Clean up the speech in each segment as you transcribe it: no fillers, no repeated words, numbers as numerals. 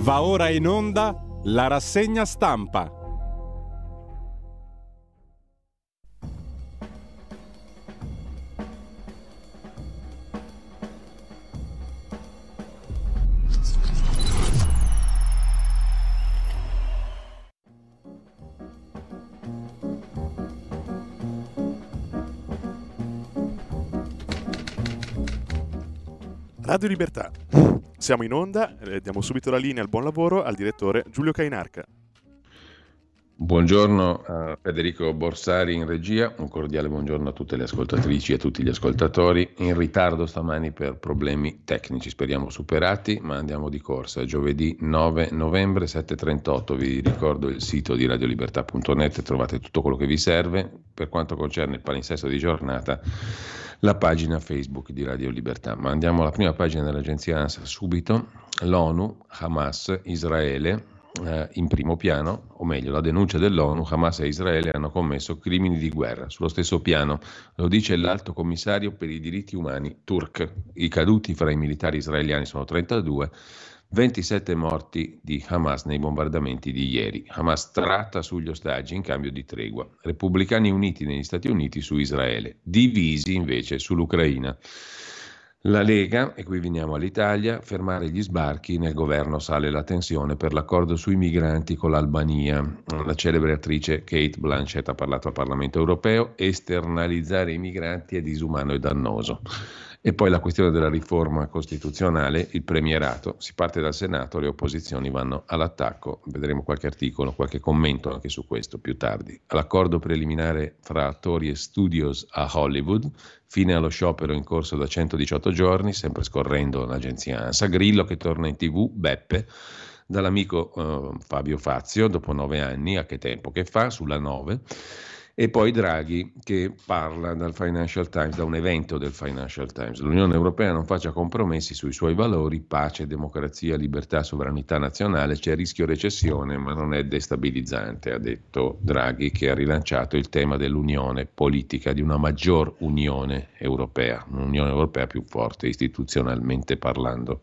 Va ora in onda la rassegna stampa. Radio Libertà. Siamo in onda, diamo subito la linea al buon lavoro al direttore Giulio Cainarca. Buongiorno a Federico Borsari in regia, un cordiale buongiorno a tutte le ascoltatrici e a tutti gli ascoltatori. In ritardo stamani per problemi tecnici, speriamo superati, ma andiamo di corsa. Giovedì 9 novembre 7:38, vi ricordo il sito di radiolibertà.net, trovate tutto quello che vi serve. Per quanto concerne il palinsesto di giornata, la pagina Facebook di Radio Libertà. Ma andiamo alla prima pagina dell'agenzia ANSA subito. L'ONU, Hamas, Israele, in primo piano, o meglio la denuncia dell'ONU: Hamas e Israele hanno commesso crimini di guerra. Sullo stesso piano lo dice l'Alto Commissario per i diritti umani turk. I caduti fra i militari israeliani sono 32, 27 morti di Hamas nei bombardamenti di ieri. Hamas tratta sugli ostaggi in cambio di tregua. Repubblicani uniti negli Stati Uniti su Israele, divisi invece sull'Ucraina. La Lega, e qui veniamo all'Italia, fermare gli sbarchi, nel governo sale la tensione per l'accordo sui migranti con l'Albania. La celebre attrice Kate Blanchett ha parlato al Parlamento europeo: esternalizzare i migranti è disumano e dannoso. E poi la questione della riforma costituzionale, il premierato, si parte dal Senato, le opposizioni vanno all'attacco, vedremo qualche articolo, qualche commento anche su questo più tardi. All'accordo preliminare fra attori e studios a Hollywood, fine allo sciopero in corso da 118 giorni, sempre scorrendo l'agenzia ANSA. Grillo che torna in TV, Beppe, dall'amico Fabio Fazio, dopo 9 anni, a che tempo che fa, sulla 9. E poi Draghi che parla dal Financial Times, da un evento del Financial Times. L'Unione Europea non faccia compromessi sui suoi valori, pace, democrazia, libertà, sovranità nazionale, c'è rischio recessione ma non è destabilizzante, ha detto Draghi, che ha rilanciato il tema dell'unione politica, di una maggior Unione Europea, un'Unione Europea più forte istituzionalmente parlando.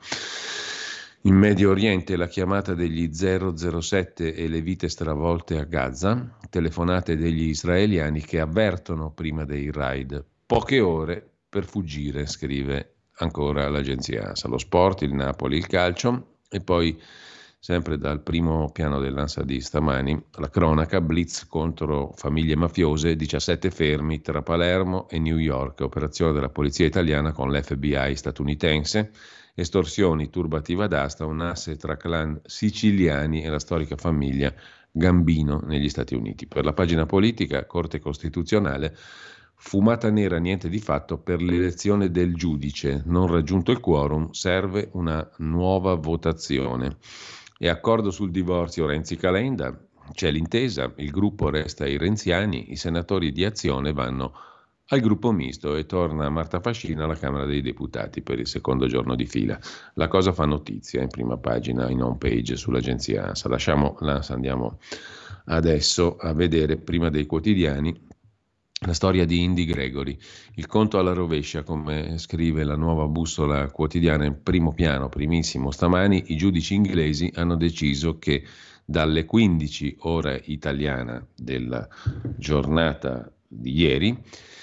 In Medio Oriente la chiamata degli 007 e le vite stravolte a Gaza, telefonate degli israeliani che avvertono prima dei raid. Poche ore per fuggire, scrive ancora l'agenzia ANSA. Lo sport, il Napoli, il calcio, e poi sempre dal primo piano dell'ANSA di stamani, la cronaca: blitz contro famiglie mafiose, 17 fermi tra Palermo e New York, operazione della polizia italiana con l'FBI statunitense. Estorsioni, turbativa d'asta, un asse tra clan siciliani e la storica famiglia Gambino negli Stati Uniti. Per la pagina politica, Corte Costituzionale, fumata nera, niente di fatto per l'elezione del giudice, non raggiunto il quorum, serve una nuova votazione. E accordo sul divorzio Renzi-Calenda, c'è l'intesa, il gruppo resta ai renziani, i senatori di Azione vanno al gruppo misto e torna Marta Fascina alla Camera dei Deputati per il secondo giorno di fila. La cosa fa notizia in prima pagina, in home page sull'agenzia ANSA. Lasciamo l'ANSA, andiamo adesso a vedere, prima dei quotidiani, la storia di Indy Gregory. Il conto alla rovescia, come scrive la Nuova Bussola Quotidiana in primo piano, primissimo stamani. I giudici inglesi hanno deciso che dalle 15 ora italiana della giornata di ieri,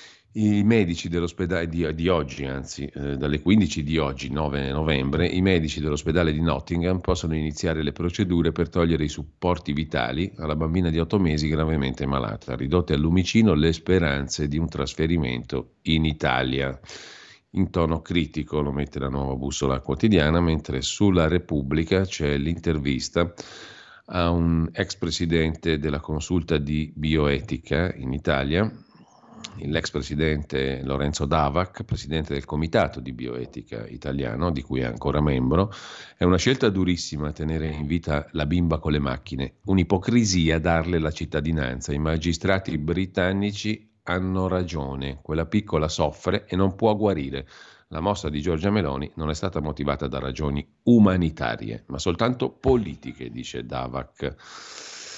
i medici dell'ospedale di oggi, dalle 15 di oggi, 9 novembre, i medici dell'ospedale di Nottingham possono iniziare le procedure per togliere i supporti vitali alla bambina di 8 mesi gravemente malata. Ridotte al lumicino le speranze di un trasferimento in Italia. In tono critico lo mette la Nuova Bussola Quotidiana, mentre sulla Repubblica c'è l'intervista a un ex presidente della Consulta di Bioetica in Italia, l'ex presidente Lorenzo Davac, presidente del Comitato di Bioetica italiano, di cui è ancora membro. È una scelta durissima tenere in vita la bimba con le macchine, un'ipocrisia darle la cittadinanza. I magistrati britannici hanno ragione, quella piccola soffre e non può guarire. La mossa di Giorgia Meloni non è stata motivata da ragioni umanitarie, ma soltanto politiche, dice Davac.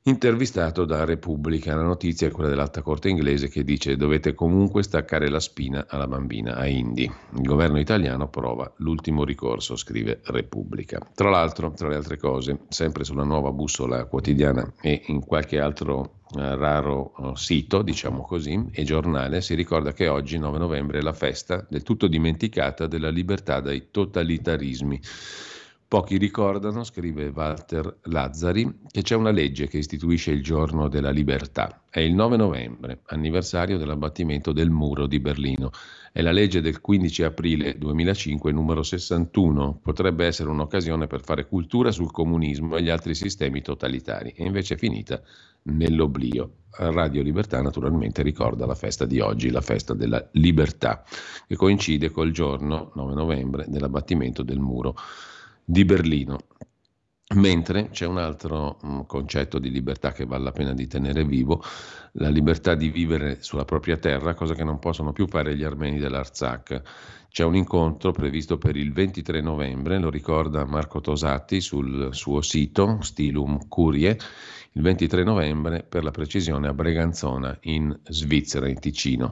intervistato da Repubblica. La notizia è quella dell'Alta Corte inglese che dice: dovete comunque staccare la spina alla bambina, a Indy. Il governo italiano prova l'ultimo ricorso, scrive Repubblica. Tra l'altro, tra le altre cose, sempre sulla Nuova Bussola Quotidiana e in qualche altro raro sito, diciamo così, e giornale, si ricorda che oggi, 9 novembre, è la festa del tutto dimenticata della libertà dai totalitarismi. Pochi ricordano, scrive Walter Lazzari, che c'è una legge che istituisce il giorno della libertà. È il 9 novembre, anniversario dell'abbattimento del muro di Berlino. È la legge del 15 aprile 2005, numero 61. Potrebbe essere un'occasione per fare cultura sul comunismo e gli altri sistemi totalitari, e invece è finita nell'oblio. Radio Libertà naturalmente ricorda la festa di oggi, la festa della libertà, che coincide col giorno 9 novembre dell'abbattimento del muro di Berlino. Mentre c'è un altro concetto di libertà che vale la pena di tenere vivo, la libertà di vivere sulla propria terra, cosa che non possono più fare gli armeni dell'Artsakh. C'è un incontro previsto per il 23 novembre, lo ricorda Marco Tosatti sul suo sito Stilum Curie, il 23 novembre, per la precisione, a Breganzona in Svizzera, in Ticino.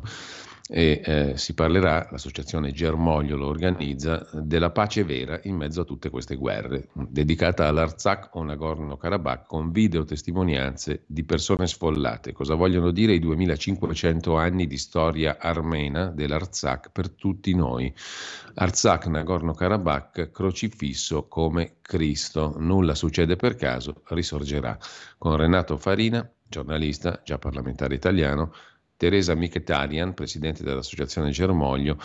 E si parlerà, l'associazione Germoglio lo organizza, della pace vera in mezzo a tutte queste guerre, dedicata all'Artsakh o Nagorno-Karabakh, con videotestimonianze di persone sfollate. Cosa vogliono dire i 2500 anni di storia armena dell'Artsakh per tutti noi? Artsakh, Nagorno-Karabakh, crocifisso come Cristo. Nulla succede per caso, risorgerà. Con Renato Farina, giornalista, già parlamentare italiano, Teresa Mkhitaryan, presidente dell'associazione Germoglio,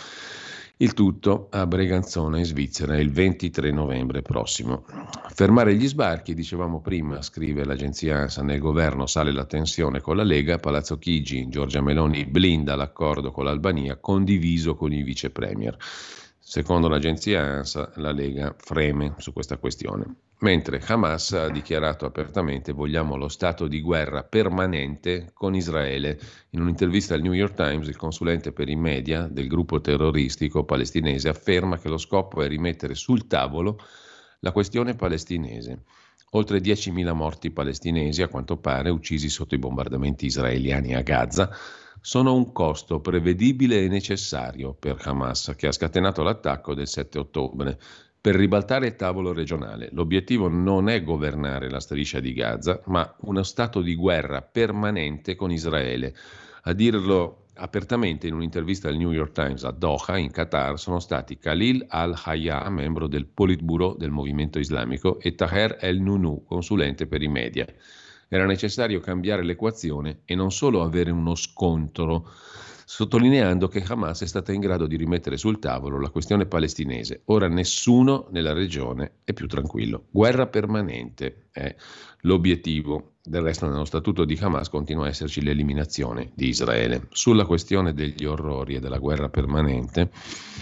il tutto a Breganzona in Svizzera il 23 novembre prossimo. Fermare gli sbarchi, dicevamo prima, scrive l'agenzia ANSA, nel governo sale la tensione con la Lega, Palazzo Chigi, Giorgia Meloni blinda l'accordo con l'Albania condiviso con i vice premier. Secondo l'agenzia ANSA, la Lega freme su questa questione. Mentre Hamas ha dichiarato apertamente: vogliamo lo stato di guerra permanente con Israele. In un'intervista al New York Times, il consulente per i media del gruppo terroristico palestinese afferma che lo scopo è rimettere sul tavolo la questione palestinese. Oltre 10.000 morti palestinesi, a quanto pare, uccisi sotto i bombardamenti israeliani a Gaza, sono un costo prevedibile e necessario per Hamas, che ha scatenato l'attacco del 7 ottobre. Per ribaltare il tavolo regionale, l'obiettivo non è governare la striscia di Gaza, ma uno stato di guerra permanente con Israele. A dirlo apertamente in un'intervista al New York Times a Doha, in Qatar, sono stati Khalil al-Hayya, membro del Politburo del movimento islamico, e Taher el-Nunu, consulente per i media. Era necessario cambiare l'equazione e non solo avere uno scontro, sottolineando che Hamas è stata in grado di rimettere sul tavolo la questione palestinese. Ora nessuno nella regione è più tranquillo. Guerra permanente è l'obiettivo. Del resto, nello statuto di Hamas continua a esserci l'eliminazione di Israele. Sulla questione degli orrori e della guerra permanente,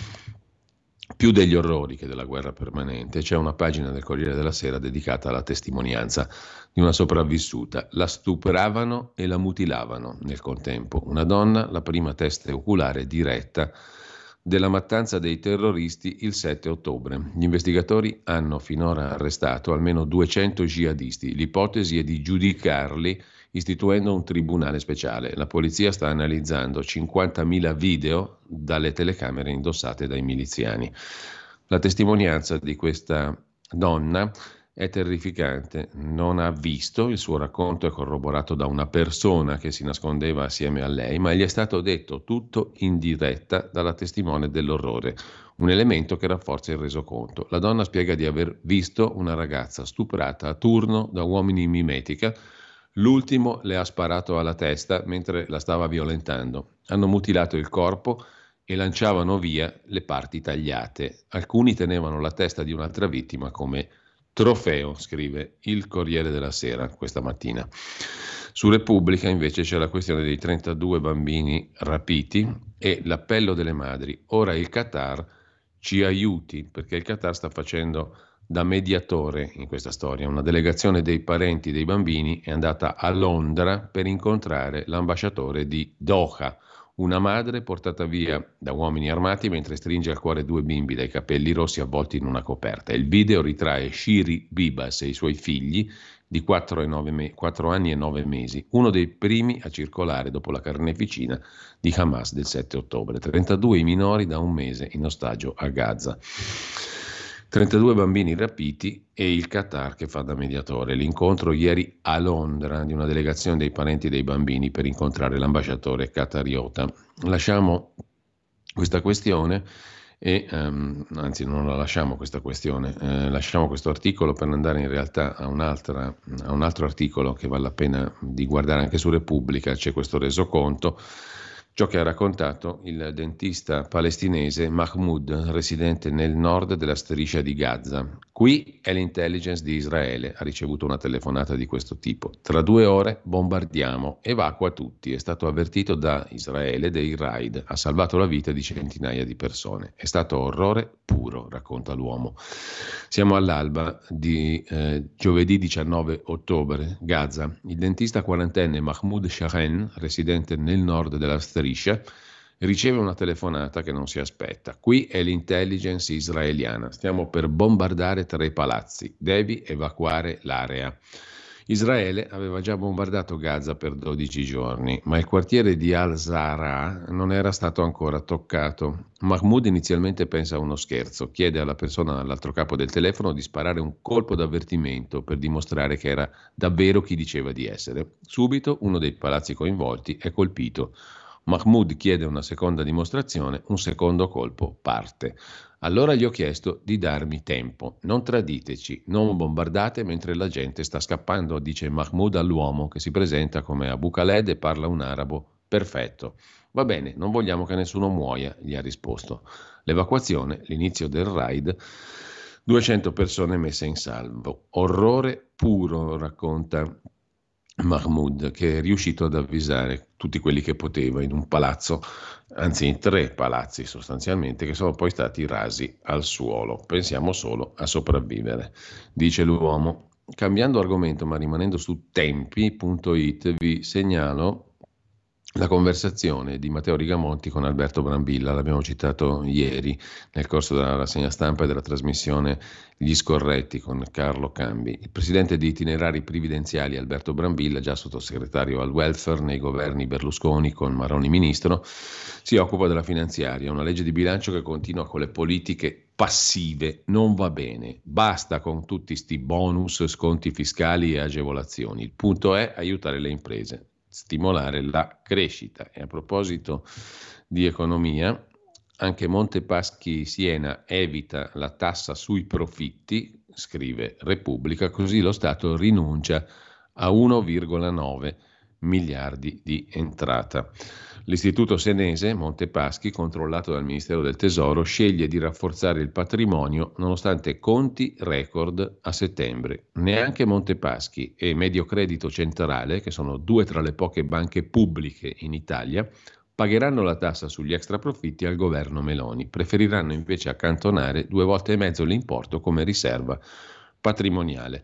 più degli orrori che della guerra permanente, c'è una pagina del Corriere della Sera dedicata alla testimonianza di una sopravvissuta. La stupravano e la mutilavano nel contempo. Una donna, la prima testa oculare diretta della mattanza dei terroristi il 7 ottobre. Gli investigatori hanno finora arrestato almeno 200 jihadisti. L'ipotesi è di giudicarli istituendo un tribunale speciale. La polizia sta analizzando 50.000 video dalle telecamere indossate dai miliziani. La testimonianza di questa donna è terrificante. Non ha visto, il suo racconto è corroborato da una persona che si nascondeva assieme a lei, ma gli è stato detto tutto in diretta dalla testimone dell'orrore, un elemento che rafforza il resoconto. La donna spiega di aver visto una ragazza stuprata a turno da uomini in mimetica. L'ultimo le ha sparato alla testa mentre la stava violentando. Hanno mutilato il corpo e lanciavano via le parti tagliate. Alcuni tenevano la testa di un'altra vittima come trofeo, scrive il Corriere della Sera questa mattina. Su Repubblica invece c'è la questione dei 32 bambini rapiti e l'appello delle madri. Ora il Qatar ci aiuti, perché il Qatar sta facendo da mediatore in questa storia. Una delegazione dei parenti dei bambini è andata a Londra per incontrare l'ambasciatore di Doha, Una madre portata via da uomini armati mentre stringe al cuore 2 bimbi dai capelli rossi avvolti in una coperta. Il video ritrae Shiri Bibas e i suoi figli di 4 anni e 9 mesi, uno dei primi a circolare dopo la carneficina di Hamas del 7 ottobre. 32 i minori da un mese in ostaggio a Gaza. 32 bambini rapiti e il Qatar che fa da mediatore. L'incontro ieri a Londra di una delegazione dei parenti dei bambini per incontrare l'ambasciatore qatariota. Lasciamo questa questione anzi non la lasciamo questa questione, lasciamo questo articolo per andare in realtà a un altro articolo che vale la pena di guardare anche su Repubblica. C'è questo resoconto, ciò che ha raccontato il dentista palestinese Mahmoud, residente nel nord della striscia di Gaza. Qui è l'intelligence di Israele, ha ricevuto una telefonata di questo tipo. Tra 2 ore bombardiamo, evacua tutti. È stato avvertito da Israele dei raid, ha salvato la vita di centinaia di persone. È stato orrore puro, racconta l'uomo. Siamo all'alba di giovedì 19 ottobre, Gaza. Il dentista quarantenne Mahmoud Shahen, residente nel nord della striscia, riceve una telefonata che non si aspetta. Qui è l'intelligence israeliana. Stiamo per bombardare 3 palazzi. Devi evacuare l'area. Israele aveva già bombardato Gaza per 12 giorni, ma il quartiere di Al-Zahra non era stato ancora toccato. Mahmoud inizialmente pensa a uno scherzo, chiede alla persona all'altro capo del telefono di sparare un colpo d'avvertimento per dimostrare che era davvero chi diceva di essere. Subito uno dei palazzi coinvolti è colpito. Mahmoud chiede una seconda dimostrazione, un secondo colpo parte. Allora gli ho chiesto di darmi tempo. Non traditeci, non bombardate mentre la gente sta scappando, dice Mahmoud all'uomo che si presenta come Abu Khaled e parla un arabo perfetto. Va bene, non vogliamo che nessuno muoia, gli ha risposto. L'evacuazione, l'inizio del raid, 200 persone messe in salvo. Orrore puro, racconta Mahmoud, che è riuscito ad avvisare tutti quelli che poteva in un palazzo, anzi in 3 palazzi sostanzialmente, che sono poi stati rasi al suolo. Pensiamo solo a sopravvivere, dice l'uomo. Cambiando argomento ma rimanendo su tempi.it vi segnalo la conversazione di Matteo Rigamonti con Alberto Brambilla, l'abbiamo citato ieri nel corso della rassegna stampa e della trasmissione Gli Scorretti con Carlo Cambi. Il presidente di Itinerari Previdenziali Alberto Brambilla, già sottosegretario al welfare nei governi Berlusconi con Maroni ministro, si occupa della finanziaria, una legge di bilancio che continua con le politiche passive, non va bene, basta con tutti sti bonus, sconti fiscali e agevolazioni, il punto è aiutare le imprese, stimolare la crescita. E a proposito di economia, anche Montepaschi Siena evita la tassa sui profitti, scrive Repubblica, così lo Stato rinuncia a 1,9 miliardi di entrata. L'istituto senese Montepaschi, controllato dal Ministero del Tesoro, sceglie di rafforzare il patrimonio nonostante conti record a settembre. Neanche Montepaschi e Mediocredito Centrale, che sono 2 tra le poche banche pubbliche in Italia, pagheranno la tassa sugli extraprofitti al governo Meloni. Preferiranno invece accantonare 2,5 volte l'importo come riserva patrimoniale.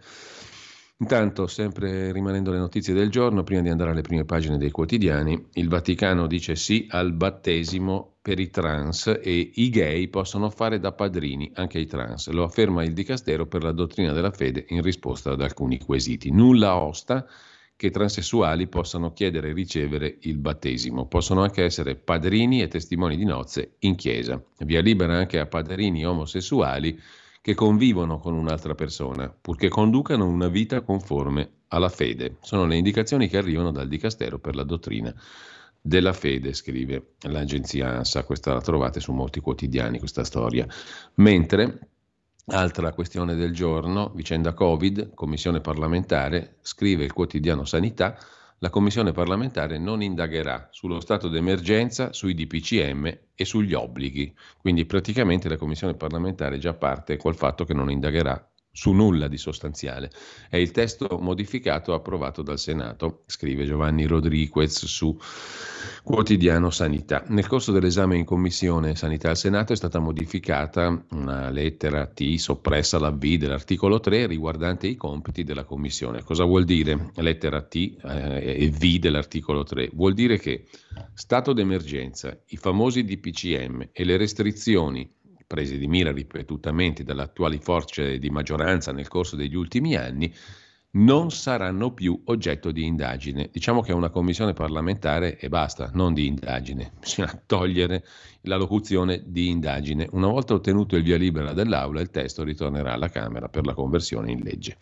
Intanto, sempre rimanendo alle notizie del giorno, prima di andare alle prime pagine dei quotidiani, il Vaticano dice sì al battesimo per i trans e i gay possono fare da padrini anche i trans. Lo afferma il Dicastero per la dottrina della fede in risposta ad alcuni quesiti. Nulla osta che transessuali possano chiedere e ricevere il battesimo. Possono anche essere padrini e testimoni di nozze in chiesa. Via libera anche a padrini omosessuali che convivono con un'altra persona, purché conducano una vita conforme alla fede. Sono le indicazioni che arrivano dal Dicastero per la dottrina della fede, scrive l'agenzia ANSA. Questa la trovate su molti quotidiani, questa storia. Mentre, altra questione del giorno, vicenda Covid, commissione parlamentare, scrive il quotidiano Sanità, la commissione parlamentare non indagherà sullo stato d'emergenza, sui DPCM e sugli obblighi. Quindi praticamente la commissione parlamentare già parte col fatto che non indagherà su nulla di sostanziale. È il testo modificato approvato dal Senato, scrive Giovanni Rodriguez su Quotidiano Sanità. Nel corso dell'esame in Commissione Sanità al Senato è stata modificata una lettera T soppressa la V dell'articolo 3 riguardante i compiti della Commissione. Cosa vuol dire lettera T e V dell'articolo 3? Vuol dire che stato d'emergenza, i famosi DPCM e le restrizioni prese di mira ripetutamente dalle attuali forze di maggioranza nel corso degli ultimi anni, non saranno più oggetto di indagine. Diciamo che è una commissione parlamentare e basta, non di indagine. Bisogna togliere la locuzione di indagine. Una volta ottenuto il via libera dell'Aula, il testo ritornerà alla Camera per la conversione in legge.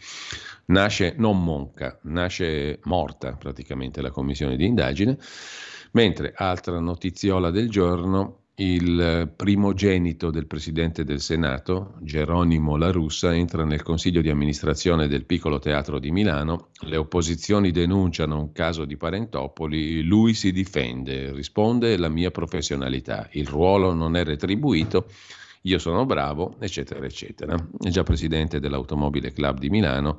Nasce non monca, nasce morta praticamente la commissione di indagine, mentre altra notiziola del giorno. Il primogenito del presidente del Senato, Geronimo La Russa, entra nel consiglio di amministrazione del Piccolo Teatro di Milano. Le opposizioni denunciano un caso di parentopoli, lui si difende, risponde la mia professionalità, il ruolo non è retribuito, io sono bravo, eccetera, eccetera. È già presidente dell'Automobile Club di Milano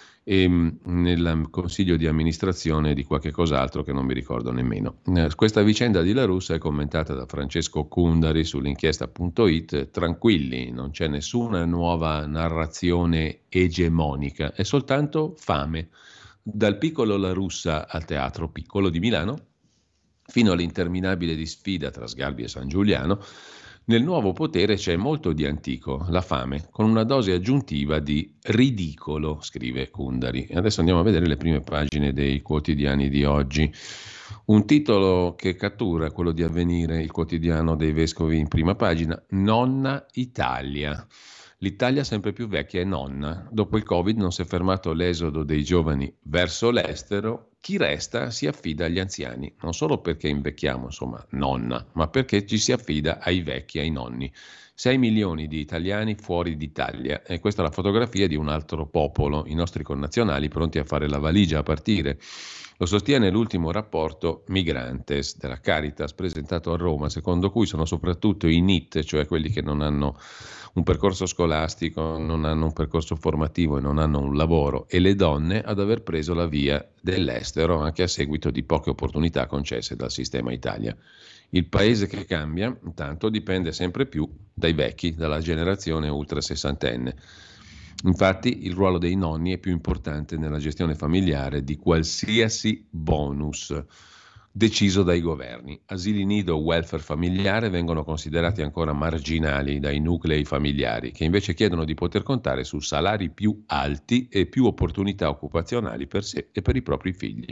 e nel consiglio di amministrazione di qualche cos'altro che non mi ricordo nemmeno. Questa vicenda di La Russa è commentata da Francesco Cundari sull'inchiesta.it. Tranquilli, non c'è nessuna nuova narrazione egemonica, è soltanto fame. Dal piccolo La Russa al Teatro Piccolo di Milano, fino all'interminabile disfida tra Sgarbi e San Giuliano, nel nuovo potere c'è molto di antico, la fame, con una dose aggiuntiva di ridicolo, scrive Cundari. E adesso andiamo a vedere le prime pagine dei quotidiani di oggi. Un titolo che cattura, quello di Avvenire, il quotidiano dei vescovi in prima pagina, Nonna Italia. L'Italia sempre più vecchia e nonna. Dopo il Covid non si è fermato l'esodo dei giovani verso l'estero. Chi resta si affida agli anziani, non solo perché invecchiamo, insomma, nonna, ma perché ci si affida ai vecchi, ai nonni. 6 milioni di italiani fuori d'Italia, e questa è la fotografia di un altro popolo, i nostri connazionali pronti a fare la valigia a partire. Lo sostiene l'ultimo rapporto Migrantes della Caritas presentato a Roma, secondo cui sono soprattutto i NEET, cioè quelli che non hanno un percorso scolastico, non hanno un percorso formativo e non hanno un lavoro, e le donne ad aver preso la via dell'estero anche a seguito di poche opportunità concesse dal sistema Italia. Il paese che cambia, intanto, dipende sempre più dai vecchi, dalla generazione ultra sessantenne. Infatti il ruolo dei nonni è più importante nella gestione familiare di qualsiasi bonus deciso dai governi. Asili nido o welfare familiare vengono considerati ancora marginali dai nuclei familiari, che invece chiedono di poter contare su salari più alti e più opportunità occupazionali per sé e per i propri figli.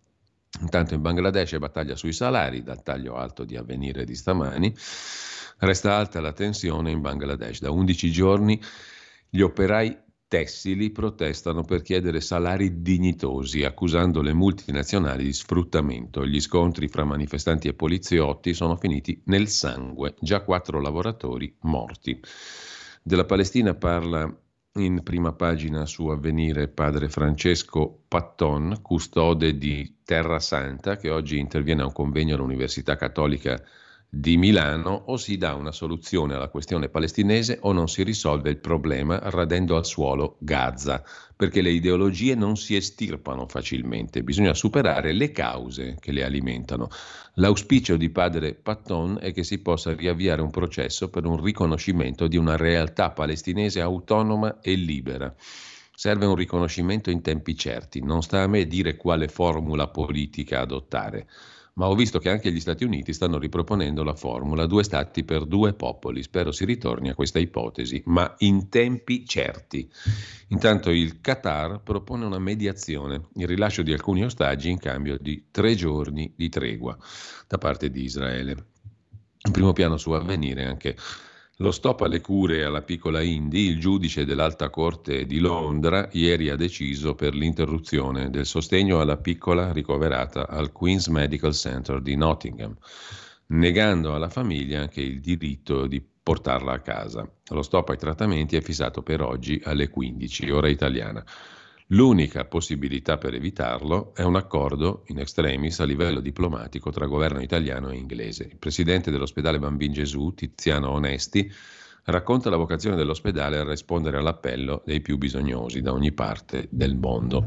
Intanto in Bangladesh è battaglia sui salari, dal taglio alto di Avvenire di stamani. Resta alta la tensione in Bangladesh. Da 11 giorni gli operai tessili protestano per chiedere salari dignitosi, accusando le multinazionali di sfruttamento. Gli scontri fra manifestanti e poliziotti sono finiti nel sangue, già 4 lavoratori morti. Della Palestina parla in prima pagina su Avvenire padre Francesco Patton, custode di Terra Santa, che oggi interviene a un convegno all'Università Cattolica di Milano. O si dà una soluzione alla questione palestinese o non si risolve il problema radendo al suolo Gaza, perché le ideologie non si estirpano facilmente, bisogna superare le cause che le alimentano. L'auspicio di padre Patton è che si possa riavviare un processo per un riconoscimento di una realtà palestinese autonoma e libera. Serve un riconoscimento in tempi certi, non sta a me dire quale formula politica adottare. Ma ho visto che anche gli Stati Uniti stanno riproponendo la formula 2 stati per 2 popoli. Spero si ritorni a questa ipotesi, ma in tempi certi. Intanto il Qatar propone una mediazione, il rilascio di alcuni ostaggi in cambio di 3 giorni di tregua da parte di Israele. In primo piano su Avvenire anche lo stop alle cure alla piccola Indy. Il giudice dell'Alta Corte di Londra ieri ha deciso per l'interruzione del sostegno alla piccola ricoverata al Queen's Medical Center di Nottingham, negando alla famiglia anche il diritto di portarla a casa. Lo stop ai trattamenti è fissato per oggi alle 15, ora italiana. L'unica possibilità per evitarlo è un accordo in extremis a livello diplomatico tra governo italiano e inglese. Il presidente dell'ospedale Bambin Gesù, Tiziano Onesti, racconta la vocazione dell'ospedale a rispondere all'appello dei più bisognosi da ogni parte del mondo.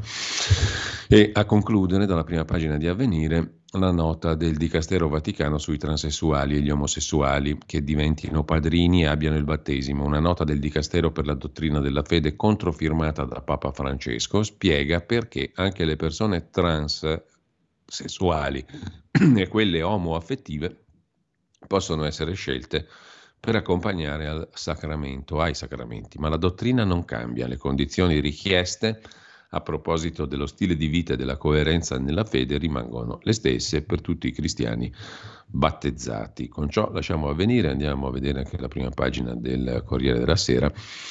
E a concludere dalla prima pagina di Avvenire la nota del Dicastero Vaticano sui transessuali e gli omosessuali che diventino padrini e abbiano il battesimo. Una nota del Dicastero per la dottrina della fede controfirmata da Papa Francesco spiega perché anche le persone transsessuali e quelle omoaffettive possono essere scelte per accompagnare ai sacramenti, ma la dottrina non cambia, le condizioni richieste a proposito dello stile di vita e della coerenza nella fede rimangono le stesse per tutti i cristiani battezzati. Con ciò lasciamo Avvenire, andiamo a vedere anche la prima pagina del Corriere della Sera.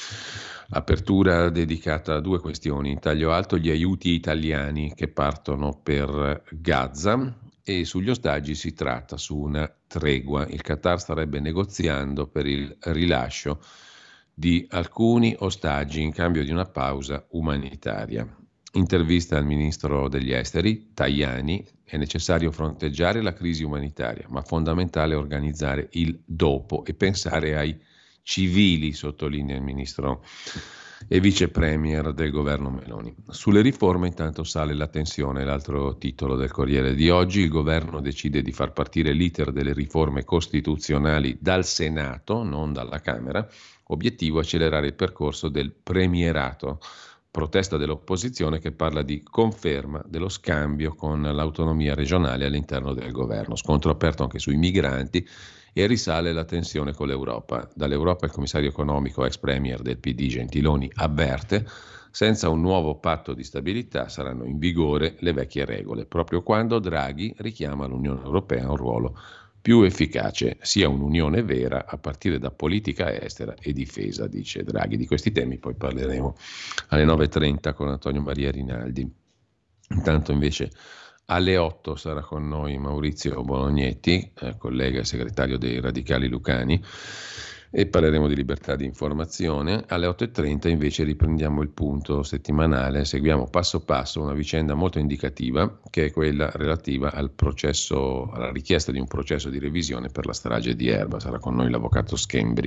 Apertura dedicata a due questioni. In taglio alto gli aiuti italiani che partono per Gaza e sugli ostaggi si tratta su una tregua. Il Qatar starebbe negoziando per il rilascio di alcuni ostaggi in cambio di una pausa umanitaria. Intervista al ministro degli esteri, Tajani: è necessario fronteggiare la crisi umanitaria, ma fondamentale organizzare il dopo e pensare ai civili, sottolinea il ministro e vice premier del governo Meloni. Sulle riforme intanto sale la tensione, l'altro titolo del Corriere di oggi: il governo decide di far partire l'iter delle riforme costituzionali dal Senato, non dalla Camera. Obiettivo: accelerare il percorso del premierato. Protesta dell'opposizione che parla di conferma dello scambio con l'autonomia regionale all'interno del governo. Scontro aperto anche sui migranti e risale la tensione con l'Europa. Dall'Europa il commissario economico, ex premier del PD Gentiloni, avverte: senza un nuovo patto di stabilità saranno in vigore le vecchie regole, proprio quando Draghi richiama l'Unione Europea a un ruolo più efficace, sia un'unione vera a partire da politica estera e difesa, dice Draghi. Di questi temi poi parleremo alle 9.30 con Antonio Maria Rinaldi. Intanto invece alle 8 sarà con noi Maurizio Bolognetti, collega e segretario dei Radicali Lucani, e parleremo di libertà di informazione. Alle 8.30 invece riprendiamo il punto settimanale, seguiamo passo passo una vicenda molto indicativa che è quella relativa al processo, alla richiesta di un processo di revisione per la strage di Erba. Sarà con noi l'avvocato Schembri.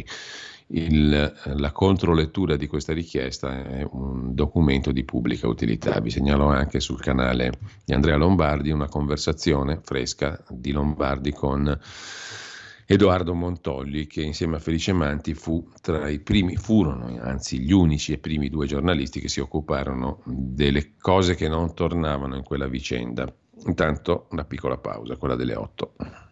La controlettura di questa richiesta è un documento di pubblica utilità. Vi segnalo anche sul canale di Andrea Lombardi una conversazione fresca di Lombardi con Edoardo Montolli, che insieme a Felice Manti furono anzi gli unici e primi due giornalisti che si occuparono delle cose che non tornavano in quella vicenda. Intanto una piccola pausa, quella delle 8.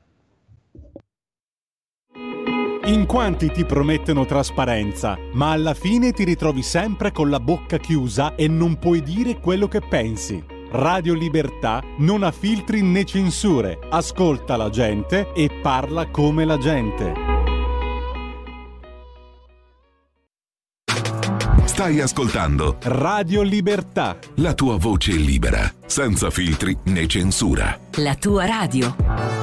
In quanti ti promettono trasparenza, ma alla fine ti ritrovi sempre con la bocca chiusa e non puoi dire quello che pensi. Radio Libertà non ha filtri né censure, ascolta la gente e parla come la gente. Stai ascoltando Radio Libertà, la tua voce libera, senza filtri né censura. La tua radio.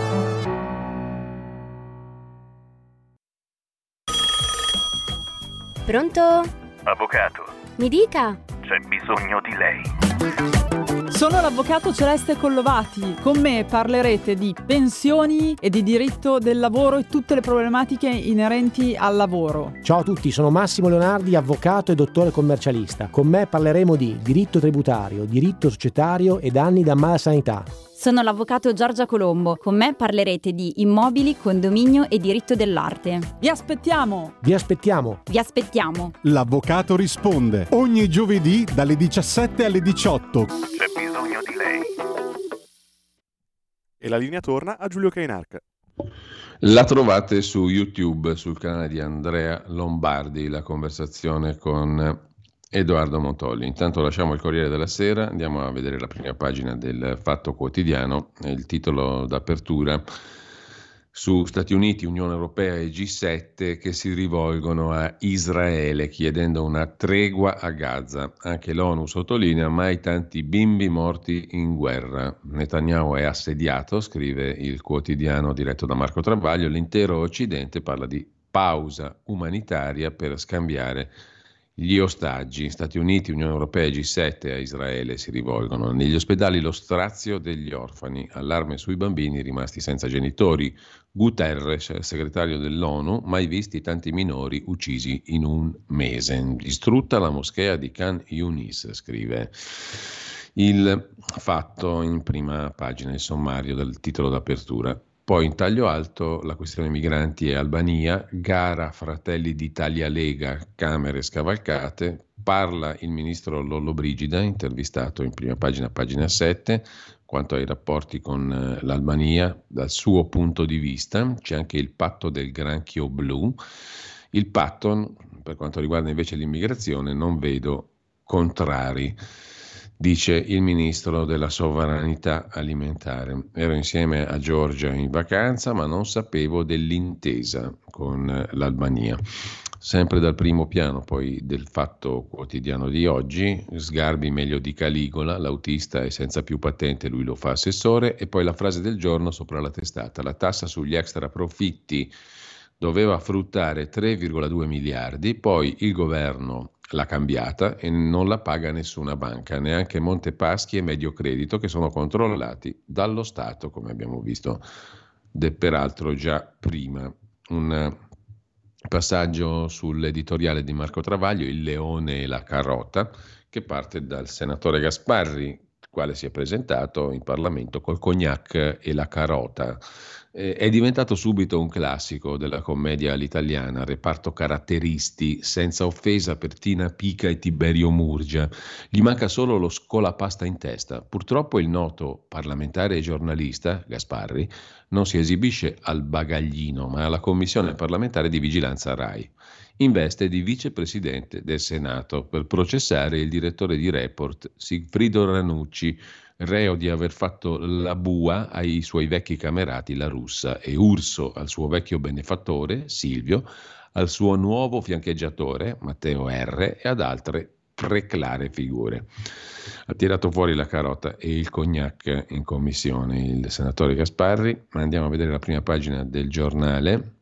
Pronto? Avvocato, Mi dica. c'è bisogno di lei. Sono l'avvocato Celeste Collovati. Con me parlerete di pensioni e di diritto del lavoro e tutte le problematiche inerenti al lavoro. Ciao a tutti, sono Massimo Leonardi, avvocato e dottore commercialista. Con me parleremo di diritto tributario, diritto societario e danni da malasanità. Sono l'avvocato Giorgia Colombo. Con me parlerete di immobili, condominio e diritto dell'arte. Vi aspettiamo! Vi aspettiamo! Vi aspettiamo! l'avvocato risponde ogni giovedì dalle 17 alle 18. C'è bisogno di lei. E la linea torna a Giulio Cainarca. La trovate su YouTube, sul canale di Andrea Lombardi, la conversazione con Edoardo Montolli. Intanto lasciamo il Corriere della Sera, andiamo a vedere la prima pagina del Fatto Quotidiano. Il titolo d'apertura: su Stati Uniti, Unione Europea e G7 che si rivolgono a Israele chiedendo una tregua a Gaza. Anche l'ONU sottolinea: mai tanti bimbi morti in guerra. Netanyahu è assediato, scrive il quotidiano diretto da Marco Travaglio. L'intero Occidente parla di pausa umanitaria per scambiare Gli ostaggi, Stati Uniti, Unione Europea e G7 a Israele si rivolgono. Negli ospedali lo strazio degli orfani, allarme sui bambini rimasti senza genitori. Guterres, segretario dell'ONU, mai visti tanti minori uccisi in un mese. Distrutta la moschea di Khan Yunis, scrive il Fatto in prima pagina, il sommario del titolo d'apertura. Poi in taglio alto la questione migranti e Albania, gara Fratelli d'Italia Lega, Camere scavalcate, parla il ministro Lollobrigida, intervistato in prima pagina 7, quanto ai rapporti con l'Albania dal suo punto di vista. C'è anche il patto del granchio blu. Il patto, per quanto riguarda invece l'immigrazione, non vedo contrari, dice il ministro della sovranità alimentare. Ero insieme a Giorgia in vacanza, ma non sapevo dell'intesa con l'Albania. Sempre dal primo piano poi del Fatto Quotidiano di oggi, Sgarbi meglio di Caligola, l'autista è senza più patente, lui lo fa assessore, e poi la frase del giorno sopra la testata, la tassa sugli extra profitti doveva fruttare 3,2 miliardi, poi il governo l'ha cambiata e non la paga nessuna banca, neanche Montepaschi e Mediocredito, che sono controllati dallo Stato, come abbiamo visto peraltro già prima. Un passaggio sull'editoriale di Marco Travaglio, Il leone e la carota, che parte dal senatore Gasparri, il quale si è presentato in Parlamento col cognac e la carota. È diventato subito un classico della commedia all'italiana, reparto caratteristi, senza offesa per Tina Pica e Tiberio Murgia. Gli manca solo lo scolapasta in testa. Purtroppo il noto parlamentare e giornalista, Gasparri, non si esibisce al bagaglino, ma alla Commissione parlamentare di vigilanza RAI, in veste di vicepresidente del Senato, per processare il direttore di Report, Sigfrido Ranucci, reo di aver fatto la bua ai suoi vecchi camerati La Russa e Urso al suo vecchio benefattore Silvio, al suo nuovo fiancheggiatore Matteo R. e ad altre preclare figure. Ha tirato fuori la carota e il cognac in commissione il senatore Gasparri. Ma andiamo a vedere la prima pagina del Giornale.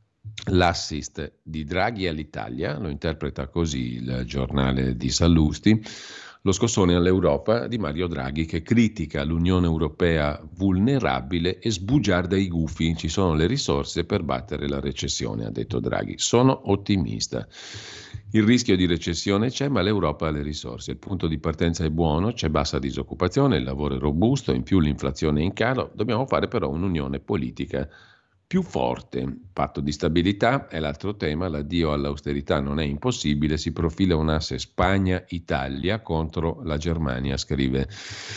L'assist di Draghi all'Italia, lo interpreta così il giornale di Sallusti. Lo scossone all'Europa di Mario Draghi, che critica l'Unione Europea vulnerabile e sbugiarda i gufi. Ci sono le risorse per battere la recessione, ha detto Draghi. Sono ottimista. Il rischio di recessione c'è, ma l'Europa ha le risorse. Il punto di partenza è buono, c'è bassa disoccupazione, il lavoro è robusto, in più l'inflazione è in calo. Dobbiamo fare però un'unione politica più forte. Patto di stabilità è l'altro tema, l'addio all'austerità non è impossibile, si profila un asse Spagna-Italia contro la Germania, scrive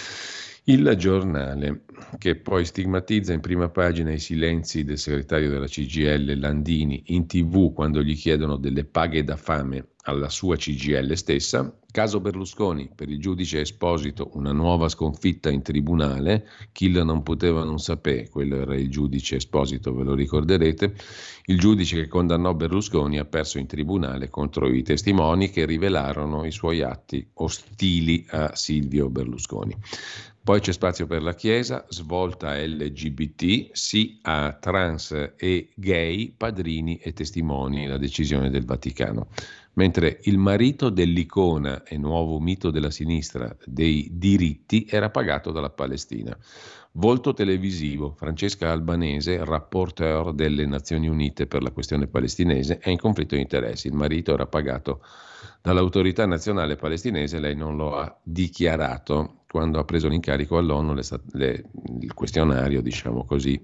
il Giornale, che poi stigmatizza in prima pagina i silenzi del segretario della CGIL Landini in TV quando gli chiedono delle paghe da fame alla sua CGIL stessa. Caso Berlusconi, per il giudice Esposito una nuova sconfitta in tribunale, Kill non poteva non sapere, quello era il giudice Esposito, ve lo ricorderete, il giudice che condannò Berlusconi ha perso in tribunale contro i testimoni che rivelarono i suoi atti ostili a Silvio Berlusconi. Poi c'è spazio per la Chiesa, svolta LGBT, sì a trans e gay, padrini e testimoni, la decisione del Vaticano. Mentre il marito dell'icona e nuovo mito della sinistra dei diritti era pagato dalla Palestina. Volto televisivo, Francesca Albanese, rapporteur delle Nazioni Unite per la questione palestinese, è in conflitto di interessi. Il marito era pagato dall'autorità nazionale palestinese, lei non lo ha dichiarato. Quando ha preso l'incarico all'ONU, il questionario, diciamo così,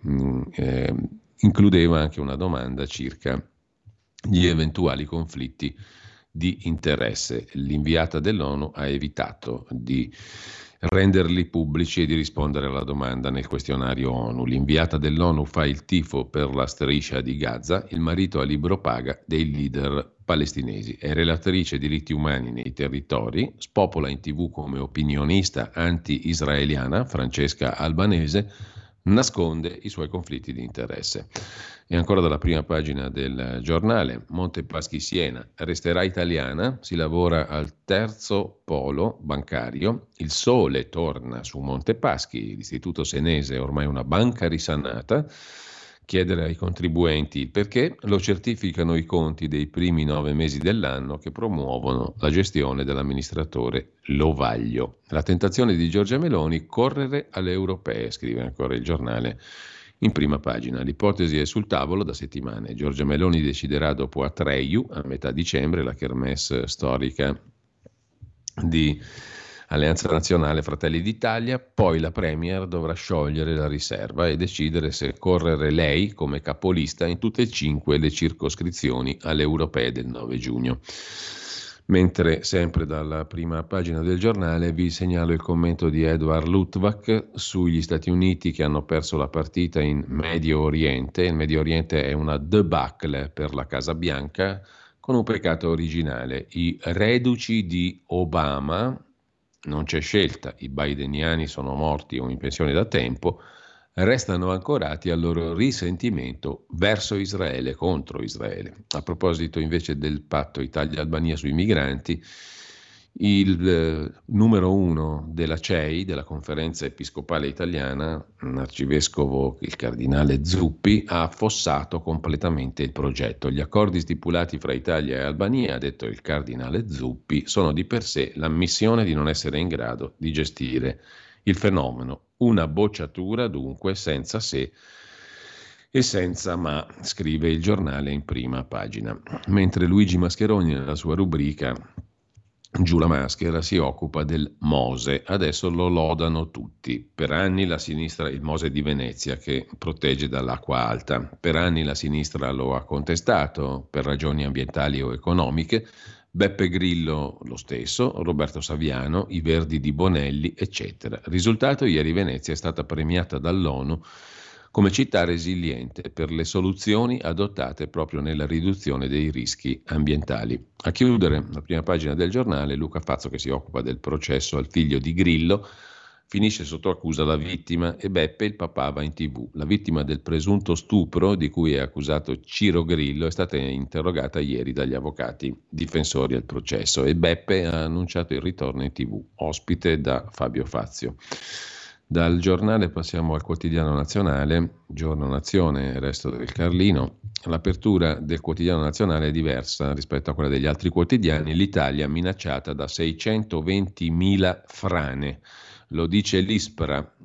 includeva anche una domanda circa gli eventuali conflitti di interesse. L'inviata dell'ONU ha evitato di renderli pubblici e di rispondere alla domanda nel questionario ONU. L'inviata dell'ONU fa il tifo per la striscia di Gaza, il marito a libro paga dei leader palestinesi. È relatrice diritti umani nei territori, spopola in TV come opinionista anti-israeliana, Francesca Albanese, nasconde i suoi conflitti di interesse. E ancora dalla prima pagina del Giornale, Montepaschi Siena resterà italiana, si lavora al terzo polo bancario, il sole torna su Montepaschi, l'istituto senese è ormai una banca risanata, Chiedere ai contribuenti il perché lo certificano i conti dei primi 9 mesi dell'anno che promuovono la gestione dell'amministratore Lovaglio. La tentazione di Giorgia Meloni: correre alle europee, scrive ancora il giornale in prima pagina. L'ipotesi è sul tavolo da settimane. Giorgia Meloni deciderà dopo Atreju, a metà dicembre, la kermesse storica di Alleanza Nazionale Fratelli d'Italia, poi la Premier dovrà sciogliere la riserva e decidere se correre lei come capolista in tutte e 5 le circoscrizioni alle europee del 9 giugno. Mentre sempre dalla prima pagina del giornale vi segnalo il commento di Edward Luttwak sugli Stati Uniti che hanno perso la partita in Medio Oriente. Il Medio Oriente è una debacle per la Casa Bianca con un peccato originale: i reduci di Obama. Non c'è scelta, i bideniani sono morti o in pensione da tempo, restano ancorati al loro risentimento verso Israele, contro Israele. A proposito invece del patto Italia-Albania sui migranti, il numero 1 della CEI, della Conferenza Episcopale Italiana, l'arcivescovo, il cardinale Zuppi, ha affossato completamente il progetto. Gli accordi stipulati fra Italia e Albania, ha detto il cardinale Zuppi, sono di per sé l'ammissione di non essere in grado di gestire il fenomeno. Una bocciatura dunque senza se e senza ma, scrive il giornale in prima pagina. Mentre Luigi Mascheroni nella sua rubrica Giù la maschera si occupa del Mose, adesso lo lodano tutti. Per anni la sinistra, il Mose di Venezia che protegge dall'acqua alta, per anni la sinistra lo ha contestato per ragioni ambientali o economiche, Beppe Grillo lo stesso, Roberto Saviano, i Verdi di Bonelli, eccetera. Risultato: ieri Venezia è stata premiata dall'ONU come città resiliente per le soluzioni adottate proprio nella riduzione dei rischi ambientali. A chiudere la prima pagina del giornale, Luca Fazzo, che si occupa del processo al figlio di Grillo, finisce sotto accusa la vittima e Beppe, il papà, va in TV. La vittima del presunto stupro di cui è accusato Ciro Grillo è stata interrogata ieri dagli avvocati difensori al processo e Beppe ha annunciato il ritorno in TV, ospite da Fabio Fazio. Dal giornale passiamo al quotidiano nazionale, Giorno Nazione, Resto del Carlino. L'apertura del quotidiano nazionale è diversa rispetto a quella degli altri quotidiani. L'Italia minacciata da 620.000 frane, lo dice l'ISPRA.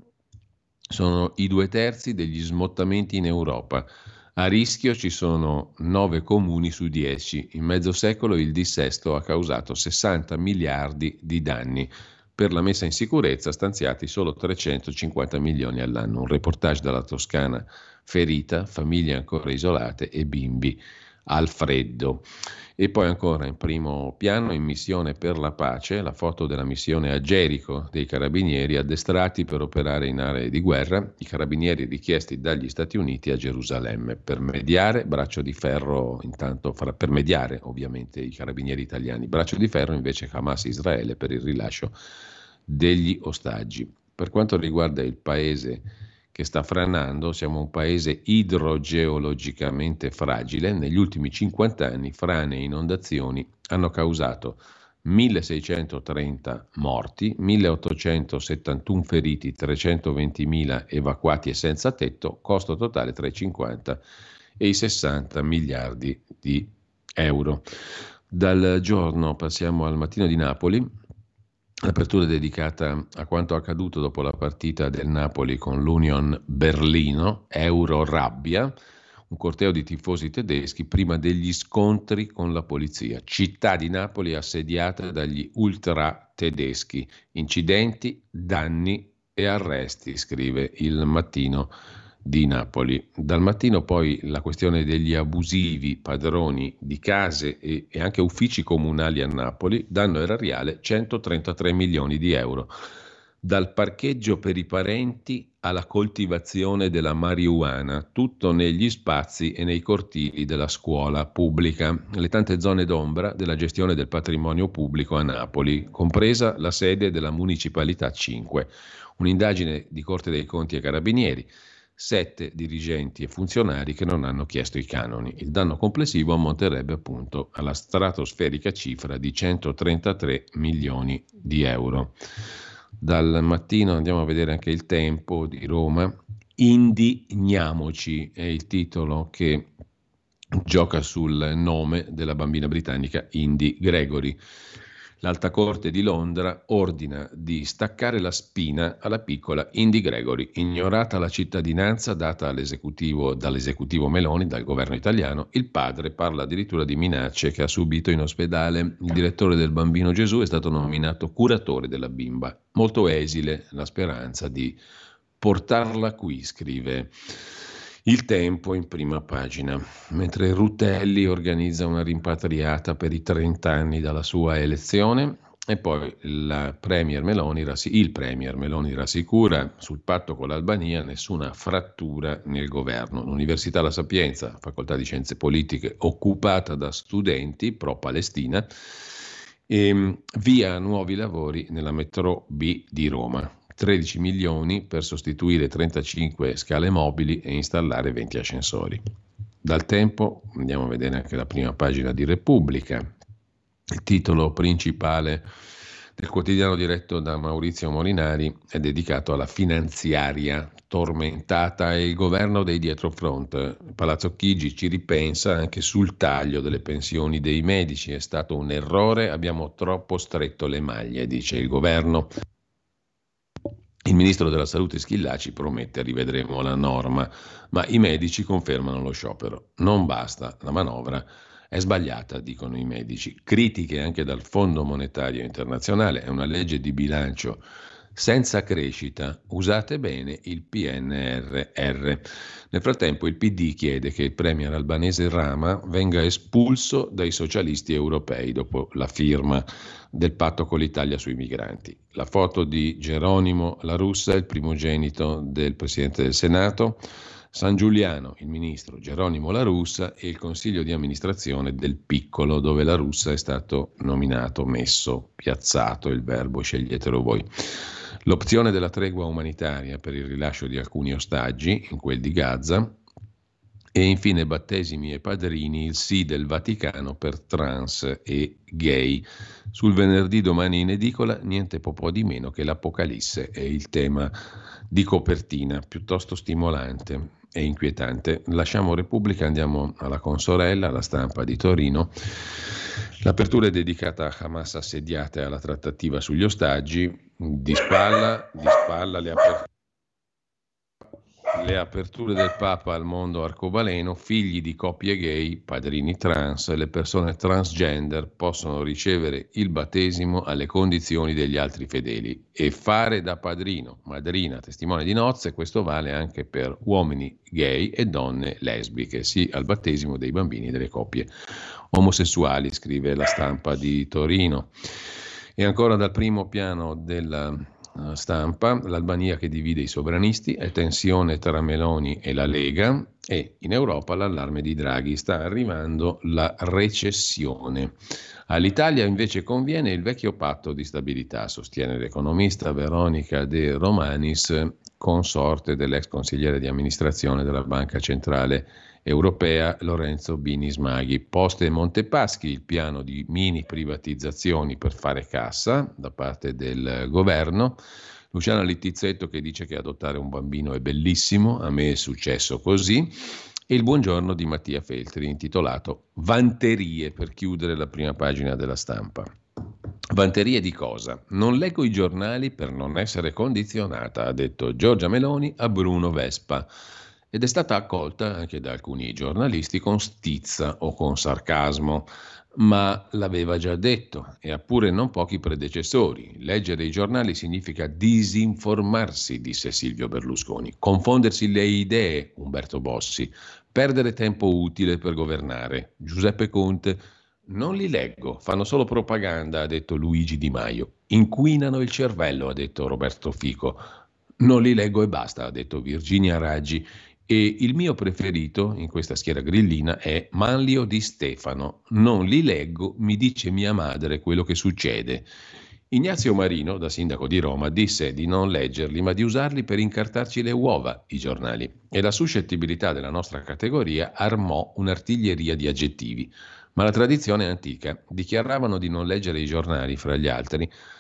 Sono i 2/3 degli smottamenti in Europa. A rischio ci sono 9 comuni su 10. In mezzo secolo il dissesto ha causato 60 miliardi di danni. Per la messa in sicurezza stanziati solo 350 milioni all'anno. Un reportage dalla Toscana ferita, famiglie ancora isolate e bimbi al freddo. E poi ancora in primo piano, in missione per la pace, la foto della missione a Gerico dei carabinieri addestrati per operare in aree di guerra, i carabinieri richiesti dagli Stati Uniti a Gerusalemme per mediare, braccio di ferro intanto, per mediare ovviamente i carabinieri italiani, braccio di ferro invece Hamas Israele per il rilascio degli ostaggi. Per quanto riguarda il paese che sta franando, siamo un paese idrogeologicamente fragile. Negli ultimi 50 anni frane e inondazioni hanno causato 1630 morti, 1871 feriti, 320.000 evacuati e senza tetto, costo totale tra i 50 e i 60 miliardi di euro. Dal Giorno passiamo al Mattino di Napoli. L'apertura è dedicata a quanto accaduto dopo la partita del Napoli con l'Union Berlino, Euro Rabbia, un corteo di tifosi tedeschi prima degli scontri con la polizia. Città di Napoli assediata dagli ultra tedeschi, incidenti, danni e arresti, scrive il Mattino di Napoli. Dal Mattino poi la questione degli abusivi padroni di case e anche uffici comunali a Napoli, danno erariale 133 milioni di euro. Dal parcheggio per i parenti alla coltivazione della marijuana, tutto negli spazi e nei cortili della scuola pubblica, le tante zone d'ombra della gestione del patrimonio pubblico a Napoli, compresa la sede della Municipalità 5. Un'indagine di Corte dei Conti e Carabinieri, 7 dirigenti e funzionari che non hanno chiesto i canoni. Il danno complessivo ammonterebbe appunto alla stratosferica cifra di 133 milioni di euro. Dal Mattino andiamo a vedere anche il Tempo di Roma. Indigniamoci è il titolo che gioca sul nome della bambina britannica Indi Gregory. L'Alta Corte di Londra ordina di staccare la spina alla piccola Indi Gregory, ignorata la cittadinanza data dall'esecutivo Meloni, dal governo italiano. Il padre parla addirittura di minacce che ha subito in ospedale. Il direttore del Bambino Gesù è stato nominato curatore della bimba. Molto esile la speranza di portarla qui, scrive Il Tempo in prima pagina, mentre Rutelli organizza una rimpatriata per i 30 anni dalla sua elezione e poi il Premier Meloni rassicura sul patto con l'Albania, nessuna frattura nel governo. L'Università La Sapienza, facoltà di scienze politiche occupata da studenti pro-Palestina, e via nuovi lavori nella metro B di Roma. 13 milioni per sostituire 35 scale mobili e installare 20 ascensori. Dal Tempo andiamo a vedere anche la prima pagina di Repubblica. Il titolo principale del quotidiano diretto da Maurizio Molinari è dedicato alla finanziaria tormentata e il governo dei dietrofront. Palazzo Chigi ci ripensa anche sul taglio delle pensioni dei medici. È stato un errore, abbiamo troppo stretto le maglie, dice il governo. Il ministro della Salute Schillaci promette rivedremo la norma, ma i medici confermano lo sciopero. Non basta, la manovra è sbagliata, dicono i medici. Critiche anche dal Fondo Monetario Internazionale, è una legge di bilancio senza crescita, usate bene il PNRR. Nel frattempo il PD chiede che il premier albanese Rama venga espulso dai socialisti europei dopo la firma del patto con l'Italia sui migranti. La foto di Geronimo La Russa, il primogenito del Presidente del Senato, San Giuliano, il ministro Geronimo La Russa e il consiglio di amministrazione del Piccolo, dove La Russa è stato nominato, messo, piazzato, il verbo sceglietelo voi. L'opzione della tregua umanitaria per il rilascio di alcuni ostaggi, in quel di Gaza, e infine battesimi e padrini, il sì del Vaticano per trans e gay. Sul venerdì domani in edicola niente po' di meno che l'Apocalisse è il tema di copertina, piuttosto stimolante e inquietante. Lasciamo Repubblica, andiamo alla consorella, La Stampa di Torino. L'apertura è dedicata a Hamas assediate alla trattativa sugli ostaggi. Di spalla le aperture del Papa al mondo arcobaleno, figli di coppie gay, padrini trans, le persone transgender possono ricevere il battesimo alle condizioni degli altri fedeli e fare da padrino, madrina, testimone di nozze. Questo vale anche per uomini gay e donne lesbiche, sì al battesimo dei bambini delle coppie omosessuali, scrive La Stampa di Torino. E ancora dal primo piano della Stampa, l'Albania che divide i sovranisti, è tensione tra Meloni e la Lega, e in Europa l'allarme di Draghi, sta arrivando la recessione. All'Italia invece conviene il vecchio patto di stabilità, sostiene l'economista Veronica De Romanis, consorte dell'ex consigliere di amministrazione della Banca Centrale Europea Lorenzo Bini Smaghi. Poste e Montepaschi, il piano di mini privatizzazioni per fare cassa da parte del governo. Luciana Littizzetto che dice che adottare un bambino è bellissimo, a me è successo così. E il buongiorno di Mattia Feltri intitolato Vanterie, per chiudere la prima pagina della Stampa. Vanterie di cosa? Non leggo i giornali per non essere condizionata, ha detto Giorgia Meloni a Bruno Vespa. Ed è stata accolta anche da alcuni giornalisti con stizza o con sarcasmo, ma l'aveva già detto e ha pure non pochi predecessori. Leggere i giornali significa disinformarsi, disse Silvio Berlusconi, confondersi le idee, Umberto Bossi, perdere tempo utile per governare, Giuseppe Conte. Non li leggo, fanno solo propaganda, ha detto Luigi Di Maio. Inquinano il cervello, ha detto Roberto Fico. Non li leggo e basta, ha detto Virginia Raggi. E il mio preferito in questa schiera grillina è Manlio Di Stefano. Non li leggo, mi dice mia madre quello che succede. Ignazio Marino, da sindaco di Roma, disse di non leggerli, ma di usarli per incartarci le uova, i giornali. E la suscettibilità della nostra categoria armò un'artiglieria di aggettivi. Ma la tradizione è antica. Dichiaravano di non leggere i giornali, fra gli altri,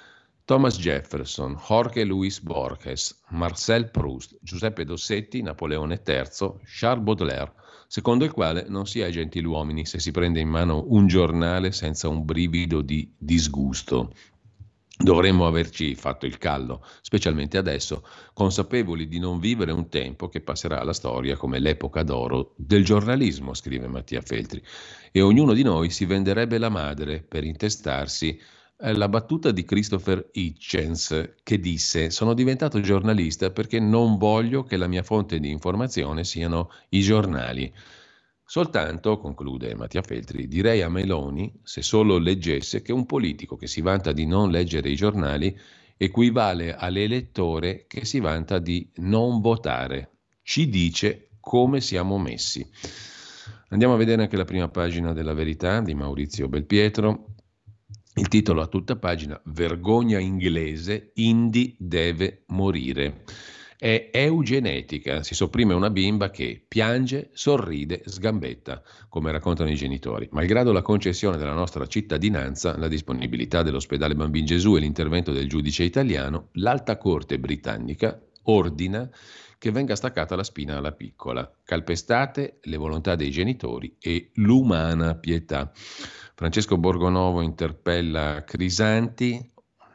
Thomas Jefferson, Jorge Luis Borges, Marcel Proust, Giuseppe Dossetti, Napoleone III, Charles Baudelaire, secondo il quale non si è gentiluomini se si prende in mano un giornale senza un brivido di disgusto. Dovremmo averci fatto il callo, specialmente adesso, consapevoli di non vivere un tempo che passerà alla storia come l'epoca d'oro del giornalismo, scrive Mattia Feltri, e ognuno di noi si venderebbe la madre per intestarsi la battuta di Christopher Hitchens, che disse: sono diventato giornalista perché non voglio che la mia fonte di informazione siano i giornali. Soltanto, conclude Mattia Feltri, direi a Meloni, se solo leggesse, che un politico che si vanta di non leggere i giornali equivale all'elettore che si vanta di non votare. Ci dice come siamo messi. Andiamo a vedere anche la prima pagina della Verità di Maurizio Belpietro. Il titolo a tutta pagina: vergogna inglese, Indy deve morire. È eugenetica, si sopprime una bimba che piange, sorride, sgambetta, come raccontano i genitori. Malgrado la concessione della nostra cittadinanza, la disponibilità dell'ospedale Bambin Gesù e l'intervento del giudice italiano, l'Alta Corte britannica ordina che venga staccata la spina alla piccola, calpestate le volontà dei genitori e l'umana pietà. Francesco Borgonovo interpella Crisanti,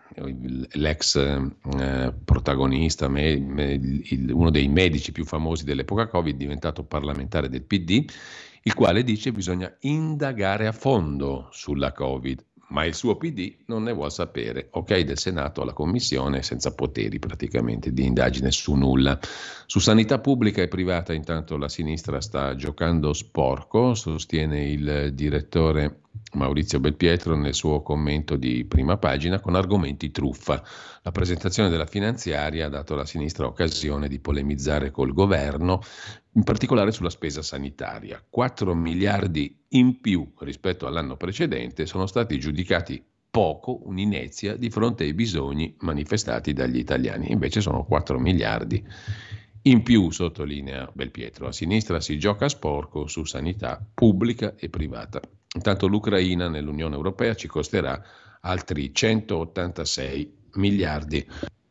l'ex protagonista, uno dei medici più famosi dell'epoca Covid, diventato parlamentare del PD, il quale dice che bisogna indagare a fondo sulla Covid, ma il suo PD non ne vuol sapere. Ok del Senato alla commissione, senza poteri praticamente di indagine su nulla. Su sanità pubblica e privata intanto la sinistra sta giocando sporco, sostiene il direttore Maurizio Belpietro nel suo commento di prima pagina, con argomenti truffa. La presentazione della finanziaria ha dato alla sinistra occasione di polemizzare col governo, in particolare sulla spesa sanitaria. 4 miliardi in più rispetto all'anno precedente sono stati giudicati poco, un'inezia di fronte ai bisogni manifestati dagli italiani. Invece sono 4 miliardi in più, sottolinea Belpietro. A sinistra si gioca sporco su sanità pubblica e privata. Intanto l'Ucraina nell'Unione Europea ci costerà altri 186 miliardi.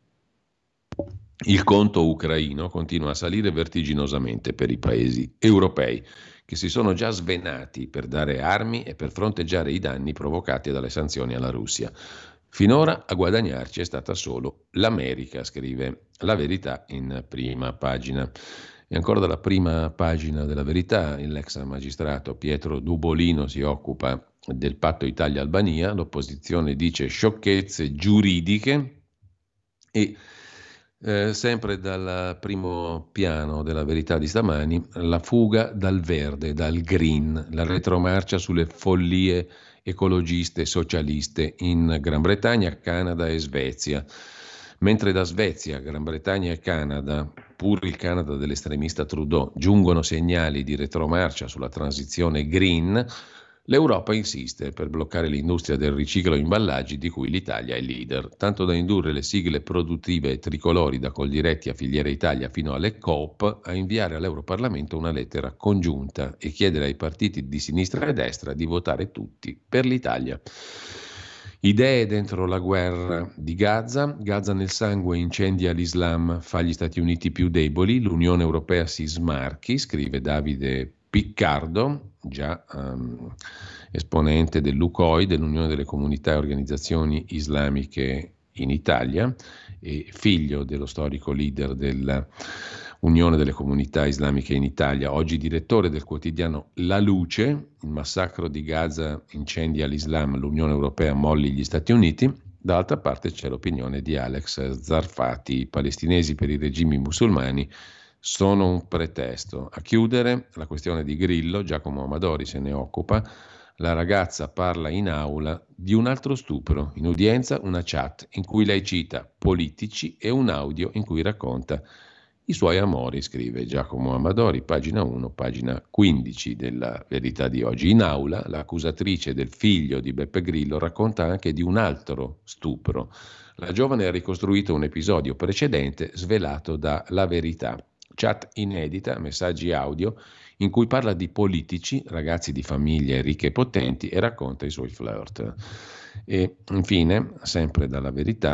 Il conto ucraino continua a salire vertiginosamente per i paesi europei, che si sono già svenati per dare armi e per fronteggiare i danni provocati dalle sanzioni alla Russia. Finora a guadagnarci è stata solo l'America, scrive La Verità in prima pagina. E ancora dalla prima pagina della Verità, l'ex magistrato Pietro Dubolino si occupa del patto Italia-Albania, l'opposizione dice sciocchezze giuridiche e sempre dal primo piano della Verità di stamani, la fuga dal verde, dal green, la retromarcia sulle follie ecologiste e socialiste in Gran Bretagna, Canada e Svezia. Mentre da Svezia, Gran Bretagna e Canada, pure il Canada dell'estremista Trudeau, giungono segnali di retromarcia sulla transizione green, l'Europa insiste per bloccare l'industria del riciclo imballaggi di cui l'Italia è leader, tanto da indurre le sigle produttive tricolori da Coldiretti a Filiere Italia fino alle Coop a inviare all'Europarlamento una lettera congiunta e chiedere ai partiti di sinistra e destra di votare tutti per l'Italia. Idee dentro la guerra di Gaza. Gaza nel sangue, incendia l'Islam, fa gli Stati Uniti più deboli, l'Unione Europea si smarchi, scrive Davide Piccardo, già esponente dell'UCOI, dell'Unione delle Comunità e Organizzazioni Islamiche in Italia, e figlio dello storico leader della Unione delle Comunità Islamiche in Italia, oggi direttore del quotidiano La Luce. Il massacro di Gaza incendia l'Islam, l'Unione Europea molli gli Stati Uniti. Dall'altra parte c'è l'opinione di Alex Zarfati: i palestinesi per i regimi musulmani sono un pretesto. A chiudere la questione di Grillo, Giacomo Amadori se ne occupa. La ragazza parla in aula di un altro stupro, in udienza una chat in cui lei cita politici e un audio in cui racconta i suoi amori, scrive Giacomo Amadori, pagina 1, pagina 15 della Verità di oggi. In aula l'accusatrice del figlio di Beppe Grillo racconta anche di un altro stupro. La giovane ha ricostruito un episodio precedente svelato da La Verità. Chat inedita, messaggi audio in cui parla di politici, ragazzi di famiglie ricche e potenti, e racconta i suoi flirt. E infine, sempre dalla Verità,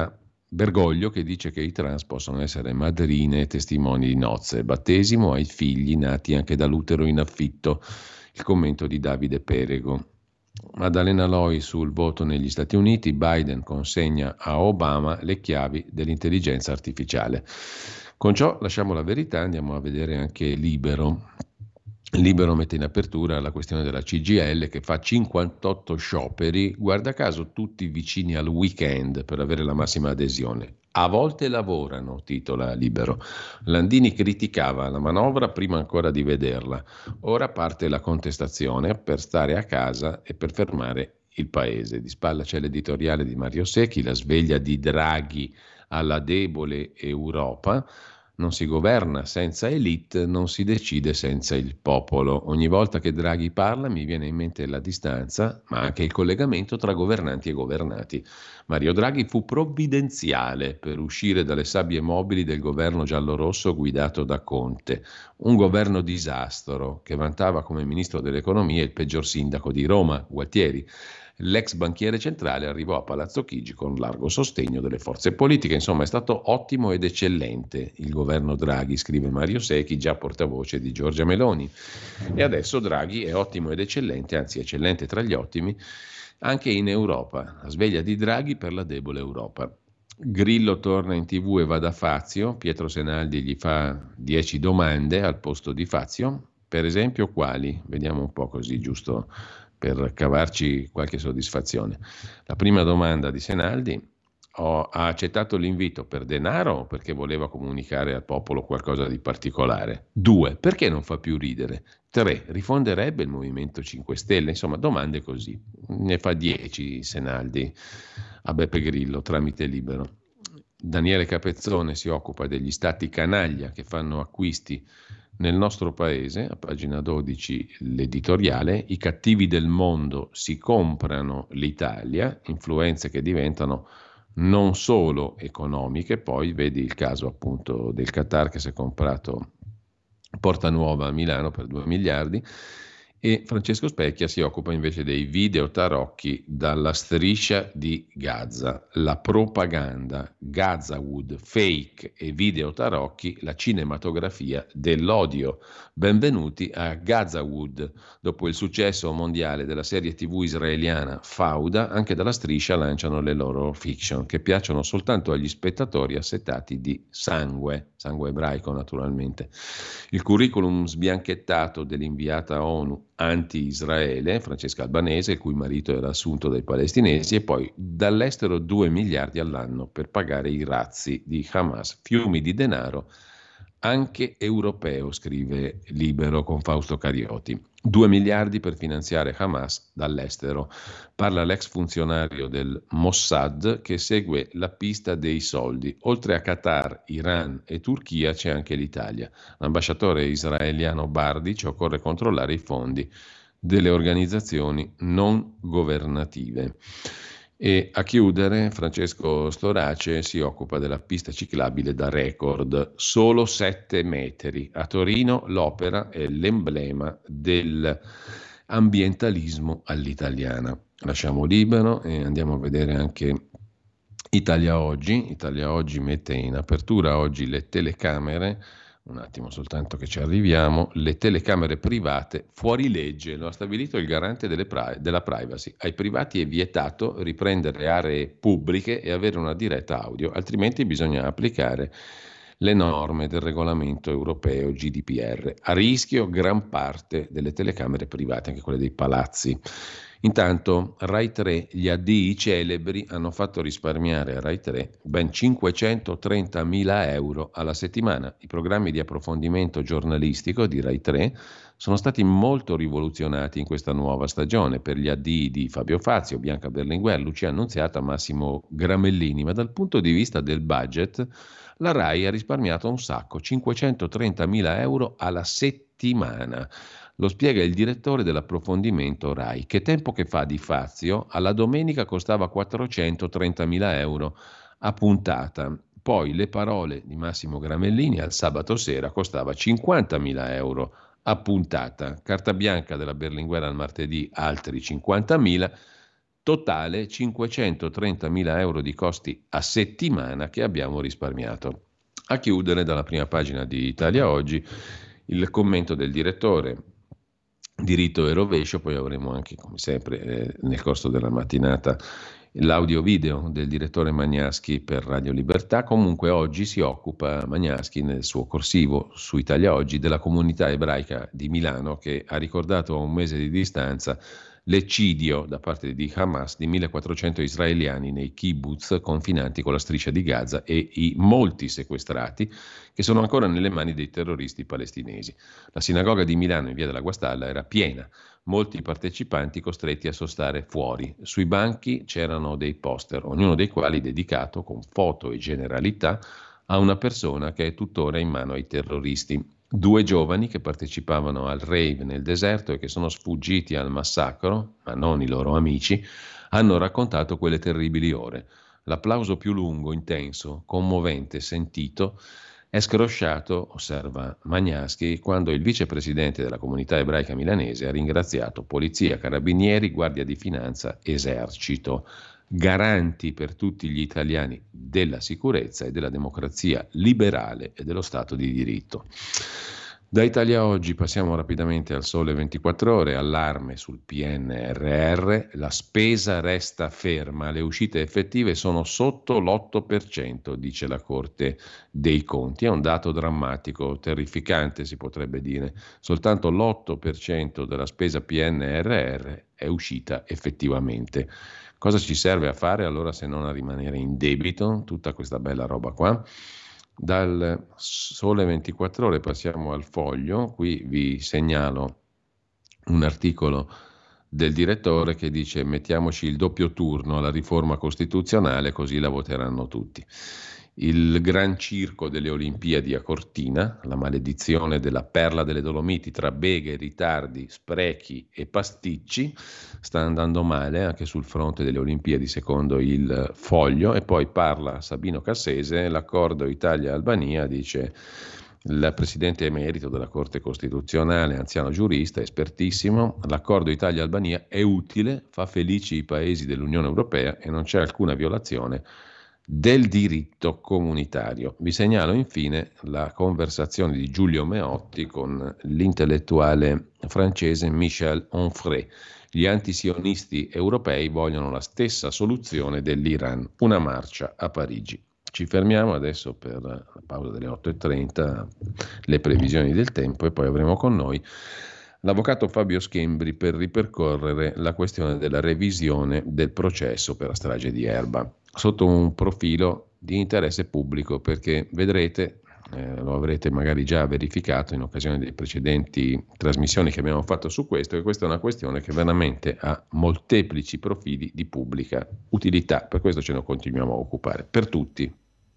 Bergoglio che dice che i trans possono essere madrine e testimoni di nozze, battesimo ai figli nati anche dall'utero in affitto. Il commento di Davide Perego. Maddalena Loi sul voto negli Stati Uniti, Biden consegna a Obama le chiavi dell'intelligenza artificiale. Con ciò lasciamo la verità, andiamo a vedere anche Libero. Libero mette in apertura la questione della CGIL che fa 58 scioperi, guarda caso tutti vicini al weekend per avere la massima adesione. A volte lavorano, titola Libero. Landini criticava la manovra prima ancora di vederla. Ora parte la contestazione per stare a casa e per fermare il paese. Di spalla c'è l'editoriale di Mario Secchi, la sveglia di Draghi alla debole Europa. Non si governa senza elite, non si decide senza il popolo. Ogni volta che Draghi parla mi viene in mente la distanza, ma anche il collegamento tra governanti e governati. Mario Draghi fu provvidenziale per uscire dalle sabbie mobili del governo giallorosso guidato da Conte. Un governo disastro che vantava come ministro dell'economia il peggior sindaco di Roma, Gualtieri. L'ex banchiere centrale arrivò a Palazzo Chigi con largo sostegno delle forze politiche. Insomma, è stato ottimo ed eccellente il governo Draghi, scrive Mario Secchi, già portavoce di Giorgia Meloni. E adesso Draghi è ottimo ed eccellente, anzi eccellente tra gli ottimi, anche in Europa. La sveglia di Draghi per la debole Europa. Grillo torna in TV e va da Fazio. Pietro Senaldi gli fa 10 domande al posto di Fazio. Per esempio, quali? Vediamo un po' così, giusto per cavarci qualche soddisfazione. La prima domanda di Senaldi: ha accettato l'invito per denaro o perché voleva comunicare al popolo qualcosa di particolare? 2. Perché non fa più ridere? 3. Rifonderebbe il Movimento 5 Stelle? Insomma, domande così. Ne fa 10 Senaldi a Beppe Grillo tramite Libero. Daniele Capezzone si occupa degli stati canaglia che fanno acquisti nel nostro paese, a pagina 12 l'editoriale, i cattivi del mondo si comprano l'Italia, influenze che diventano non solo economiche, poi vedi il caso appunto del Qatar che si è comprato Porta Nuova a Milano per 2 miliardi, e Francesco Specchia si occupa invece dei video tarocchi dalla striscia di Gaza, la propaganda, Gazawood, fake e video tarocchi, la cinematografia dell'odio. Benvenuti a Gazawood. Dopo il successo mondiale della serie TV israeliana Fauda, anche dalla striscia lanciano le loro fiction, che piacciono soltanto agli spettatori assetati di sangue ebraico naturalmente. Il curriculum sbianchettato dell'inviata ONU anti-Israele, Francesca Albanese, il cui marito era assunto dai palestinesi, e poi dall'estero 2 miliardi all'anno per pagare i razzi di Hamas, fiumi di denaro anche europeo, scrive Libero con Fausto Carioti. 2 miliardi per finanziare Hamas dall'estero. Parla l'ex funzionario del Mossad che segue la pista dei soldi. Oltre a Qatar, Iran e Turchia c'è anche l'Italia. L'ambasciatore israeliano Bardic: occorre controllare i fondi delle organizzazioni non governative. E a chiudere, Francesco Storace si occupa della pista ciclabile da record, solo 7 metri. A Torino l'opera è l'emblema dell'ambientalismo all'italiana. Lasciamo Libero e andiamo a vedere anche Italia Oggi. Italia Oggi mette in apertura oggi le telecamere. Un attimo soltanto che ci arriviamo. Le telecamere private fuori legge, lo ha stabilito il garante della privacy. Ai privati è vietato riprendere aree pubbliche e avere una diretta audio, altrimenti bisogna applicare le norme del regolamento europeo GDPR. A rischio gran parte delle telecamere private, anche quelle dei palazzi. Intanto Rai 3, gli addii celebri hanno fatto risparmiare a Rai 3 ben 530.000 euro alla settimana. I programmi di approfondimento giornalistico di Rai 3 sono stati molto rivoluzionati in questa nuova stagione per gli addii di Fabio Fazio, Bianca Berlinguer, Lucia Annunziata, Massimo Gramellini, ma dal punto di vista del budget la Rai ha risparmiato un sacco, 530.000 euro alla settimana. Lo spiega il direttore dell'approfondimento Rai. Che tempo che fa di Fazio? Alla domenica costava 430.000 euro a puntata. Poi le parole di Massimo Gramellini al sabato sera costava 50.000 euro a puntata. Carta bianca della Berlinguer al martedì altri 50.000. Totale 530.000 euro di costi a settimana che abbiamo risparmiato. A chiudere dalla prima pagina di Italia Oggi il commento del direttore, diritto e rovescio, poi avremo anche come sempre nel corso della mattinata l'audio video del direttore Magnaschi per Radio Libertà. Comunque oggi si occupa Magnaschi nel suo corsivo su Italia Oggi della comunità ebraica di Milano, che ha ricordato a un mese di distanza l'eccidio da parte di Hamas di 1400 israeliani nei kibbutz confinanti con la striscia di Gaza e i molti sequestrati che sono ancora nelle mani dei terroristi palestinesi. La sinagoga di Milano in via della Guastalla era piena, molti partecipanti costretti a sostare fuori. Sui banchi c'erano dei poster, ognuno dei quali dedicato con foto e generalità a una persona che è tuttora in mano ai terroristi. 2 giovani che partecipavano al rave nel deserto e che sono sfuggiti al massacro, ma non i loro amici, hanno raccontato quelle terribili ore. L'applauso più lungo, intenso, commovente, sentito, è scrosciato, osserva Magnaschi, quando il vicepresidente della comunità ebraica milanese ha ringraziato polizia, carabinieri, guardia di finanza, esercito, garanti per tutti gli italiani della sicurezza e della democrazia liberale e dello Stato di diritto. Da Italia Oggi passiamo rapidamente al Sole 24 Ore, allarme sul PNRR, la spesa resta ferma, le uscite effettive sono sotto l'8%, dice la Corte dei Conti, è un dato drammatico, terrificante si potrebbe dire, soltanto l'8% della spesa PNRR è uscita effettivamente. Cosa ci serve a fare allora se non a rimanere in debito? Tutta questa bella roba qua. Dal Sole 24 Ore passiamo al Foglio, qui vi segnalo un articolo del direttore che dice mettiamoci il doppio turno alla riforma costituzionale così la voteranno tutti. Il gran circo delle Olimpiadi a Cortina, la maledizione della perla delle Dolomiti tra beghe, ritardi, sprechi e pasticci, sta andando male anche sul fronte delle Olimpiadi secondo il Foglio. E poi parla Sabino Cassese, l'accordo Italia-Albania, dice il presidente emerito della Corte Costituzionale, anziano giurista, espertissimo, l'accordo Italia-Albania è utile, fa felici i paesi dell'Unione Europea e non c'è alcuna violazione del diritto comunitario. Vi segnalo infine la conversazione di Giulio Meotti con l'intellettuale francese Michel Onfray. Gli antisionisti europei vogliono la stessa soluzione dell'Iran, una marcia a Parigi. Ci fermiamo adesso per la pausa delle 8:30, le previsioni del tempo, e poi avremo con noi l'avvocato Fabio Schembri per ripercorrere la questione della revisione del processo per la strage di Erba, sotto un profilo di interesse pubblico, perché vedrete, lo avrete magari già verificato in occasione delle precedenti trasmissioni che abbiamo fatto su questo, che questa è una questione che veramente ha molteplici profili di pubblica utilità, per questo ce ne continuiamo a occupare, per tutti.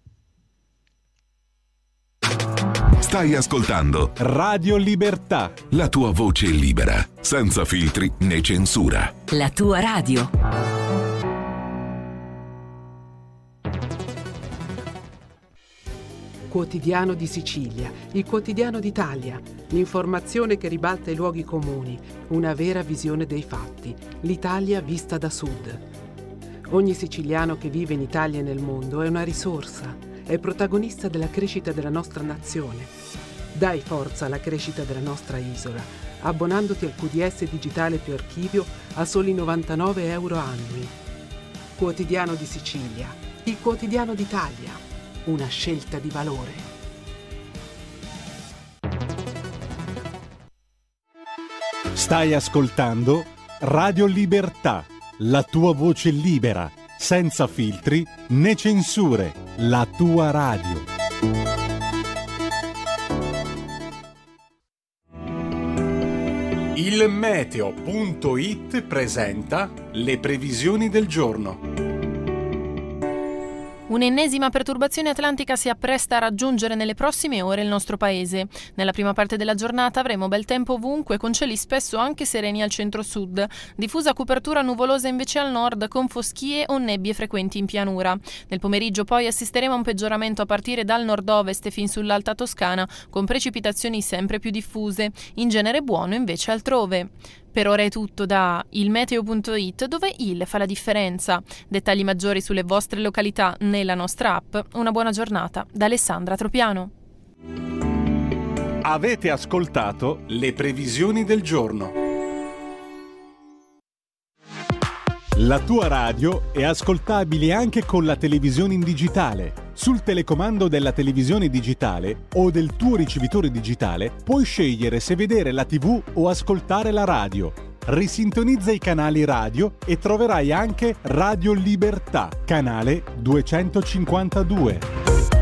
Stai ascoltando Radio Libertà, la tua voce libera, senza filtri né censura. La tua radio. Quotidiano di Sicilia, il quotidiano d'Italia, l'informazione che ribalta i luoghi comuni, una vera visione dei fatti, l'Italia vista da sud. Ogni siciliano che vive in Italia e nel mondo è una risorsa, è protagonista della crescita della nostra nazione. Dai forza alla crescita della nostra isola, abbonandoti al QDS digitale più archivio a soli 99 euro annui. Quotidiano di Sicilia, il quotidiano d'Italia, una scelta di valore. Stai ascoltando Radio Libertà, la tua voce libera, senza filtri né censure, la tua radio. Il meteo.it presenta le previsioni del giorno. Un'ennesima perturbazione atlantica si appresta a raggiungere nelle prossime ore il nostro paese. Nella prima parte della giornata avremo bel tempo ovunque, con cieli spesso anche sereni al centro-sud. Diffusa copertura nuvolosa invece al nord, con foschie o nebbie frequenti in pianura. Nel pomeriggio poi assisteremo a un peggioramento a partire dal nord-ovest fin sull'Alta Toscana, con precipitazioni sempre più diffuse. In genere buono invece altrove. Per ora è tutto da ilmeteo.it, dove il fa la differenza. Dettagli maggiori sulle vostre località nella nostra app. Una buona giornata da Alessandra Tropiano. Avete ascoltato le previsioni del giorno. La tua radio è ascoltabile anche con la televisione in digitale. Sul telecomando della televisione digitale o del tuo ricevitore digitale puoi scegliere se vedere la TV o ascoltare la radio. Risintonizza i canali radio e troverai anche Radio Libertà, canale 252.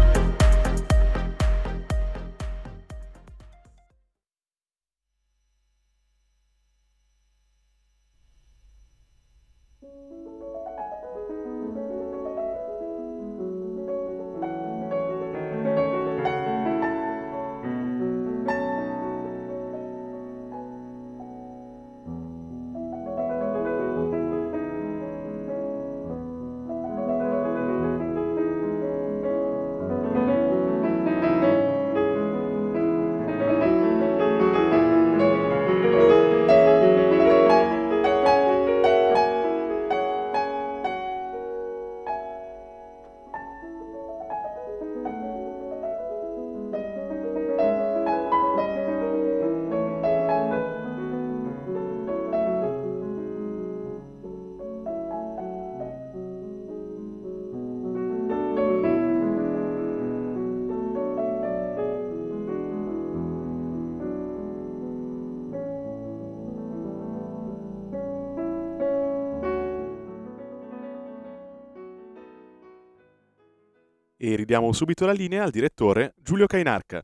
E ridiamo subito la linea al direttore Giulio Cainarca.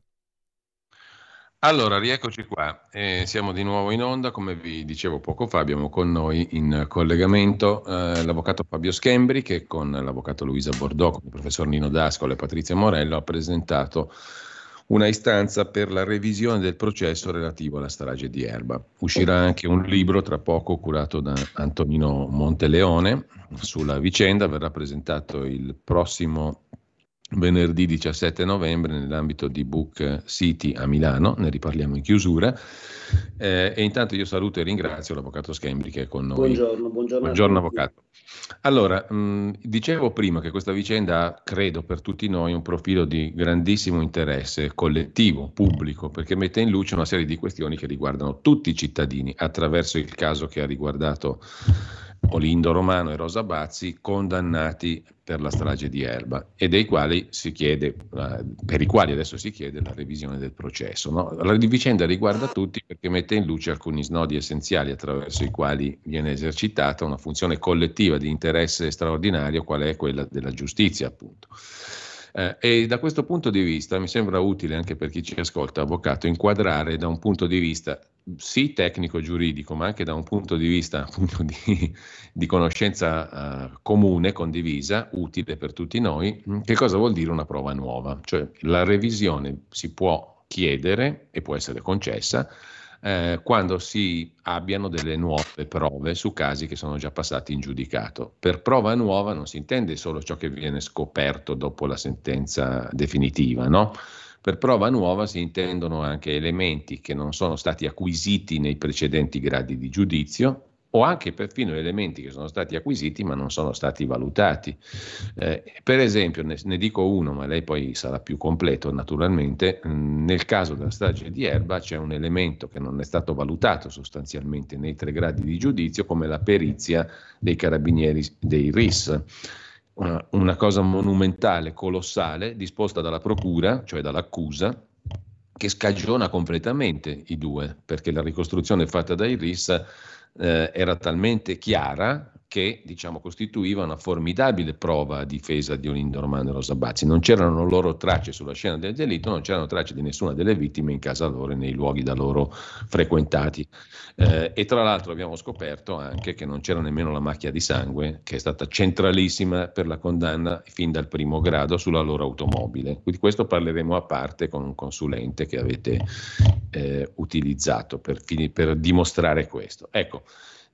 Allora, rieccoci qua. Siamo di nuovo in onda, come vi dicevo poco fa, abbiamo con noi in collegamento l'avvocato Fabio Schembri, che con l'avvocato Luisa Bordò, con il professor Nino D'Ascola e Patrizia Morello ha presentato una istanza per la revisione del processo relativo alla strage di Erba. Uscirà anche un libro tra poco curato da Antonino Monteleone sulla vicenda, verrà presentato il prossimo venerdì 17 novembre nell'ambito di Book City a Milano, ne riparliamo in chiusura. E intanto io saluto e ringrazio l'avvocato Schembri che è con noi. Buongiorno avvocato. Allora, dicevo prima che questa vicenda ha, credo per tutti noi, un profilo di grandissimo interesse collettivo, pubblico, perché mette in luce una serie di questioni che riguardano tutti i cittadini, attraverso il caso che ha riguardato Olindo Romano e Rosa Bazzi, condannati per la strage di Erba, e dei quali si chiede, per i quali adesso si chiede la revisione del processo, no? La vicenda riguarda tutti perché mette in luce alcuni snodi essenziali attraverso i quali viene esercitata una funzione collettiva di interesse straordinario, qual è quella della giustizia, appunto. E da questo punto di vista mi sembra utile anche per chi ci ascolta, avvocato, inquadrare da un punto di vista sì tecnico-giuridico, ma anche da un punto di vista appunto di conoscenza comune, condivisa, utile per tutti noi, che cosa vuol dire una prova nuova. Cioè la revisione si può chiedere e può essere concessa quando si abbiano delle nuove prove su casi che sono già passati in giudicato. Per prova nuova non si intende solo ciò che viene scoperto dopo la sentenza definitiva, no? Per prova nuova si intendono anche elementi che non sono stati acquisiti nei precedenti gradi di giudizio, o anche perfino elementi che sono stati acquisiti ma non sono stati valutati. Per esempio, ne dico uno, ma lei poi sarà più completo naturalmente. Nel caso della strage di Erba c'è un elemento che non è stato valutato sostanzialmente nei 3 gradi di giudizio, come la perizia dei carabinieri dei RIS. Una cosa monumentale, colossale, disposta dalla procura, cioè dall'accusa, che scagiona completamente i due, perché la ricostruzione fatta dai RIS era talmente chiara che, diciamo, costituiva una formidabile prova a difesa di Olindo Romano e Rosa Bazzi. Non c'erano loro tracce sulla scena del delitto, non c'erano tracce di nessuna delle vittime in casa loro e nei luoghi da loro frequentati. E tra l'altro abbiamo scoperto anche che non c'era nemmeno la macchia di sangue, che è stata centralissima per la condanna fin dal primo grado sulla loro automobile. Di questo parleremo a parte con un consulente che avete utilizzato per dimostrare questo. Ecco,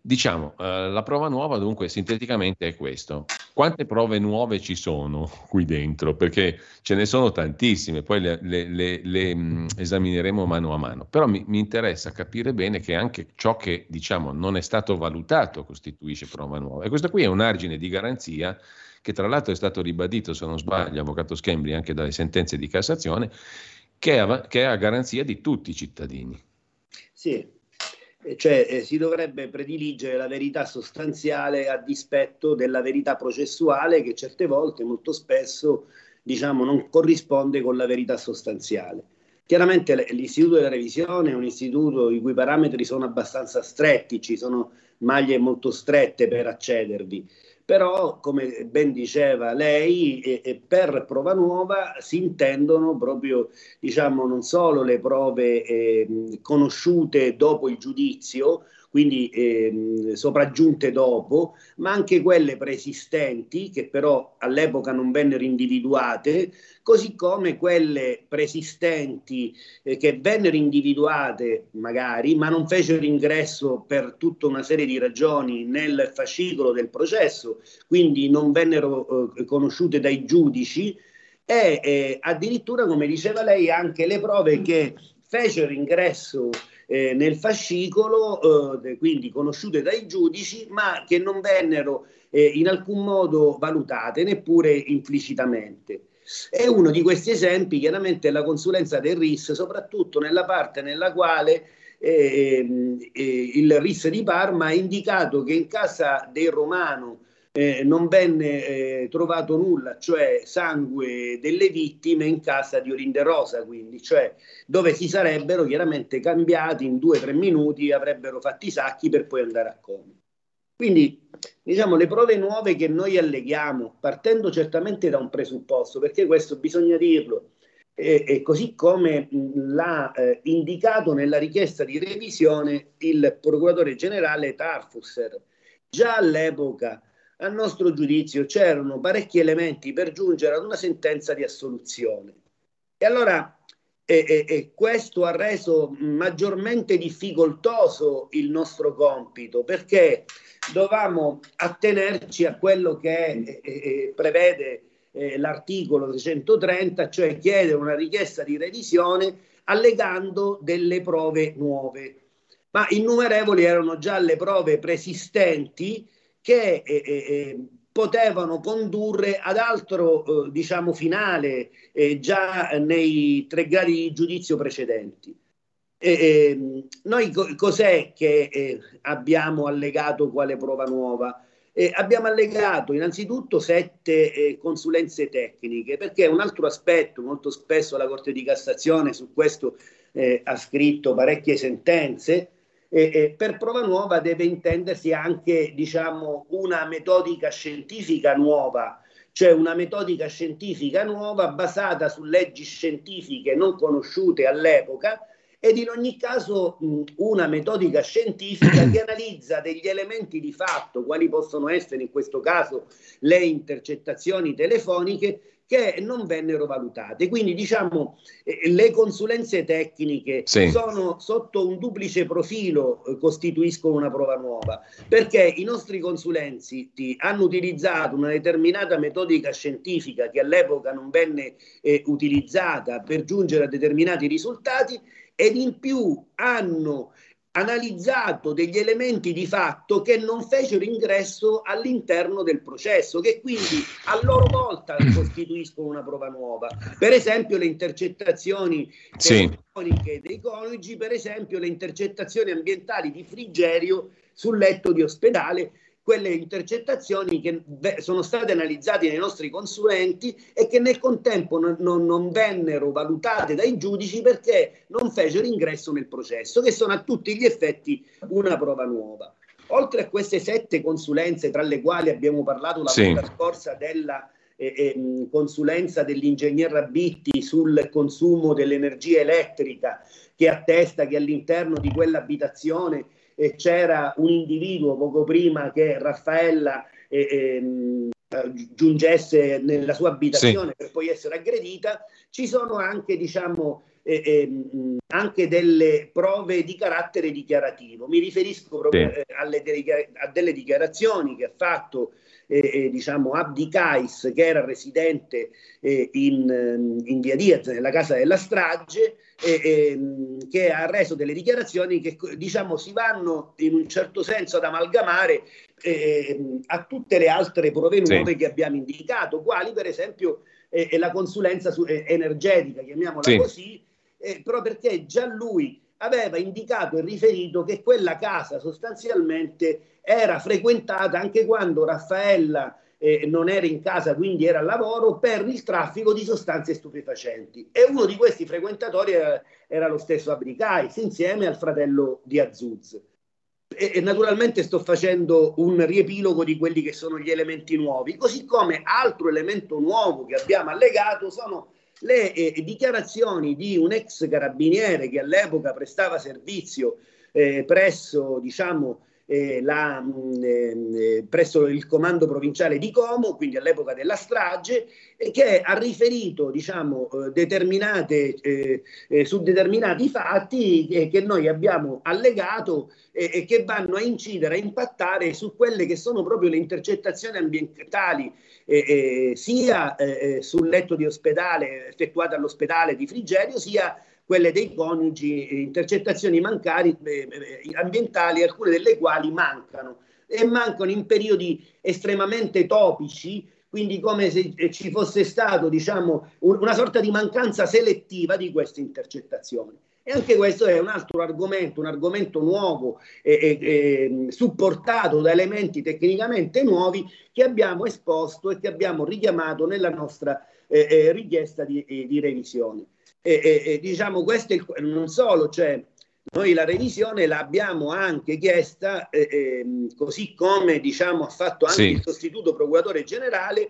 Diciamo, la prova nuova dunque sinteticamente è questo. Quante prove nuove ci sono qui dentro? Perché ce ne sono tantissime, poi le esamineremo mano a mano. Però mi interessa capire bene che anche ciò che diciamo non è stato valutato costituisce prova nuova. E questo qui è un argine di garanzia che tra l'altro è stato ribadito, se non sbaglio, avvocato Schembri, anche dalle sentenze di Cassazione, che è a garanzia di tutti i cittadini. Sì. Cioè si dovrebbe prediligere la verità sostanziale a dispetto della verità processuale, che certe volte, molto spesso, diciamo, non corrisponde con la verità sostanziale. Chiaramente l'istituto della revisione è un istituto i cui parametri sono abbastanza stretti, ci sono maglie molto strette per accedervi. Però, come ben diceva lei, per prova nuova si intendono proprio, diciamo, non solo le prove conosciute dopo il giudizio, quindi sopraggiunte dopo, ma anche quelle preesistenti, che però all'epoca non vennero individuate, così come quelle preesistenti che vennero individuate magari, ma non fecero ingresso per tutta una serie di ragioni nel fascicolo del processo, quindi non vennero conosciute dai giudici, e addirittura, come diceva lei, anche le prove che fecero ingresso nel fascicolo, quindi conosciute dai giudici, ma che non vennero in alcun modo valutate, neppure implicitamente. E uno di questi esempi chiaramente è la consulenza del RIS, soprattutto nella parte nella quale il RIS di Parma ha indicato che in casa del Romano non venne trovato nulla, cioè sangue delle vittime in casa di Orinderosa, quindi, cioè dove si sarebbero chiaramente cambiati in 2 o 3 minuti, avrebbero fatto i sacchi per poi andare a Como. Quindi, diciamo, le prove nuove che noi alleghiamo, partendo certamente da un presupposto, perché questo bisogna dirlo, e così come l'ha indicato nella richiesta di revisione il procuratore generale Tarfusser. Già all'epoca, a nostro giudizio, c'erano parecchi elementi per giungere ad una sentenza di assoluzione. E allora questo ha reso maggiormente difficoltoso il nostro compito, perché dovevamo attenerci a quello che prevede l'articolo 330, cioè chiedere una richiesta di revisione allegando delle prove nuove. Ma innumerevoli erano già le prove preesistenti che potevano condurre ad altro, diciamo, finale già nei 3 gradi di giudizio precedenti. Noi cos'è che abbiamo allegato quale prova nuova? Abbiamo allegato innanzitutto 7 consulenze tecniche, perché un altro aspetto, molto spesso la Corte di Cassazione su questo ha scritto parecchie sentenze. Per prova nuova deve intendersi anche, diciamo, una metodica scientifica nuova, cioè una metodica scientifica nuova basata su leggi scientifiche non conosciute all'epoca, ed in ogni caso una metodica scientifica che analizza degli elementi di fatto, quali possono essere in questo caso le intercettazioni telefoniche, che non vennero valutate. Quindi, diciamo, le consulenze tecniche sono sotto un duplice profilo, costituiscono una prova nuova, perché i nostri consulenti hanno utilizzato una determinata metodica scientifica che all'epoca non venne utilizzata per giungere a determinati risultati, ed in più hanno analizzato degli elementi di fatto che non fecero ingresso all'interno del processo, che quindi a loro volta costituiscono una prova nuova. Per esempio le intercettazioni telefoniche dei coniugi, per esempio le intercettazioni ambientali di Frigerio sul letto di ospedale, quelle intercettazioni che sono state analizzate dai nostri consulenti e che nel contempo non vennero valutate dai giudici perché non fecero ingresso nel processo, che sono a tutti gli effetti una prova nuova. Oltre a queste 7 consulenze, tra le quali abbiamo parlato la volta scorsa della consulenza dell'ingegner Rabitti sul consumo dell'energia elettrica, che attesta che all'interno di quell'abitazione c'era un individuo poco prima che Raffaella giungesse nella sua abitazione per poi essere aggredita, ci sono anche, diciamo, anche delle prove di carattere dichiarativo. Mi riferisco proprio a delle dichiarazioni che ha fatto diciamo Abdi Kais, che era residente in via Diaz, nella casa della strage, che ha reso delle dichiarazioni che diciamo si vanno in un certo senso ad amalgamare a tutte le altre prove nuove che abbiamo indicato, quali per esempio la consulenza energetica, chiamiamola così, però perché già lui aveva indicato e riferito che quella casa sostanzialmente era frequentata anche quando Raffaella non era in casa, quindi era al lavoro, per il traffico di sostanze stupefacenti. E uno di questi frequentatori era lo stesso Abdi Kais, insieme al fratello di Azzuz. E naturalmente sto facendo un riepilogo di quelli che sono gli elementi nuovi, così come altro elemento nuovo che abbiamo allegato sono le dichiarazioni di un ex carabiniere che all'epoca prestava servizio presso, diciamo, presso il comando provinciale di Como, quindi all'epoca della strage, che ha riferito, diciamo, su determinati fatti che noi abbiamo allegato e che vanno a incidere, a impattare su quelle che sono proprio le intercettazioni ambientali, sia sul letto di ospedale effettuate all'ospedale di Frigerio, sia quelle dei coniugi, intercettazioni ambientali, alcune delle quali mancano in periodi estremamente topici, quindi come se ci fosse stato, diciamo, una sorta di mancanza selettiva di queste intercettazioni. E anche questo è un altro argomento, un argomento nuovo, supportato da elementi tecnicamente nuovi che abbiamo esposto e che abbiamo richiamato nella nostra richiesta di revisione. Diciamo, questo è non solo, cioè noi la revisione l'abbiamo anche chiesta, così come, diciamo, ha fatto anche il sostituto procuratore generale,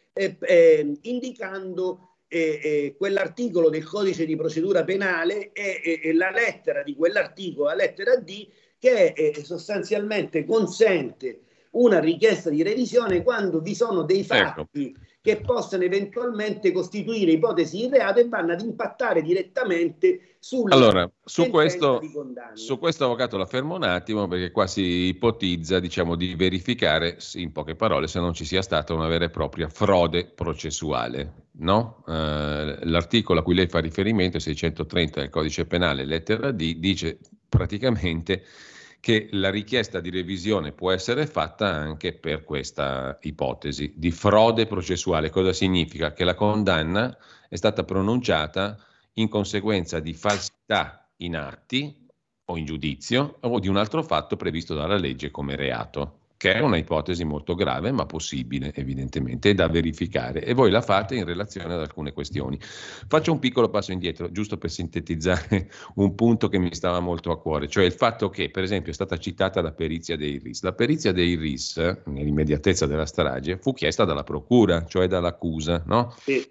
indicando quell'articolo del codice di procedura penale e la lettera di quell'articolo, la lettera D, che sostanzialmente consente una richiesta di revisione quando vi sono dei fatti che possono eventualmente costituire ipotesi di reato e vanno ad impattare direttamente sulla su questo, avvocato, la fermo un attimo, perché qua si ipotizza, diciamo, di verificare, in poche parole, se non ci sia stata una vera e propria frode processuale, no? L'articolo a cui lei fa riferimento, 630 del codice penale, lettera D, dice praticamente che la richiesta di revisione può essere fatta anche per questa ipotesi di frode processuale. Cosa significa? Che la condanna è stata pronunciata in conseguenza di falsità in atti o in giudizio o di un altro fatto previsto dalla legge come reato, che è una ipotesi molto grave ma possibile evidentemente e da verificare, e voi la fate in relazione ad alcune questioni. Faccio un piccolo passo indietro giusto per sintetizzare un punto che mi stava molto a cuore, cioè il fatto che per esempio è stata citata la perizia dei RIS. La perizia dei RIS nell'immediatezza della strage fu chiesta dalla procura, cioè dall'accusa, no? Sì.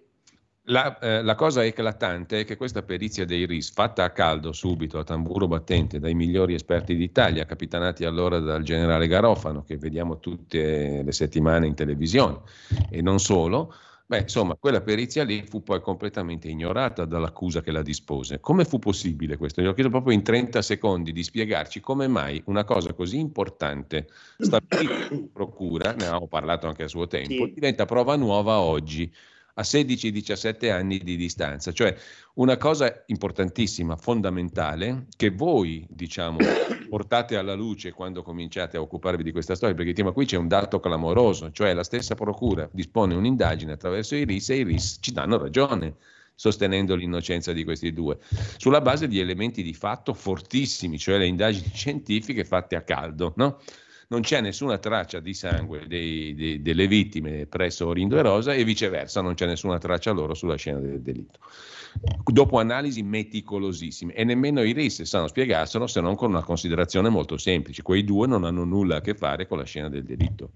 La cosa eclatante è che questa perizia dei RIS, fatta a caldo subito, a tamburo battente, dai migliori esperti d'Italia, capitanati allora dal generale Garofano, che vediamo tutte le settimane in televisione, e non solo, insomma, quella perizia lì fu poi completamente ignorata dall'accusa che la dispose. Come fu possibile questo? Gli ho chiesto proprio in 30 secondi di spiegarci come mai una cosa così importante, stabilita in procura, ne avevamo parlato anche a suo tempo, diventa prova nuova oggi, a 16-17 anni di distanza, cioè una cosa importantissima, fondamentale, che voi, diciamo, portate alla luce quando cominciate a occuparvi di questa storia, perché ma qui c'è un dato clamoroso, cioè la stessa procura dispone un'indagine attraverso i RIS e i RIS ci danno ragione, sostenendo l'innocenza di questi due, sulla base di elementi di fatto fortissimi, cioè le indagini scientifiche fatte a caldo, no? Non c'è nessuna traccia di sangue delle vittime presso Orindo e Rosa e viceversa, non c'è nessuna traccia loro sulla scena del delitto. Dopo analisi meticolosissime, e nemmeno i RIS sanno spiegarselo se non con una considerazione molto semplice: quei due non hanno nulla a che fare con la scena del delitto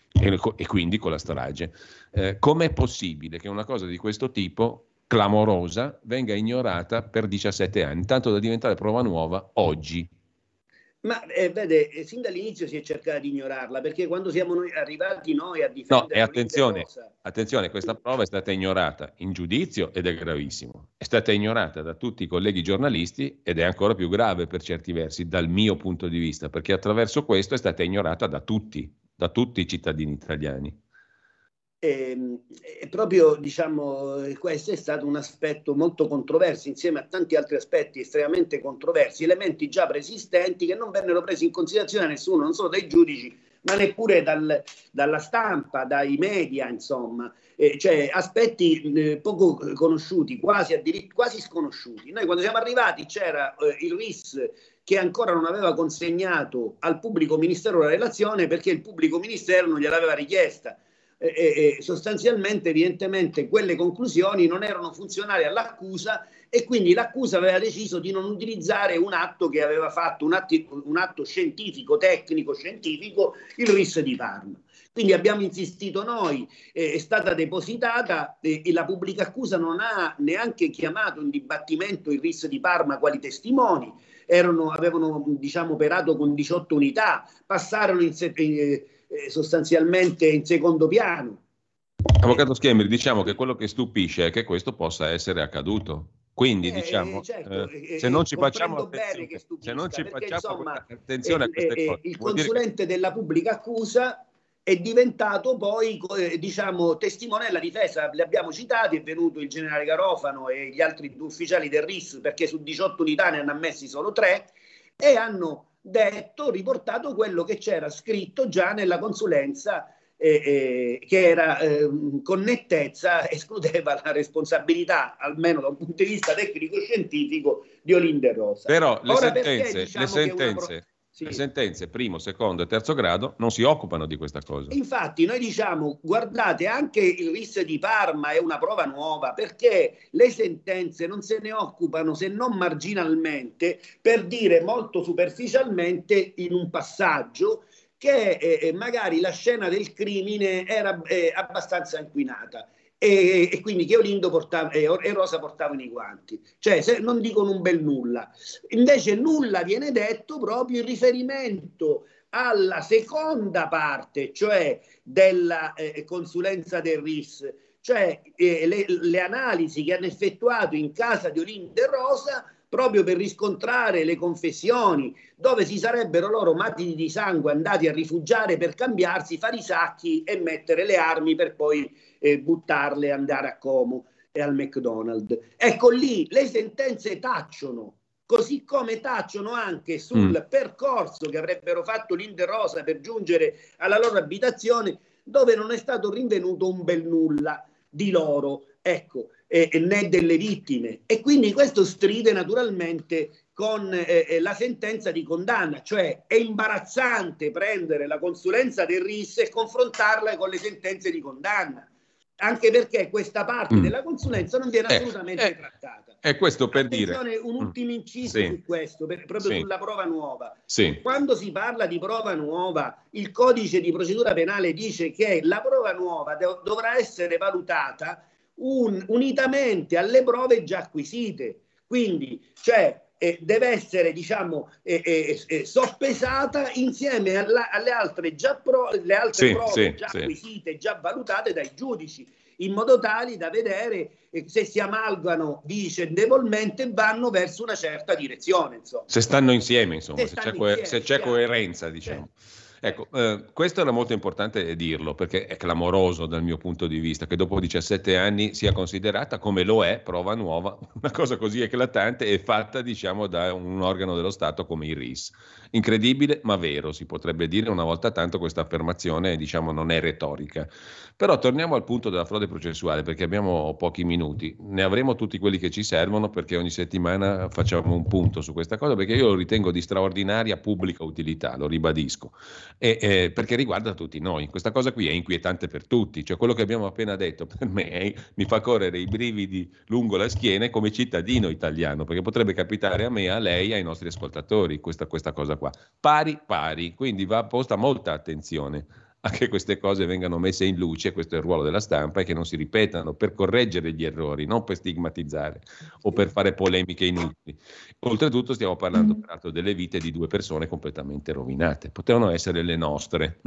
e quindi con la strage. Com'è possibile che una cosa di questo tipo, clamorosa, venga ignorata per 17 anni, tanto da diventare prova nuova oggi? Ma vede, sin dall'inizio si è cercato di ignorarla, perché quando siamo arrivati noi a difendere... No, e attenzione, questa prova è stata ignorata in giudizio ed è gravissimo. È stata ignorata da tutti i colleghi giornalisti ed è ancora più grave per certi versi, dal mio punto di vista, perché attraverso questo è stata ignorata da tutti i cittadini italiani. E proprio, diciamo, questo è stato un aspetto molto controverso, insieme a tanti altri aspetti estremamente controversi, elementi già preesistenti che non vennero presi in considerazione da nessuno, non solo dai giudici, ma neppure dalla stampa, dai media, insomma, cioè aspetti poco conosciuti, quasi sconosciuti. Noi quando siamo arrivati c'era il RIS che ancora non aveva consegnato al pubblico ministero la relazione, perché il pubblico ministero non gliel'aveva richiesta. Sostanzialmente, evidentemente, quelle conclusioni non erano funzionali all'accusa e quindi l'accusa aveva deciso di non utilizzare un atto che aveva fatto, un atto scientifico, tecnico, scientifico, il RIS di Parma. Quindi abbiamo insistito noi, è stata depositata e la pubblica accusa non ha neanche chiamato in dibattimento il RIS di Parma quali testimoni, avevano, diciamo, operato con 18 unità, passarono sostanzialmente in secondo piano. Avvocato Schembri, diciamo che quello che stupisce è che questo possa essere accaduto. Quindi diciamo, certo, se non ci facciamo attenzione a queste cose, il consulente della pubblica accusa è diventato poi, diciamo, testimone della difesa. Li abbiamo citati, è venuto il generale Garofano e gli altri due ufficiali del RIS, perché su 18 unità ne hanno ammessi solo 3 e hanno riportato quello che c'era scritto già nella consulenza, che era con nettezza escludeva la responsabilità, almeno da un punto di vista tecnico-scientifico, di Olinder Rosa. Però le sentenze primo, secondo e terzo grado non si occupano di questa cosa. Infatti noi diciamo, guardate, anche il RIS di Parma è una prova nuova, perché le sentenze non se ne occupano, se non marginalmente, per dire molto superficialmente in un passaggio che magari la scena del crimine era abbastanza inquinata. E quindi che Olindo portava e Rosa portavano i guanti, cioè non dicono un bel nulla. Invece nulla viene detto proprio in riferimento alla seconda parte, cioè della consulenza del RIS, cioè le analisi che hanno effettuato in casa di Olindo e Rosa, proprio per riscontrare le confessioni, dove si sarebbero loro matiti di sangue andati a rifugiare per cambiarsi, fare i sacchi e mettere le armi per poi buttarle e andare a Como e al McDonald's. Ecco, lì le sentenze tacciono, così come tacciono anche sul percorso che avrebbero fatto Olindo e Rosa per giungere alla loro abitazione, dove non è stato rinvenuto un bel nulla di loro, ecco, né delle vittime. E quindi questo stride naturalmente con la sentenza di condanna, cioè è imbarazzante prendere la consulenza del RIS e confrontarla con le sentenze di condanna, anche perché questa parte della consulenza non viene assolutamente trattata. E questo per dire... Un ultimo inciso su questo, proprio sulla prova nuova. Sì. Quando si parla di prova nuova, il codice di procedura penale dice che la prova nuova dovrà essere valutata unitamente alle prove già acquisite. Quindi, cioè, deve essere, diciamo, soppesata insieme alle altre prove già acquisite, già valutate dai giudici, in modo tale da vedere se si amalgano vicendevolmente, vanno verso una certa direzione, insomma. Se stanno insieme, insomma, se c'è coerenza, diciamo. Ecco, questo era molto importante dirlo, perché è clamoroso dal mio punto di vista che dopo 17 anni sia considerata, come lo è, prova nuova, una cosa così eclatante e fatta, diciamo, da un organo dello Stato come il RIS. Incredibile, ma vero, si potrebbe dire una volta tanto. Questa affermazione, diciamo, non è retorica. Però torniamo al punto della frode processuale, perché abbiamo pochi minuti. Ne avremo tutti quelli che ci servono, perché ogni settimana facciamo un punto su questa cosa, perché io lo ritengo di straordinaria pubblica utilità, lo ribadisco. Perché riguarda tutti noi. Questa cosa qui è inquietante per tutti, cioè quello che abbiamo appena detto per me mi fa correre i brividi lungo la schiena come cittadino italiano, perché potrebbe capitare a me, a lei, ai nostri ascoltatori questa cosa qua, pari, quindi va posta molta attenzione a che queste cose vengano messe in luce, questo è il ruolo della stampa, e che non si ripetano, per correggere gli errori, non per stigmatizzare o per fare polemiche inutili. Oltretutto stiamo parlando peraltro delle vite di 2 persone completamente rovinate, potevano essere le nostre.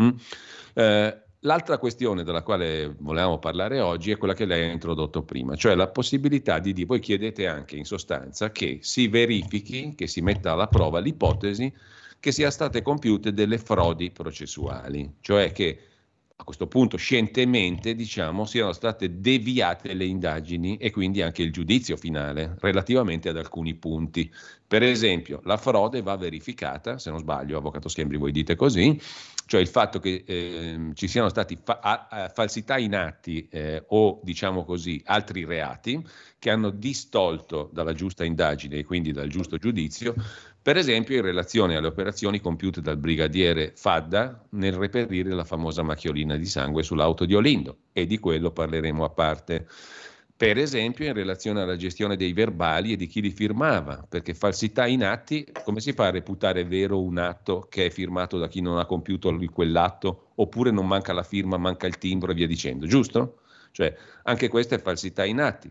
L'altra questione della quale volevamo parlare oggi è quella che lei ha introdotto prima, cioè la possibilità di voi chiedete anche in sostanza che si verifichi, che si metta alla prova l'ipotesi che siano state compiute delle frodi processuali, cioè che a questo punto scientemente, diciamo, siano state deviate le indagini e quindi anche il giudizio finale relativamente ad alcuni punti. Per esempio, la frode va verificata, se non sbaglio, avvocato Schembri, voi dite così, cioè il fatto che ci siano stati falsità in atti o, diciamo così, altri reati che hanno distolto dalla giusta indagine e quindi dal giusto giudizio, per esempio in relazione alle operazioni compiute dal brigadiere Fadda nel reperire la famosa macchiolina di sangue sull'auto di Olindo, e di quello parleremo a parte. Per esempio in relazione alla gestione dei verbali e di chi li firmava, perché falsità in atti, come si fa a reputare vero un atto che è firmato da chi non ha compiuto quell'atto, oppure non manca la firma, manca il timbro e via dicendo, giusto? Cioè anche questa è falsità in atti.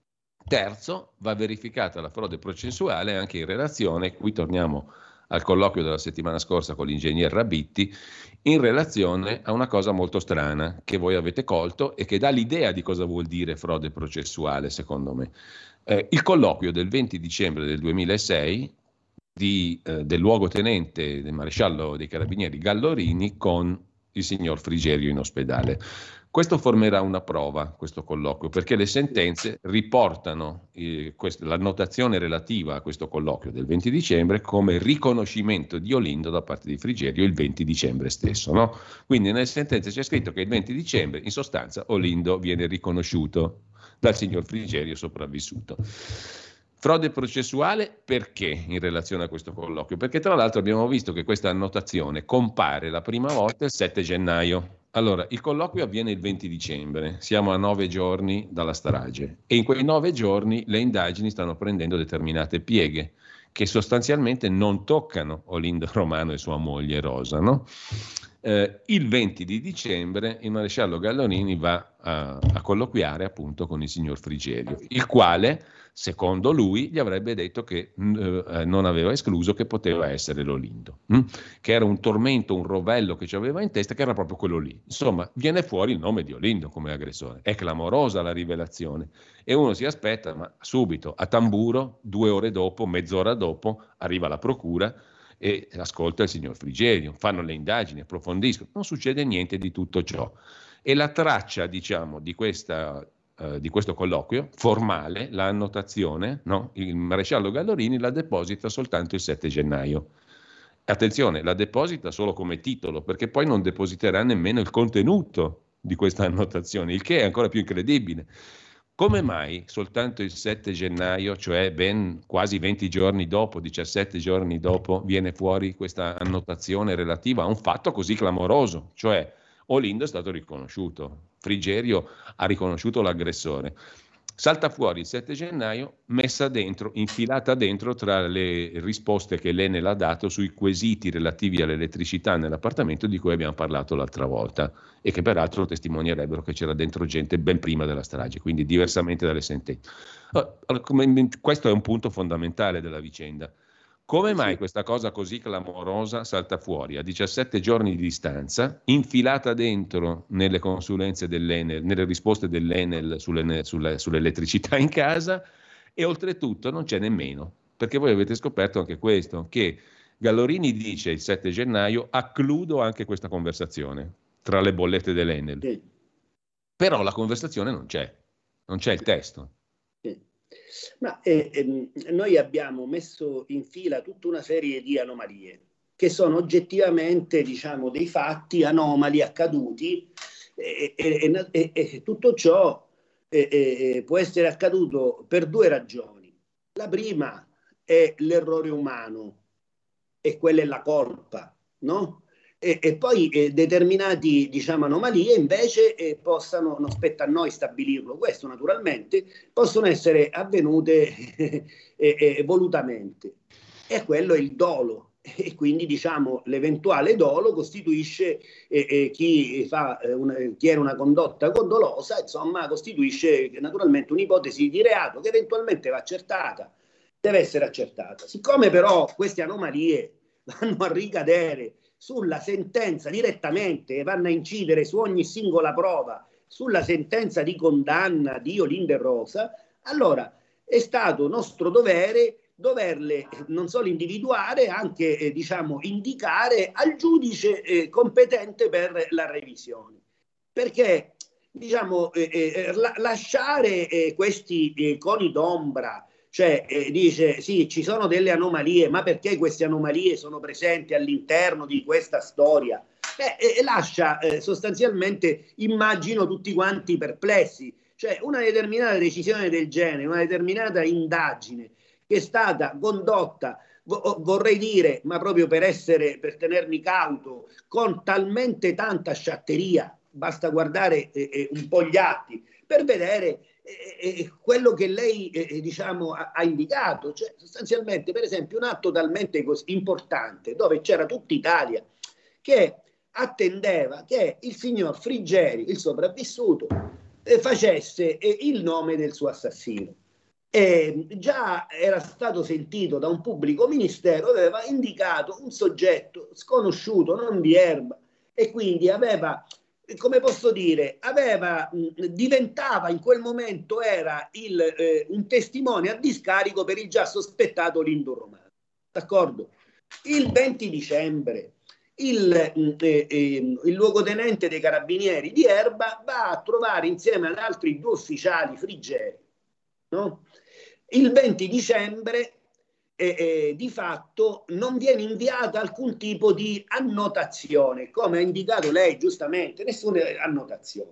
Terzo, va verificata la frode processuale anche in relazione, qui torniamo al colloquio della settimana scorsa con l'ingegner Rabitti, in relazione a una cosa molto strana che voi avete colto e che dà l'idea di cosa vuol dire frode processuale, secondo me. Il colloquio del 20 dicembre del 2006 del luogotenente del maresciallo dei carabinieri Gallorini con il signor Frigerio in ospedale. Questo formerà una prova, questo colloquio, perché le sentenze riportano l'annotazione relativa a questo colloquio del 20 dicembre come riconoscimento di Olindo da parte di Frigerio il 20 dicembre stesso. No? Quindi nelle sentenze c'è scritto che il 20 dicembre, in sostanza, Olindo viene riconosciuto dal signor Frigerio sopravvissuto. Frode processuale perché in relazione a questo colloquio? Perché tra l'altro abbiamo visto che questa annotazione compare la prima volta il 7 gennaio. Allora, il colloquio avviene il 20 dicembre, siamo a 9 giorni dalla strage e in quei 9 giorni le indagini stanno prendendo determinate pieghe che sostanzialmente non toccano Olindo Romano e sua moglie Rosa, no? Il 20 di dicembre il maresciallo Gallorini va a colloquiare appunto con il signor Frigerio, il quale, secondo lui, gli avrebbe detto che non aveva escluso che poteva essere l'Olindo, che era un tormento, un rovello che ci aveva in testa, che era proprio quello lì. Insomma, viene fuori il nome di Olindo come aggressore. È clamorosa la rivelazione e uno si aspetta, ma subito, a tamburo, 2 ore dopo, mezz'ora dopo, arriva la procura e ascolta il signor Frigerio, fanno le indagini, approfondiscono, non succede niente di tutto ciò. E la traccia, diciamo, di questo colloquio formale, la annotazione, no? Il maresciallo Gallorini la deposita soltanto il 7 gennaio. Attenzione, la deposita solo come titolo, perché poi non depositerà nemmeno il contenuto di questa annotazione, il che è ancora più incredibile. Come mai soltanto il 7 gennaio, cioè ben quasi 20 giorni dopo, 17 giorni dopo, viene fuori questa annotazione relativa a un fatto così clamoroso? Cioè Olindo è stato riconosciuto, Frigerio ha riconosciuto l'aggressore. Salta fuori il 7 gennaio, messa dentro, infilata dentro tra le risposte che l'Enel ha dato sui quesiti relativi all'elettricità nell'appartamento di cui abbiamo parlato l'altra volta e che peraltro testimonierebbero che c'era dentro gente ben prima della strage, quindi diversamente dalle sentenze. Questo è un punto fondamentale della vicenda. Come mai questa cosa così clamorosa salta fuori a 17 giorni di distanza, infilata dentro nelle consulenze dell'Enel, nelle risposte dell'Enel sull'elettricità in casa, e oltretutto non c'è nemmeno, perché voi avete scoperto anche questo, che Gallorini dice il 7 gennaio accludo anche questa conversazione tra le bollette dell'Enel. Sì. Però la conversazione non c'è il testo. Sì. Ma noi abbiamo messo in fila tutta una serie di anomalie che sono oggettivamente, diciamo, dei fatti anomali accaduti e tutto ciò può essere accaduto per 2 ragioni. La prima è l'errore umano e quella è la colpa, no? E poi determinati, diciamo, anomalie invece non spetta a noi stabilirlo, questo naturalmente, possono essere avvenute volutamente, e quello è il dolo, e quindi diciamo l'eventuale dolo costituisce chi era una condotta dolosa, insomma costituisce naturalmente un'ipotesi di reato che eventualmente va accertata, deve essere accertata. Siccome però queste anomalie vanno a ricadere sulla sentenza direttamente, vanno a incidere su ogni singola prova, sulla sentenza di condanna di Olindo e Rosa, allora è stato nostro dovere doverle non solo individuare, anche diciamo indicare al giudice competente per la revisione, perché diciamo lasciare questi coni d'ombra, cioè dice sì, ci sono delle anomalie, ma perché queste anomalie sono presenti all'interno di questa storia? Lascia sostanzialmente, immagino, tutti quanti perplessi, cioè una determinata decisione del genere, una determinata indagine che è stata condotta, vorrei dire, ma proprio per tenermi cauto, con talmente tanta sciatteria, basta guardare un po' gli atti per vedere quello che lei diciamo ha indicato, cioè sostanzialmente per esempio un atto talmente importante dove c'era tutta Italia che attendeva che il signor Frigerio, il sopravvissuto, facesse il nome del suo assassino. Già era stato sentito da un pubblico ministero, aveva indicato un soggetto sconosciuto, non di erba, e quindi aveva, come posso dire, diventava in quel momento, era un testimone a discarico per il già sospettato Olindo Romano. D'accordo? Il 20 dicembre il luogotenente dei carabinieri di Erba va a trovare insieme ad altri 2 ufficiali Frigeri, no? Il 20 dicembre di fatto non viene inviata alcun tipo di annotazione, come ha indicato lei giustamente, nessuna annotazione.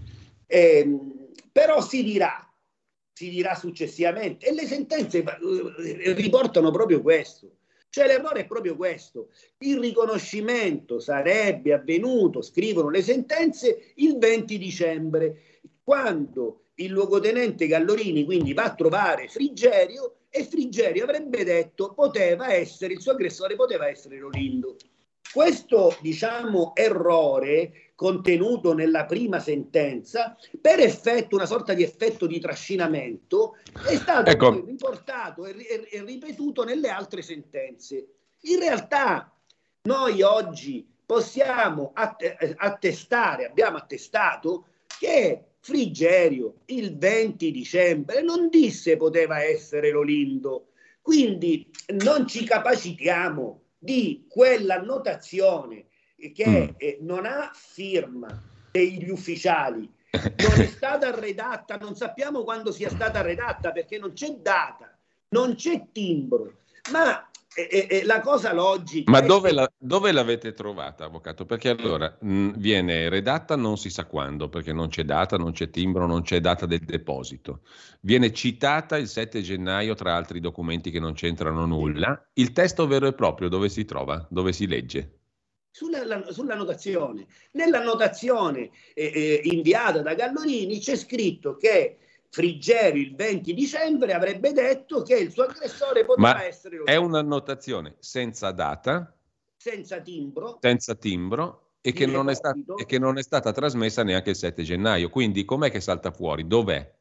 Però si dirà successivamente, e le sentenze riportano proprio questo. Cioè l'errore è proprio questo: il riconoscimento sarebbe avvenuto, scrivono le sentenze, il 20 dicembre, quando il luogotenente Gallorini quindi va a trovare Frigerio e Frigerio avrebbe detto il suo aggressore poteva essere Olindo. Questo, diciamo, errore contenuto nella prima sentenza, per effetto, una sorta di effetto di trascinamento, è stato poi riportato e ripetuto nelle altre sentenze. In realtà noi oggi possiamo abbiamo attestato che Frigerio il 20 dicembre non disse poteva essere Olindo, quindi non ci capacitiamo di quell'annotazione che non ha firma degli ufficiali, non è stata redatta, non sappiamo quando sia stata redatta perché non c'è data, non c'è timbro, ma la cosa logica. Ma dove l'avete trovata, avvocato? Perché allora viene redatta non si sa quando, perché non c'è data, non c'è timbro, non c'è data del deposito. Viene citata il 7 gennaio tra altri documenti che non c'entrano nulla. Il testo vero e proprio dove si trova? Dove si legge? Sulla notazione. Nella notazione inviata da Gallorini c'è scritto che Frigerio il 20 dicembre avrebbe detto che il suo aggressore poteva essere Olindo. È un'annotazione senza data, senza timbro e che non è stata trasmessa neanche il 7 gennaio. Quindi com'è che salta fuori? Dov'è?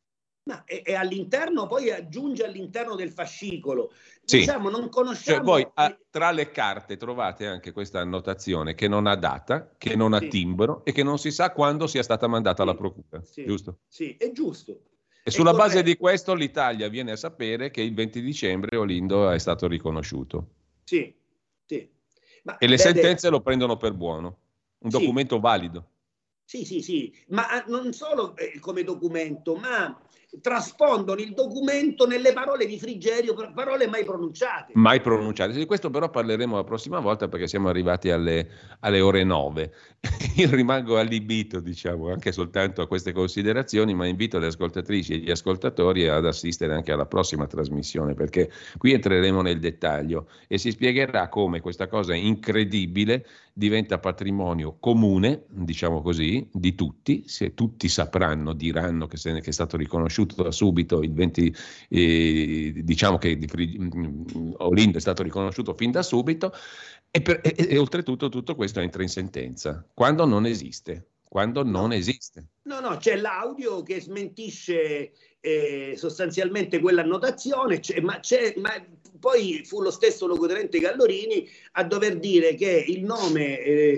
E all'interno, poi aggiunge all'interno del fascicolo. Sì. Diciamo, non conosciamo. Cioè voi tra le carte trovate anche questa annotazione che non ha data, che non ha timbro e che non si sa quando sia stata mandata alla procura. Giusto? Sì, è giusto. E sulla base di questo l'Italia viene a sapere che il 20 dicembre Olindo è stato riconosciuto. Sì. Ma e le sentenze lo prendono per buono. Un documento valido. Sì, ma non solo come documento, ma traspondono il documento nelle parole di Frigerio, parole mai pronunciate. Mai pronunciate. Di questo però parleremo la prossima volta perché siamo arrivati alle ore 9. Io rimango allibito, diciamo, anche soltanto a queste considerazioni, ma invito le ascoltatrici e gli ascoltatori ad assistere anche alla prossima trasmissione, perché qui entreremo nel dettaglio e si spiegherà come questa cosa incredibile diventa patrimonio comune, diciamo così, di tutti. Se tutti sapranno, diranno che è stato riconosciuto riconosciuto da subito il 20, diciamo che Olindo è stato riconosciuto fin da subito, e oltretutto tutto questo entra in sentenza quando non esiste. No, c'è l'audio che smentisce sostanzialmente quell'annotazione, ma poi fu lo stesso locotenente Gallorini a dover dire che il nome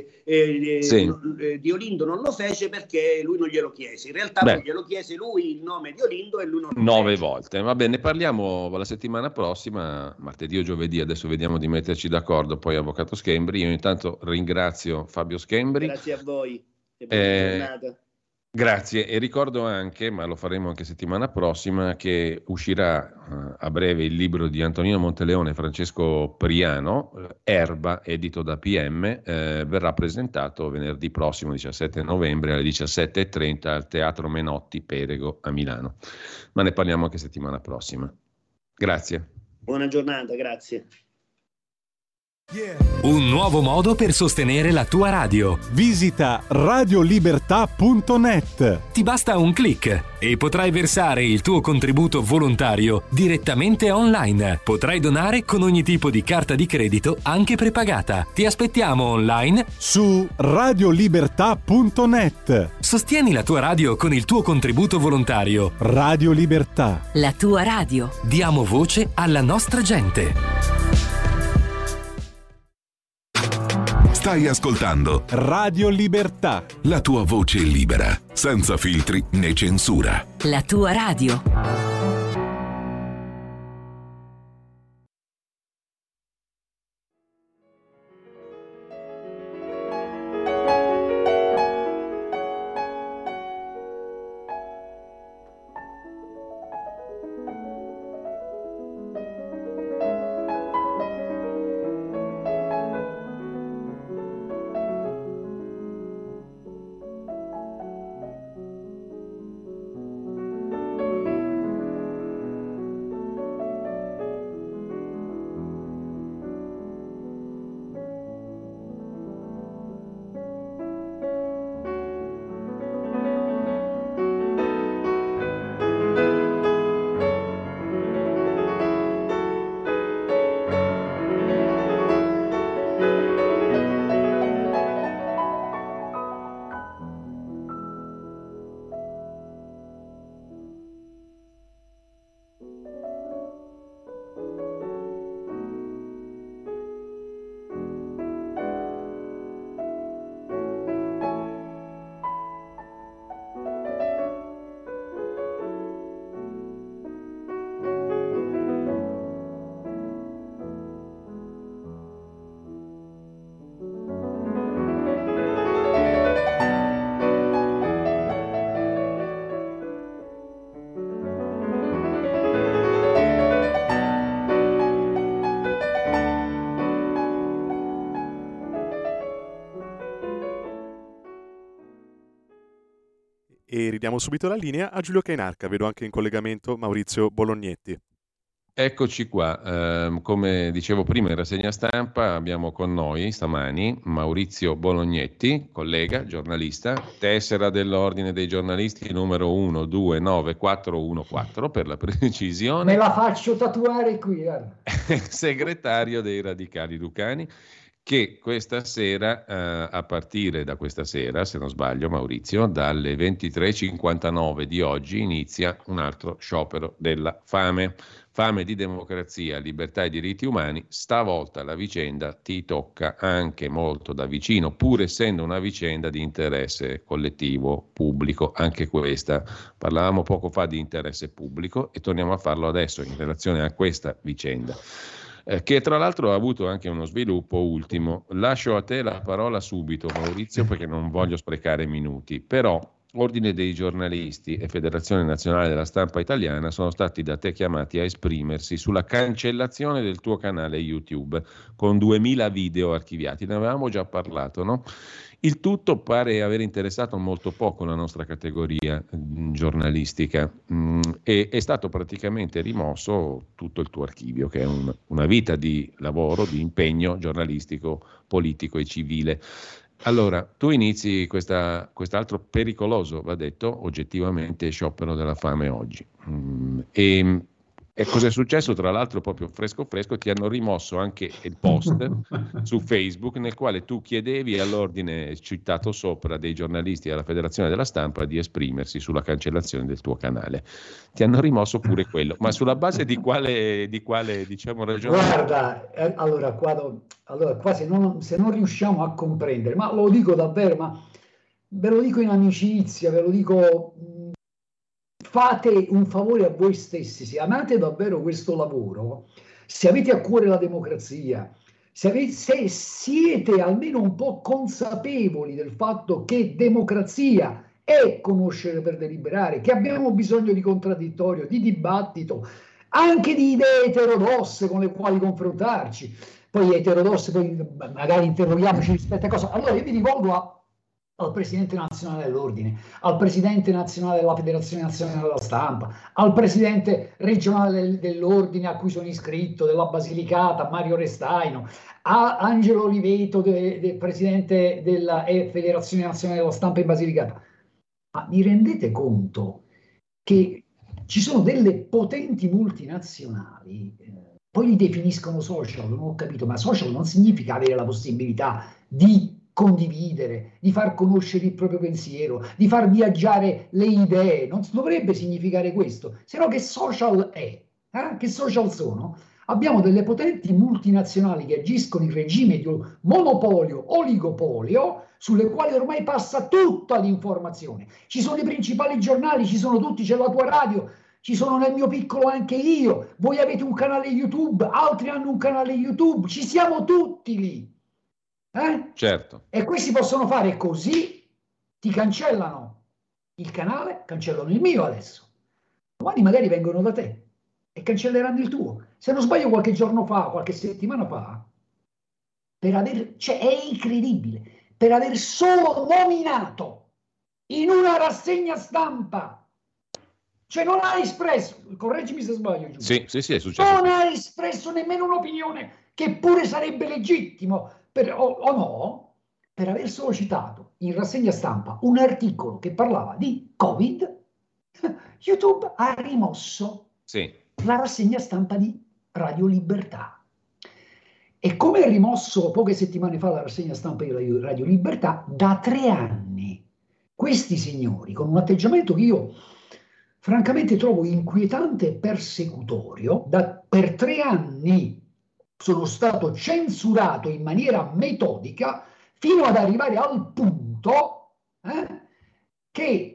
di Olindo non lo fece perché lui non glielo chiese. In realtà poi glielo chiese lui il nome di Olindo e lui non lo 9 fece. volte. Va bene, parliamo la settimana prossima, martedì o giovedì, adesso vediamo di metterci d'accordo, poi avvocato Schembri. Io intanto ringrazio Fabio Schembri. Grazie a voi. Buona giornata. Grazie, e ricordo anche, ma lo faremo anche settimana prossima, che uscirà a breve il libro di Antonino Monteleone e Francesco Priano, Erba, edito da PM, verrà presentato venerdì prossimo, 17 novembre alle 17:30 al Teatro Menotti Perego a Milano. Ma ne parliamo anche settimana prossima. Grazie. Buona giornata, grazie. Un nuovo modo per sostenere la tua radio. Visita radiolibertà.net. Ti basta un click e potrai versare il tuo contributo volontario direttamente online. Potrai donare con ogni tipo di carta di credito, anche prepagata. Ti aspettiamo online su radiolibertà.net. Sostieni la tua radio con il tuo contributo volontario. Radio Libertà. La tua radio. Diamo voce alla nostra gente. Stai ascoltando Radio Libertà. La tua voce libera, senza filtri né censura. La tua radio. E ridiamo subito la linea a Giulio Cainarca. Vedo anche in collegamento Maurizio Bolognetti. Eccoci qua, come dicevo prima in rassegna stampa abbiamo con noi stamani Maurizio Bolognetti, collega, giornalista, tessera dell'Ordine dei Giornalisti numero 129414 per la precisione. Me la faccio tatuare qui. Segretario dei Radicali Lucani, che questa sera, a partire da questa sera, se non sbaglio Maurizio, dalle 23:59 di oggi inizia un altro sciopero della fame. Fame di democrazia, libertà e diritti umani. Stavolta la vicenda ti tocca anche molto da vicino, pur essendo una vicenda di interesse collettivo, pubblico, anche questa. Parlavamo poco fa di interesse pubblico e torniamo a farlo adesso in relazione a questa vicenda. Che tra l'altro ha avuto anche uno sviluppo ultimo. Lascio a te la parola subito, Maurizio, perché non voglio sprecare minuti, però Ordine dei Giornalisti e Federazione Nazionale della Stampa Italiana sono stati da te chiamati a esprimersi sulla cancellazione del tuo canale YouTube con 2000 video archiviati. Ne avevamo già parlato, no? Il tutto pare aver interessato molto poco la nostra categoria giornalistica e è stato praticamente rimosso tutto il tuo archivio, che è una vita di lavoro, di impegno giornalistico, politico e civile. Allora, tu inizi quest'altro pericoloso, va detto, oggettivamente, sciopero della fame oggi. E cosa è successo? Tra l'altro, proprio fresco fresco, ti hanno rimosso anche il post su Facebook nel quale tu chiedevi all'ordine citato sopra dei giornalisti alla Federazione della Stampa di esprimersi sulla cancellazione del tuo canale. Ti hanno rimosso pure quello, ma sulla base di quale diciamo ragionamento? Guarda, allora qua se non riusciamo a comprendere, ma lo dico davvero, ma ve lo dico in amicizia, ve lo dico, fate un favore a voi stessi, se amate davvero questo lavoro, se avete a cuore la democrazia, se siete almeno un po' consapevoli del fatto che democrazia è conoscere per deliberare, che abbiamo bisogno di contraddittorio, di dibattito, anche di idee eterodosse con le quali confrontarci. Poi eterodosse, poi magari interroghiamoci rispetto a cosa. Allora io mi rivolgo al Presidente Nazionale dell'Ordine, al Presidente Nazionale della Federazione Nazionale della Stampa, al Presidente Regionale dell'Ordine a cui sono iscritto, della Basilicata, Mario Restaino, a Angelo Oliveto, Presidente della Federazione Nazionale della Stampa in Basilicata. Ma vi rendete conto che ci sono delle potenti multinazionali, poi li definiscono social, non ho capito, ma social non significa avere la possibilità di condividere, di far conoscere il proprio pensiero, di far viaggiare le idee, non dovrebbe significare questo, se no che social è? Che social sono? Abbiamo delle potenti multinazionali che agiscono in regime di monopolio, oligopolio, sulle quali ormai passa tutta l'informazione. Ci sono i principali giornali, ci sono tutti, c'è la tua radio, ci sono nel mio piccolo anche io, voi avete un canale YouTube, altri hanno un canale YouTube, ci siamo tutti lì. Certo. E questi possono fare così, ti cancellano il canale, cancellano il mio adesso. Domani magari vengono da te e cancelleranno il tuo. Se non sbaglio qualche giorno fa, qualche settimana fa, cioè è incredibile, per aver solo nominato in una rassegna stampa, cioè non ha espresso, correggimi se sbaglio, Giulio, sì, è successo. Non ha espresso nemmeno un'opinione, che pure sarebbe legittimo, o no, per aver solo citato in rassegna stampa un articolo che parlava di Covid, YouTube ha rimosso la rassegna stampa di Radio Libertà. E come ha rimosso poche settimane fa la rassegna stampa di Radio Libertà, da 3 anni questi signori, con un atteggiamento che io francamente trovo inquietante e persecutorio, per 3 anni sono stato censurato in maniera metodica fino ad arrivare al punto che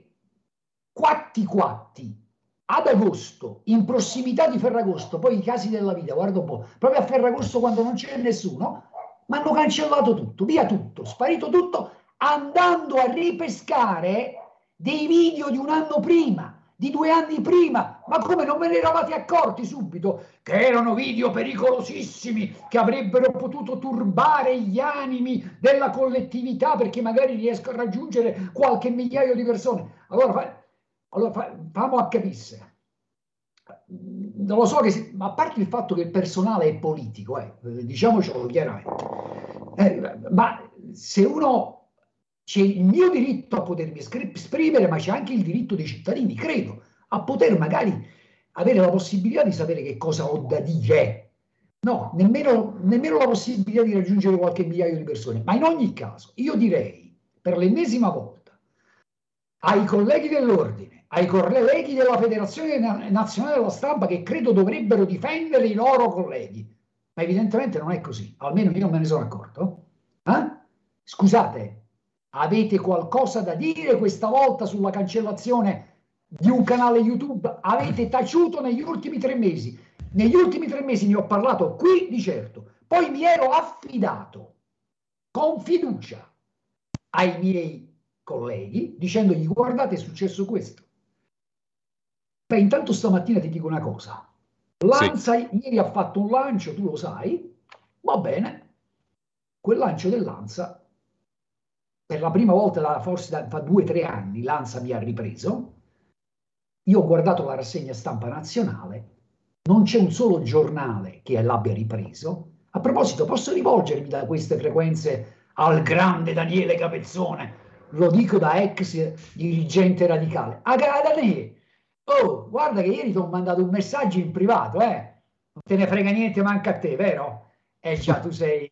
quatti ad agosto, in prossimità di Ferragosto, poi i casi della vita, guarda un po', proprio a Ferragosto quando non c'è nessuno, mi hanno cancellato tutto, via tutto, sparito tutto, andando a ripescare dei video di 1 anno prima, di 2 anni prima. Ma come, non ve ne eravate accorti subito che erano video pericolosissimi, che avrebbero potuto turbare gli animi della collettività, perché magari riesco a raggiungere qualche migliaio di persone? Allora famo a capire. Non lo so, ma a parte il fatto che il personale è politico, diciamocelo chiaramente, ma se uno, c'è il mio diritto a potermi esprimere, ma c'è anche il diritto dei cittadini, credo, a poter magari avere la possibilità di sapere che cosa ho da dire. No, nemmeno la possibilità di raggiungere qualche migliaio di persone. Ma in ogni caso, io direi, per l'ennesima volta, ai colleghi dell'Ordine, ai colleghi della Federazione Nazionale della Stampa, che credo dovrebbero difendere i loro colleghi, ma evidentemente non è così, almeno io non me ne sono accorto. Scusate, avete qualcosa da dire questa volta sulla cancellazione di un canale YouTube? Avete taciuto negli ultimi 3 mesi. Negli ultimi 3 mesi ne ho parlato qui di certo, poi mi ero affidato con fiducia ai miei colleghi dicendogli: guardate, è successo questo. Beh, intanto stamattina ti dico una cosa. L'ANSA ieri ha fatto un lancio, tu lo sai, va bene, quel lancio dell'ANSA, per la prima volta, forse fa 2 o 3 anni, l'ANSA mi ha ripreso. Io ho guardato la rassegna stampa nazionale, non c'è un solo giornale che l'abbia ripreso. A proposito, posso rivolgermi da queste frequenze al grande Daniele Capezzone, lo dico da ex dirigente radicale. Daniele, oh, guarda che ieri ti ho mandato un messaggio in privato, non te ne frega niente manca a te, vero? Già, tu sei,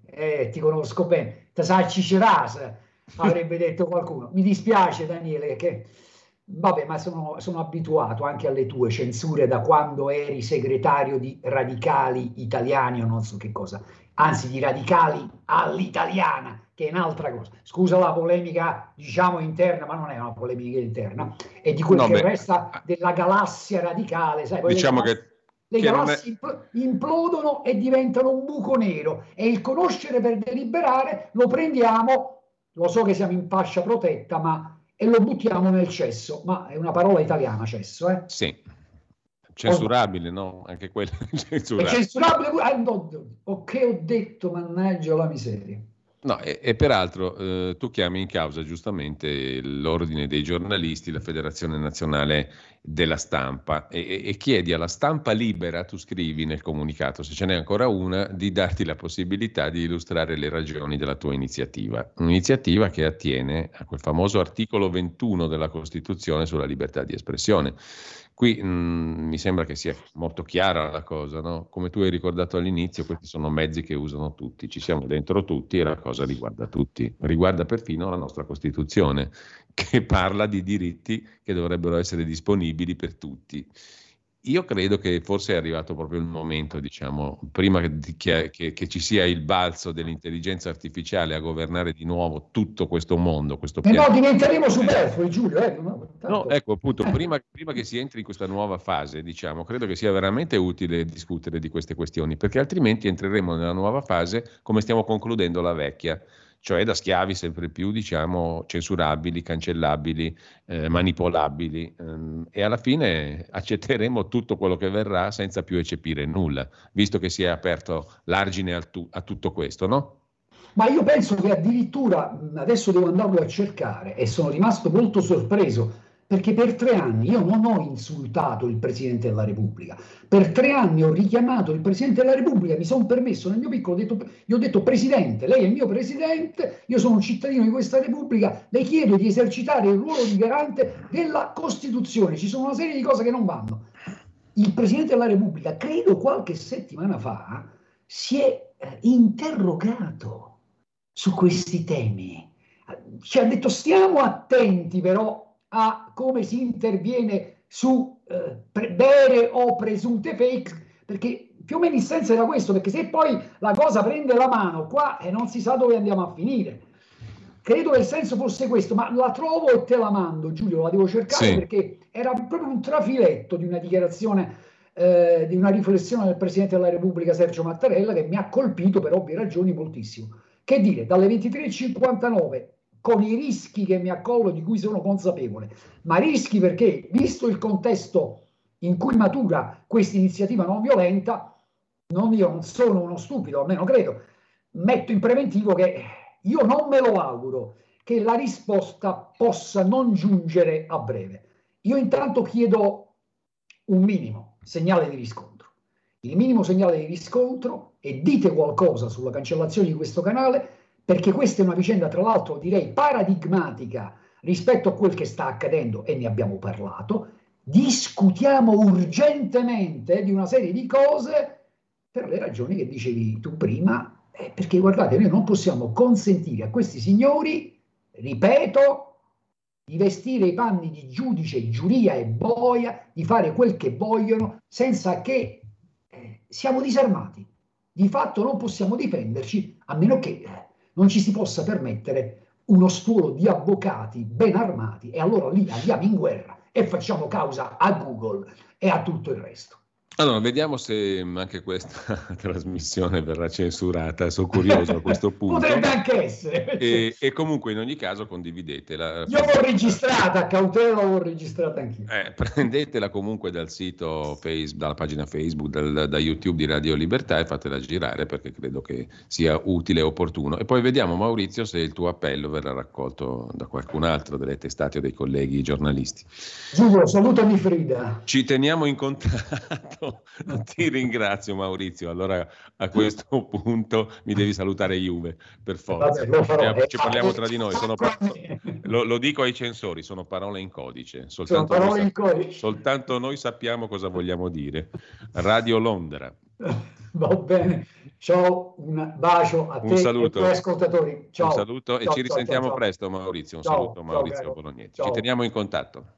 ti conosco bene, te sai Ciceras, avrebbe detto qualcuno. Mi dispiace Daniele, che vabbè, ma sono abituato anche alle tue censure da quando eri segretario di Radicali Italiani o non so che cosa, anzi di Radicali all'italiana, che è un'altra cosa. Scusa la polemica, diciamo, interna, ma non è una polemica interna, è di quel che resta della galassia radicale, sai, diciamo che le galassie implodono e diventano un buco nero, e il conoscere per deliberare lo prendiamo, lo so che siamo in fascia protetta, ma e lo buttiamo nel cesso. Ma è una parola italiana, cesso, eh? Sì. Censurabile, no? Anche quello è censurabile. È censurabile? No, che ho detto, mannaggia la miseria. No, e peraltro tu chiami in causa giustamente l'Ordine dei giornalisti, la Federazione Nazionale della Stampa, e chiedi alla Stampa Libera, tu scrivi nel comunicato, se ce n'è ancora una, di darti la possibilità di illustrare le ragioni della tua iniziativa. Un'iniziativa che attiene a quel famoso articolo 21 della Costituzione sulla libertà di espressione. Qui mi sembra che sia molto chiara la cosa, no? Come tu hai ricordato all'inizio, questi sono mezzi che usano tutti, ci siamo dentro tutti e la cosa riguarda tutti, riguarda perfino la nostra Costituzione, che parla di diritti che dovrebbero essere disponibili per tutti. Io credo che forse è arrivato proprio il momento, diciamo, prima che ci sia il balzo dell'intelligenza artificiale a governare di nuovo tutto questo mondo, questo pianeta. No, diventeremo superflui, Giulio. No, ecco, appunto, prima che si entri in questa nuova fase, diciamo, credo che sia veramente utile discutere di queste questioni, perché altrimenti entreremo nella nuova fase come stiamo concludendo la vecchia, cioè da schiavi sempre più, diciamo, censurabili, cancellabili, manipolabili, e alla fine accetteremo tutto quello che verrà senza più eccepire nulla, visto che si è aperto l'argine a tutto questo, no? Ma io penso che addirittura, adesso devo andarlo a cercare, e sono rimasto molto sorpreso, perché per 3 anni io non ho insultato il Presidente della Repubblica, per 3 anni ho richiamato il Presidente della Repubblica, mi sono permesso nel mio piccolo, gli ho detto: Presidente, lei è il mio Presidente, io sono un cittadino di questa Repubblica, le chiedo di esercitare il ruolo di garante della Costituzione, ci sono una serie di cose che non vanno. Il Presidente della Repubblica, credo qualche settimana fa, si è interrogato su questi temi, ci ha detto: stiamo attenti però a come si interviene su vere o presunte fake, perché più o meno il senso era questo, perché se poi la cosa prende la mano qua e non si sa dove andiamo a finire. Credo che il senso fosse questo, ma la trovo e te la mando, Giulio, la devo cercare, sì, perché era proprio un trafiletto di una dichiarazione, di una riflessione del Presidente della Repubblica Sergio Mattarella, che mi ha colpito per ovvie ragioni moltissimo. Che dire, dalle 23:59, con i rischi che mi accolgo, di cui sono consapevole, ma rischi perché, visto il contesto in cui matura questa iniziativa non violenta, io non sono uno stupido, almeno credo, metto in preventivo che io non me lo auguro che la risposta possa non giungere a breve. Io intanto chiedo un minimo segnale di riscontro. Il minimo segnale di riscontro, e dite qualcosa sulla cancellazione di questo canale, perché questa è una vicenda, tra l'altro, direi paradigmatica rispetto a quel che sta accadendo, e ne abbiamo parlato. Discutiamo urgentemente di una serie di cose per le ragioni che dicevi tu prima, perché guardate, noi non possiamo consentire a questi signori, ripeto, di vestire i panni di giudice, giuria e boia, di fare quel che vogliono senza che siamo disarmati. Di fatto non possiamo difenderci, a meno che non ci si possa permettere uno stuolo di avvocati ben armati, e allora lì andiamo in guerra e facciamo causa a Google e a tutto il resto. Allora, vediamo se anche questa trasmissione verrà censurata, sono curioso a questo punto. Potrebbe anche essere. E comunque in ogni caso condividetela. Io l'ho registrata, a cautela l'ho registrata anch'io. Prendetela comunque dal sito Facebook, dalla pagina Facebook, da YouTube di Radio Libertà, e fatela girare, perché credo che sia utile e opportuno. E poi vediamo, Maurizio, se il tuo appello verrà raccolto da qualcun altro delle testate o dei colleghi giornalisti. Giulio, salutami Frida. Ci teniamo in contatto. Ti ringrazio Maurizio, allora a questo punto mi devi salutare Juve, per forza. Ci parliamo tra di noi, lo dico ai censori, sono parole in codice, soltanto noi sappiamo cosa vogliamo dire. Radio Londra. Va bene, ciao, un bacio a te e ai tuoi ascoltatori. Ciao. Un saluto e ci risentiamo presto Maurizio, un saluto Maurizio Bolognetti. Ci teniamo in contatto.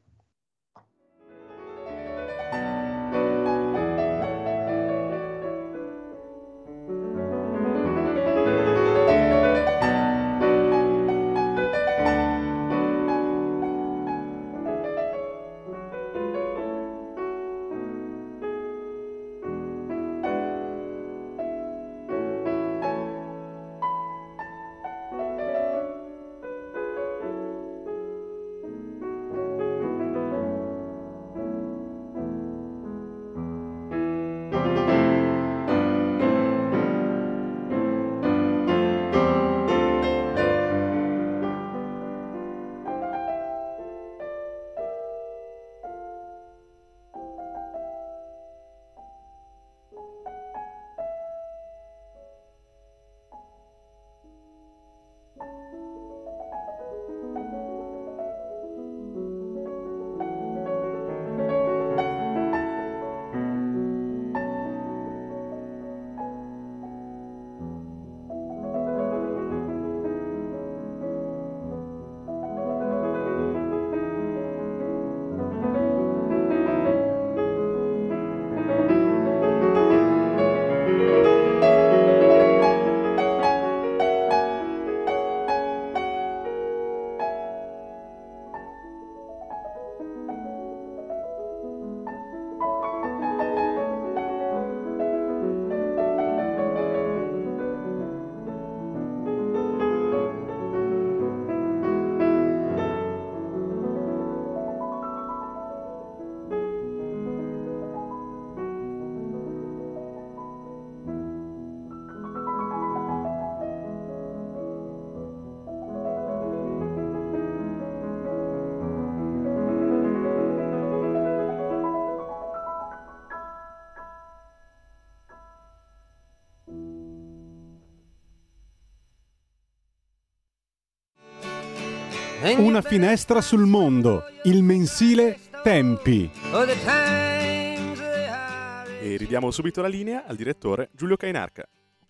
Una finestra sul mondo, il mensile Tempi. E ridiamo subito la linea al direttore Giulio Cainarca.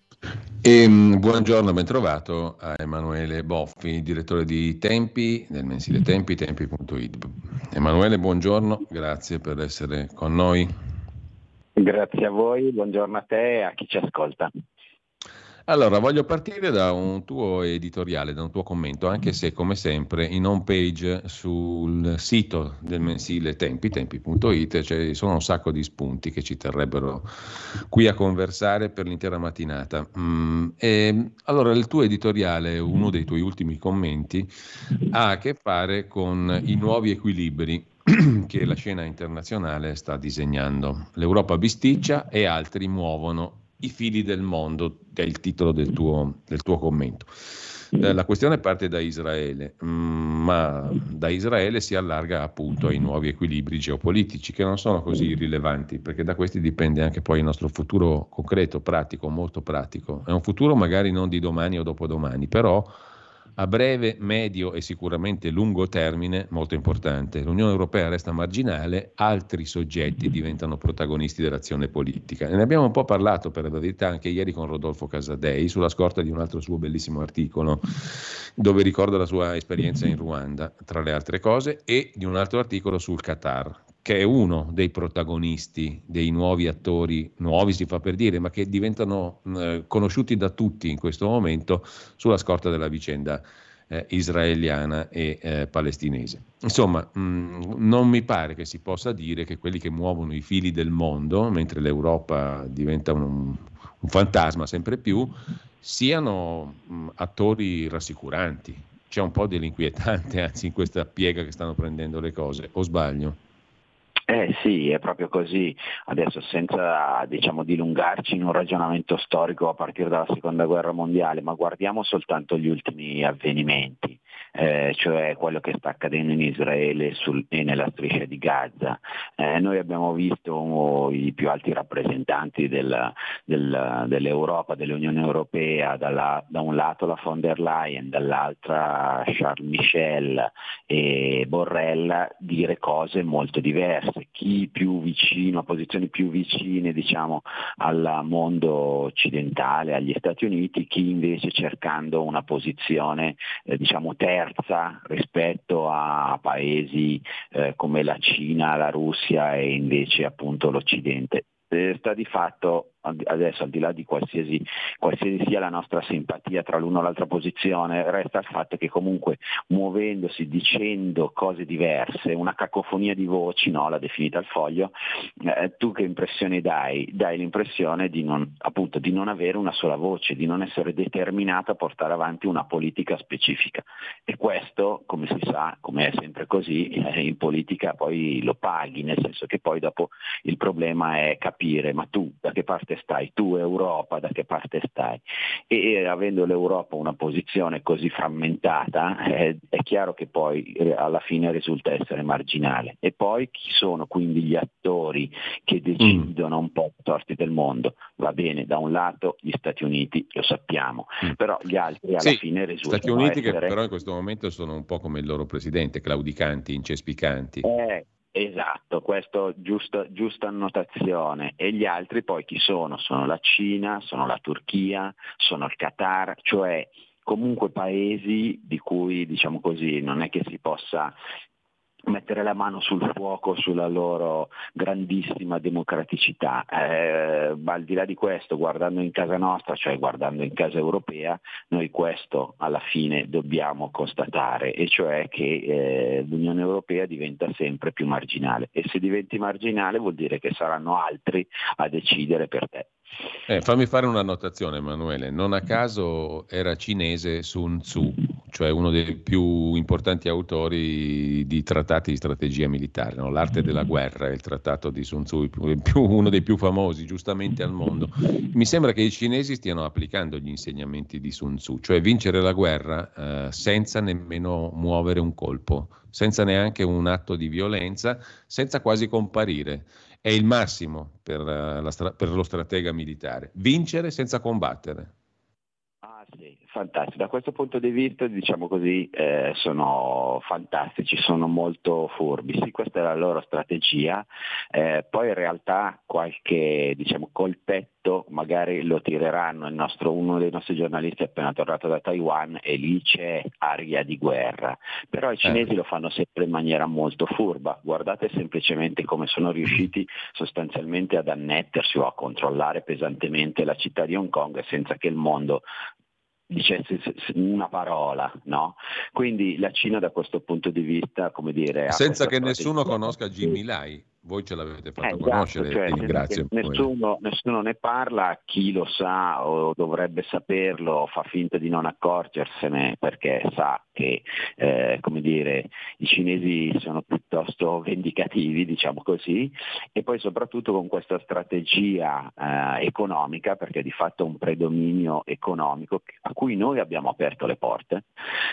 Buongiorno, ben trovato a Emanuele Boffi, direttore di Tempi, del mensile Tempi, tempi.it. Emanuele, buongiorno, grazie per essere con noi. Grazie a voi, buongiorno a te e a chi ci ascolta. Allora, voglio partire da un tuo editoriale, da un tuo commento, anche se come sempre in home page sul sito del mensile Tempi, tempi.it, ci sono un sacco di spunti che ci terrebbero qui a conversare per l'intera mattinata. Allora, il tuo editoriale, uno dei tuoi ultimi commenti, ha a che fare con i nuovi equilibri che la scena internazionale sta disegnando. L'Europa bisticcia e altri muovono i fili del mondo, è il titolo del tuo commento. La questione parte da Israele, ma da Israele si allarga appunto ai nuovi equilibri geopolitici che non sono così rilevanti, perché da questi dipende anche poi il nostro futuro concreto, pratico, molto pratico. È un futuro magari non di domani o dopodomani, però a breve, medio e sicuramente lungo termine molto importante. L'Unione Europea resta marginale, altri soggetti diventano protagonisti dell'azione politica. E ne abbiamo un po' parlato, per la verità, anche ieri con Rodolfo Casadei, sulla scorta di un altro suo bellissimo articolo, dove ricorda la sua esperienza in Ruanda, tra le altre cose, e di un altro articolo sul Qatar, che è uno dei protagonisti, dei nuovi attori, nuovi si fa per dire, ma che diventano conosciuti da tutti in questo momento sulla scorta della vicenda israeliana e palestinese. Insomma, non mi pare che si possa dire che quelli che muovono i fili del mondo, mentre l'Europa diventa un fantasma sempre più, siano attori rassicuranti. C'è un po' dell'inquietante, anzi, in questa piega che stanno prendendo le cose, o sbaglio? Sì, è proprio così. Adesso senza dilungarci in un ragionamento storico a partire dalla seconda guerra mondiale, ma guardiamo soltanto gli ultimi avvenimenti. cioè quello che sta accadendo in Israele e nella striscia di Gaza. Noi abbiamo visto i più alti rappresentanti dell'Europa, dell'Unione Europea, da un lato la von der Leyen, dall'altra Charles Michel e Borrell, dire cose molto diverse, chi più vicino, a posizioni più vicine diciamo al mondo occidentale, agli Stati Uniti, chi invece cercando una posizione diciamo terza rispetto a paesi come la Cina, la Russia e invece appunto l'Occidente. Sta di fatto adesso, al di là di qualsiasi sia la nostra simpatia tra l'una o l'altra posizione, resta il fatto che comunque muovendosi, dicendo cose diverse, una cacofonia di voci, no? L'ha definita il Foglio, tu che impressione dai? Dai l'impressione di non avere una sola voce, di non essere determinato a portare avanti una politica specifica, e questo, come si sa, come è sempre così, in politica poi lo paghi, nel senso che poi dopo il problema è capire ma tu da che parte stai, tu Europa da che parte stai, e avendo l'Europa una posizione così frammentata è chiaro che poi alla fine risulta essere marginale. E poi chi sono quindi gli attori che decidono un po' i torti del mondo? Va bene, da un lato gli Stati Uniti, lo sappiamo, però gli altri alla fine risultano Stati Uniti essere... che però in questo momento sono un po' come il loro presidente, claudicanti, incespicanti. Esatto, questo giusta annotazione. E gli altri poi chi sono? Sono la Cina, sono la Turchia, sono il Qatar, cioè comunque paesi di cui, diciamo così, non è che si possa mettere la mano sul fuoco sulla loro grandissima democraticità. Ma al di là di questo, guardando in casa nostra, cioè guardando in casa europea, noi questo alla fine dobbiamo constatare, e cioè che l'Unione Europea diventa sempre più marginale, e se diventi marginale vuol dire che saranno altri a decidere per te. Fammi fare una notazione, Emanuele. Non a caso era cinese Sun Tzu, cioè uno dei più importanti autori di trattati di strategia militare, no? L'arte della guerra è il trattato di Sun Tzu, uno dei più famosi giustamente al mondo. Mi sembra che i cinesi stiano applicando gli insegnamenti di Sun Tzu, cioè vincere la guerra senza nemmeno muovere un colpo, senza neanche un atto di violenza, senza quasi comparire. È il massimo per lo stratega militare, vincere senza combattere. Ah sì, fantastico. Da questo punto di vista, diciamo così, sono fantastici, sono molto furbi. Sì, questa è la loro strategia. Poi in realtà qualche, diciamo, colpetto magari lo tireranno. Uno dei nostri giornalisti è appena tornato da Taiwan e lì c'è aria di guerra. Però i cinesi lo fanno sempre in maniera molto furba. Guardate semplicemente come sono riusciti sostanzialmente ad annettersi o a controllare pesantemente la città di Hong Kong senza che il mondo dicesse una parola, no? Quindi la Cina da questo punto di vista, come dire, senza che nessuno conosca Jimmy Lai. Voi ce l'avete fatto conoscere, cioè, ti ringrazio. Nessuno ne parla, chi lo sa o dovrebbe saperlo fa finta di non accorgersene perché sa che come dire, i cinesi sono piuttosto vendicativi, diciamo così, e poi soprattutto con questa strategia economica, perché di fatto è un predominio economico a cui noi abbiamo aperto le porte,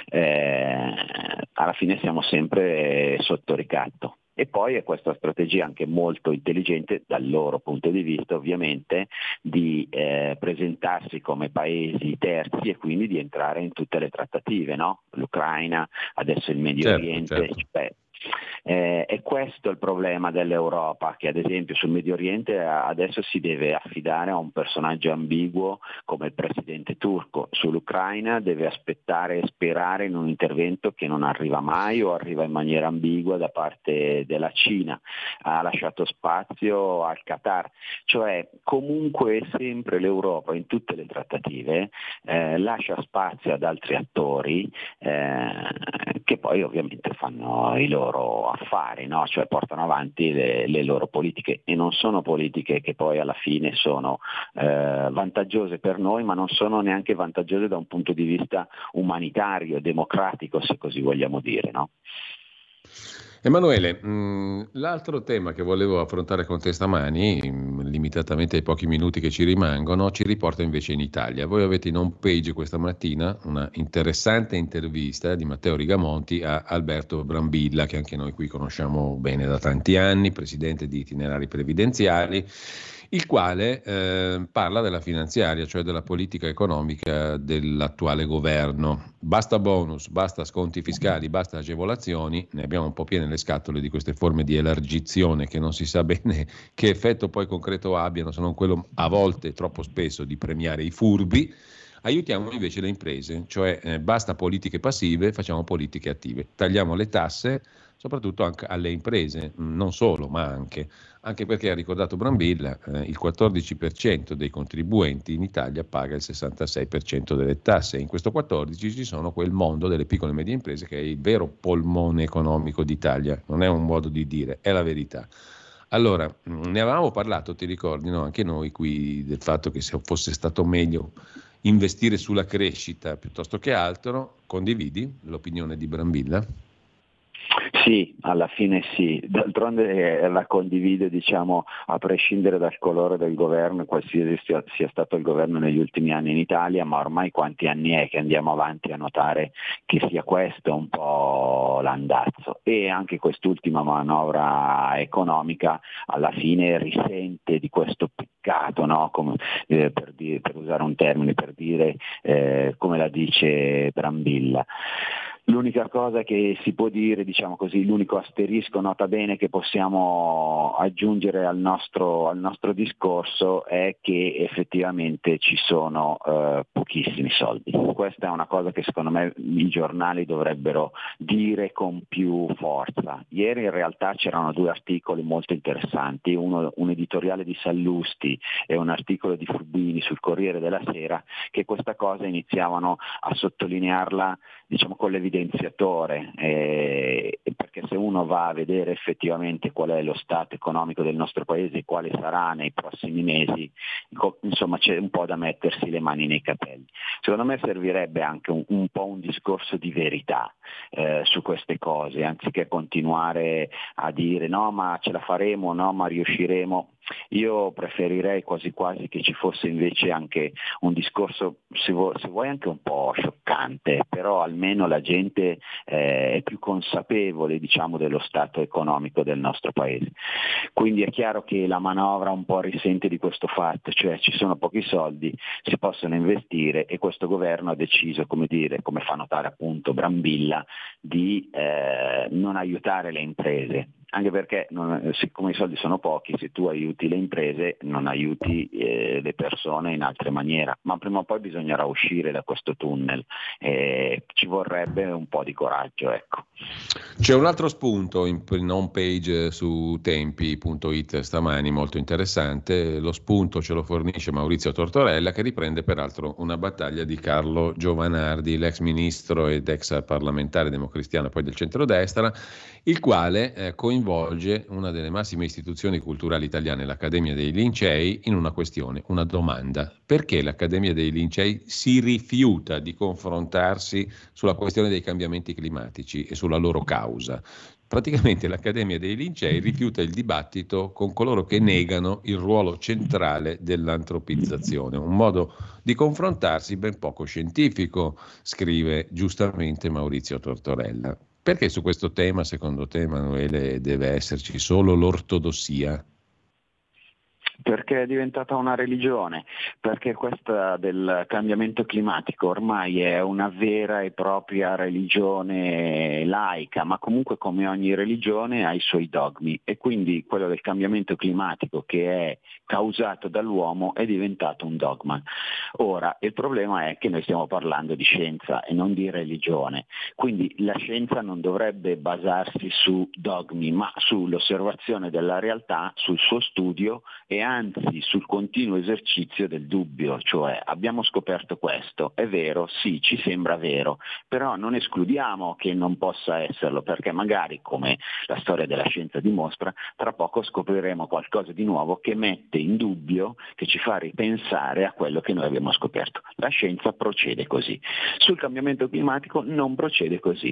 alla fine siamo sempre sotto ricatto. E poi è questa strategia anche molto intelligente dal loro punto di vista, ovviamente, di presentarsi come paesi terzi e quindi di entrare in tutte le trattative, no? L'Ucraina, adesso il Medio Oriente. Certo. E questo è il problema dell'Europa, che ad esempio sul Medio Oriente adesso si deve affidare a un personaggio ambiguo come il presidente turco. Sull'Ucraina deve aspettare e sperare in un intervento che non arriva mai o arriva in maniera ambigua da parte della Cina. Ha lasciato spazio al Qatar, cioè comunque sempre l'Europa in tutte le trattative lascia spazio ad altri attori che poi ovviamente fanno i loro affari, no? Cioè portano avanti le loro politiche, e non sono politiche che poi alla fine sono vantaggiose per noi, ma non sono neanche vantaggiose da un punto di vista umanitario, democratico, se così vogliamo dire, no? Emanuele, l'altro tema che volevo affrontare con te stamani, limitatamente ai pochi minuti che ci rimangono, ci riporta invece in Italia. Voi avete in home page questa mattina una interessante intervista di Matteo Rigamonti a Alberto Brambilla, che anche noi qui conosciamo bene da tanti anni, presidente di Itinerari Previdenziali, il quale parla della finanziaria, cioè della politica economica dell'attuale governo. Basta bonus, basta sconti fiscali, basta agevolazioni, ne abbiamo un po' piene le scatole di queste forme di elargizione che non si sa bene che effetto poi concreto abbiano, se non quello a volte, troppo spesso, di premiare i furbi. Aiutiamo invece le imprese, cioè basta politiche passive, facciamo politiche attive, tagliamo le tasse, soprattutto anche alle imprese, non solo, ma anche perché ha ricordato Brambilla, il 14% dei contribuenti in Italia paga il 66% delle tasse. In questo 14% ci sono quel mondo delle piccole e medie imprese che è il vero polmone economico d'Italia, non è un modo di dire, è la verità. Allora, ne avevamo parlato, ti ricordi, no? Anche noi qui, del fatto che se fosse stato meglio investire sulla crescita piuttosto che altro. Condividi l'opinione di Brambilla? Sì, alla fine sì, d'altronde la condivido, diciamo, a prescindere dal colore del governo, qualsiasi sia stato il governo negli ultimi anni in Italia, ma ormai quanti anni è che andiamo avanti a notare che sia questo un po' l'andazzo, e anche quest'ultima manovra economica alla fine risente di questo peccato, no? Come, per usare un termine, per dire come la dice Brambilla. L'unica cosa che si può dire, diciamo così, l'unico asterisco, nota bene, che possiamo aggiungere al nostro discorso è che effettivamente ci sono pochissimi soldi. Questa è una cosa che secondo me i giornali dovrebbero dire con più forza. Ieri in realtà c'erano due articoli molto interessanti, un editoriale di Sallusti e un articolo di Furbini sul Corriere della Sera, che questa cosa iniziavano a sottolinearla, diciamo, con l'evidenziatore, perché se uno va a vedere effettivamente qual è lo stato economico del nostro paese e quale sarà nei prossimi mesi, insomma c'è un po' da mettersi le mani nei capelli. Secondo me servirebbe anche un po' un discorso di verità su queste cose, anziché continuare a dire no ma ce la faremo, no ma riusciremo. Io preferirei quasi quasi che ci fosse invece anche un discorso, se vuoi anche un po' scioccante, però almeno la gente è più consapevole, diciamo, dello stato economico del nostro paese. Quindi è chiaro che la manovra un po' risente di questo fatto, cioè ci sono pochi soldi, si possono investire e questo governo ha deciso, come fa notare appunto Brambilla, di non aiutare le imprese. Anche perché siccome i soldi sono pochi, se tu aiuti le imprese non aiuti le persone in altre maniere, ma prima o poi bisognerà uscire da questo tunnel e ci vorrebbe un po' di coraggio, ecco. C'è un altro spunto in home page su tempi.it stamani molto interessante. Lo spunto ce lo fornisce Maurizio Tortorella, che riprende peraltro una battaglia di Carlo Giovanardi, l'ex ministro ed ex parlamentare democristiano poi del centrodestra, il quale coinvolge una delle massime istituzioni culturali italiane, l'Accademia dei Lincei, in una questione, una domanda. Perché l'Accademia dei Lincei si rifiuta di confrontarsi sulla questione dei cambiamenti climatici e sulla loro causa? Praticamente l'Accademia dei Lincei rifiuta il dibattito con coloro che negano il ruolo centrale dell'antropizzazione, un modo di confrontarsi ben poco scientifico, scrive giustamente Maurizio Tortorella. Perché su questo tema, secondo te, Emanuele, deve esserci solo l'ortodossia? Perché è diventata una religione, perché questa del cambiamento climatico ormai è una vera e propria religione laica, ma comunque come ogni religione ha i suoi dogmi, e quindi quello del cambiamento climatico, che è causato dall'uomo, è diventato un dogma. Ora, il problema è che noi stiamo parlando di scienza e non di religione, quindi la scienza non dovrebbe basarsi su dogmi, ma sull'osservazione della realtà, sul suo studio e anzi sul continuo esercizio del dubbio, cioè abbiamo scoperto questo, è vero, sì, ci sembra vero, però non escludiamo che non possa esserlo, perché magari, come la storia della scienza dimostra, tra poco scopriremo qualcosa di nuovo che mette in dubbio, che ci fa ripensare a quello che noi abbiamo scoperto. La scienza procede così. Sul cambiamento climatico non procede così.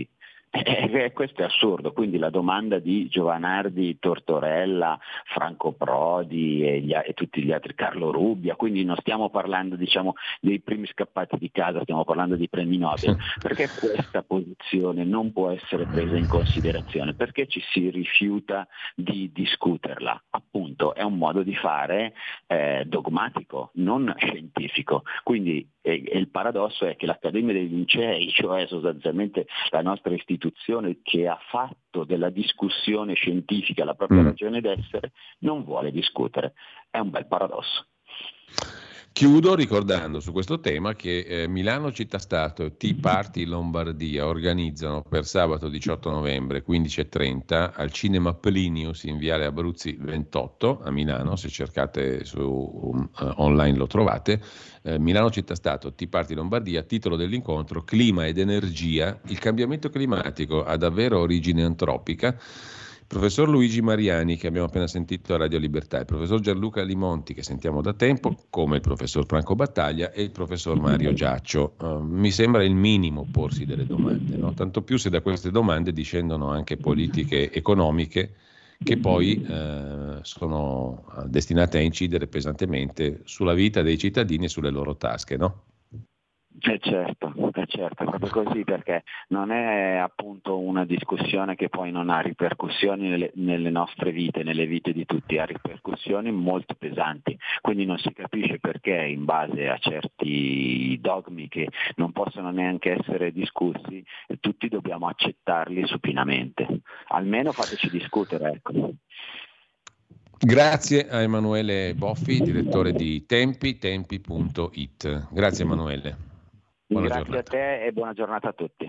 Questo è assurdo, quindi la domanda di Giovanardi, Tortorella, Franco Prodi e tutti gli altri, Carlo Rubbia, quindi non stiamo parlando dei primi scappati di casa, stiamo parlando di premi Nobel, perché questa posizione non può essere presa in considerazione, perché ci si rifiuta di discuterla, appunto è un modo di fare dogmatico, non scientifico, quindi il paradosso è che l'Accademia dei Lincei, cioè sostanzialmente la nostra istituzione che ha fatto della discussione scientifica la propria ragione d'essere, non vuole discutere. È un bel paradosso. Chiudo ricordando su questo tema che Milano Città Stato e Tea Party Lombardia organizzano per sabato 18 novembre 15:30 al Cinema Plinius in Viale Abruzzi 28 a Milano, se cercate su online lo trovate, Milano Città Stato Tea Party Lombardia, titolo dell'incontro: Clima ed energia, il cambiamento climatico ha davvero origine antropica? Il professor Luigi Mariani, che abbiamo appena sentito a Radio Libertà, il professor Gianluca Limonti, che sentiamo da tempo, come il professor Franco Battaglia e il professor Mario Giaccio. Mi sembra il minimo porsi delle domande, no? Tanto più se da queste domande discendono anche politiche economiche che poi sono destinate a incidere pesantemente sulla vita dei cittadini e sulle loro tasche, no? Certo, è proprio così, perché non è appunto una discussione che poi non ha ripercussioni nelle nostre vite, nelle vite di tutti, ha ripercussioni molto pesanti, quindi non si capisce perché in base a certi dogmi che non possono neanche essere discussi, tutti dobbiamo accettarli supinamente, almeno fateci discutere, ecco. Grazie a Emanuele Boffi, direttore di tempi.it. Grazie Emanuele. Buona Grazie giornata. a te e buona giornata a tutti.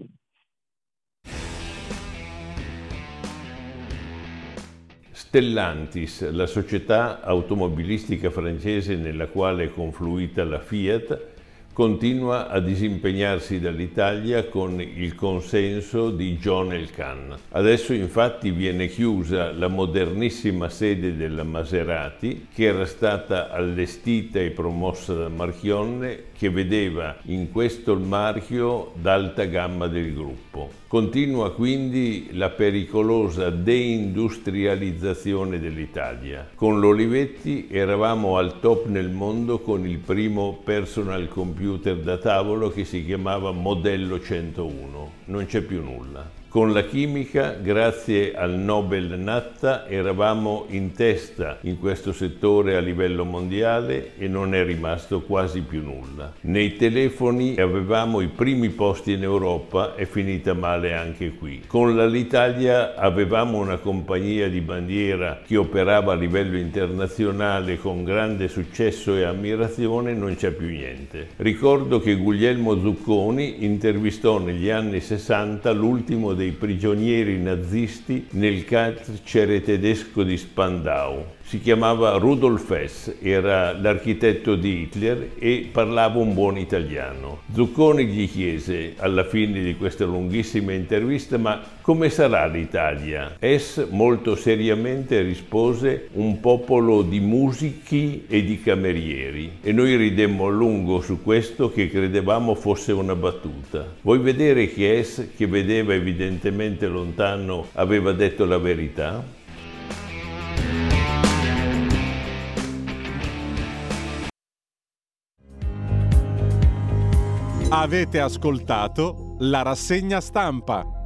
Stellantis, la società automobilistica francese nella quale è confluita la Fiat, continua a disimpegnarsi dall'Italia con il consenso di John Elkann. Adesso infatti viene chiusa la modernissima sede della Maserati, che era stata allestita e promossa da Marchionne, che vedeva in questo il marchio d'alta gamma del gruppo. Continua quindi la pericolosa deindustrializzazione dell'Italia. Con l'Olivetti eravamo al top nel mondo con il primo personal computer da tavolo che si chiamava Modello 101. Non c'è più nulla. Con la chimica, grazie al Nobel Natta, eravamo in testa in questo settore a livello mondiale e non è rimasto quasi più nulla. Nei telefoni avevamo i primi posti in Europa, è finita male anche qui. Con l'Alitalia avevamo una compagnia di bandiera che operava a livello internazionale con grande successo e ammirazione, non c'è più niente. Ricordo che Guglielmo Zucconi intervistò negli anni 60 l'ultimo dei prigionieri nazisti nel carcere tedesco di Spandau. Si chiamava Rudolf Hess, era l'architetto di Hitler e parlava un buon italiano. Zucconi gli chiese alla fine di questa lunghissima intervista: ma come sarà l'Italia? Hess molto seriamente rispose: un popolo di musichi e di camerieri. E noi ridemmo a lungo su questo, che credevamo fosse una battuta. Vuoi vedere che Hess, che vedeva evidentemente lontano, aveva detto la verità? Avete ascoltato la rassegna stampa.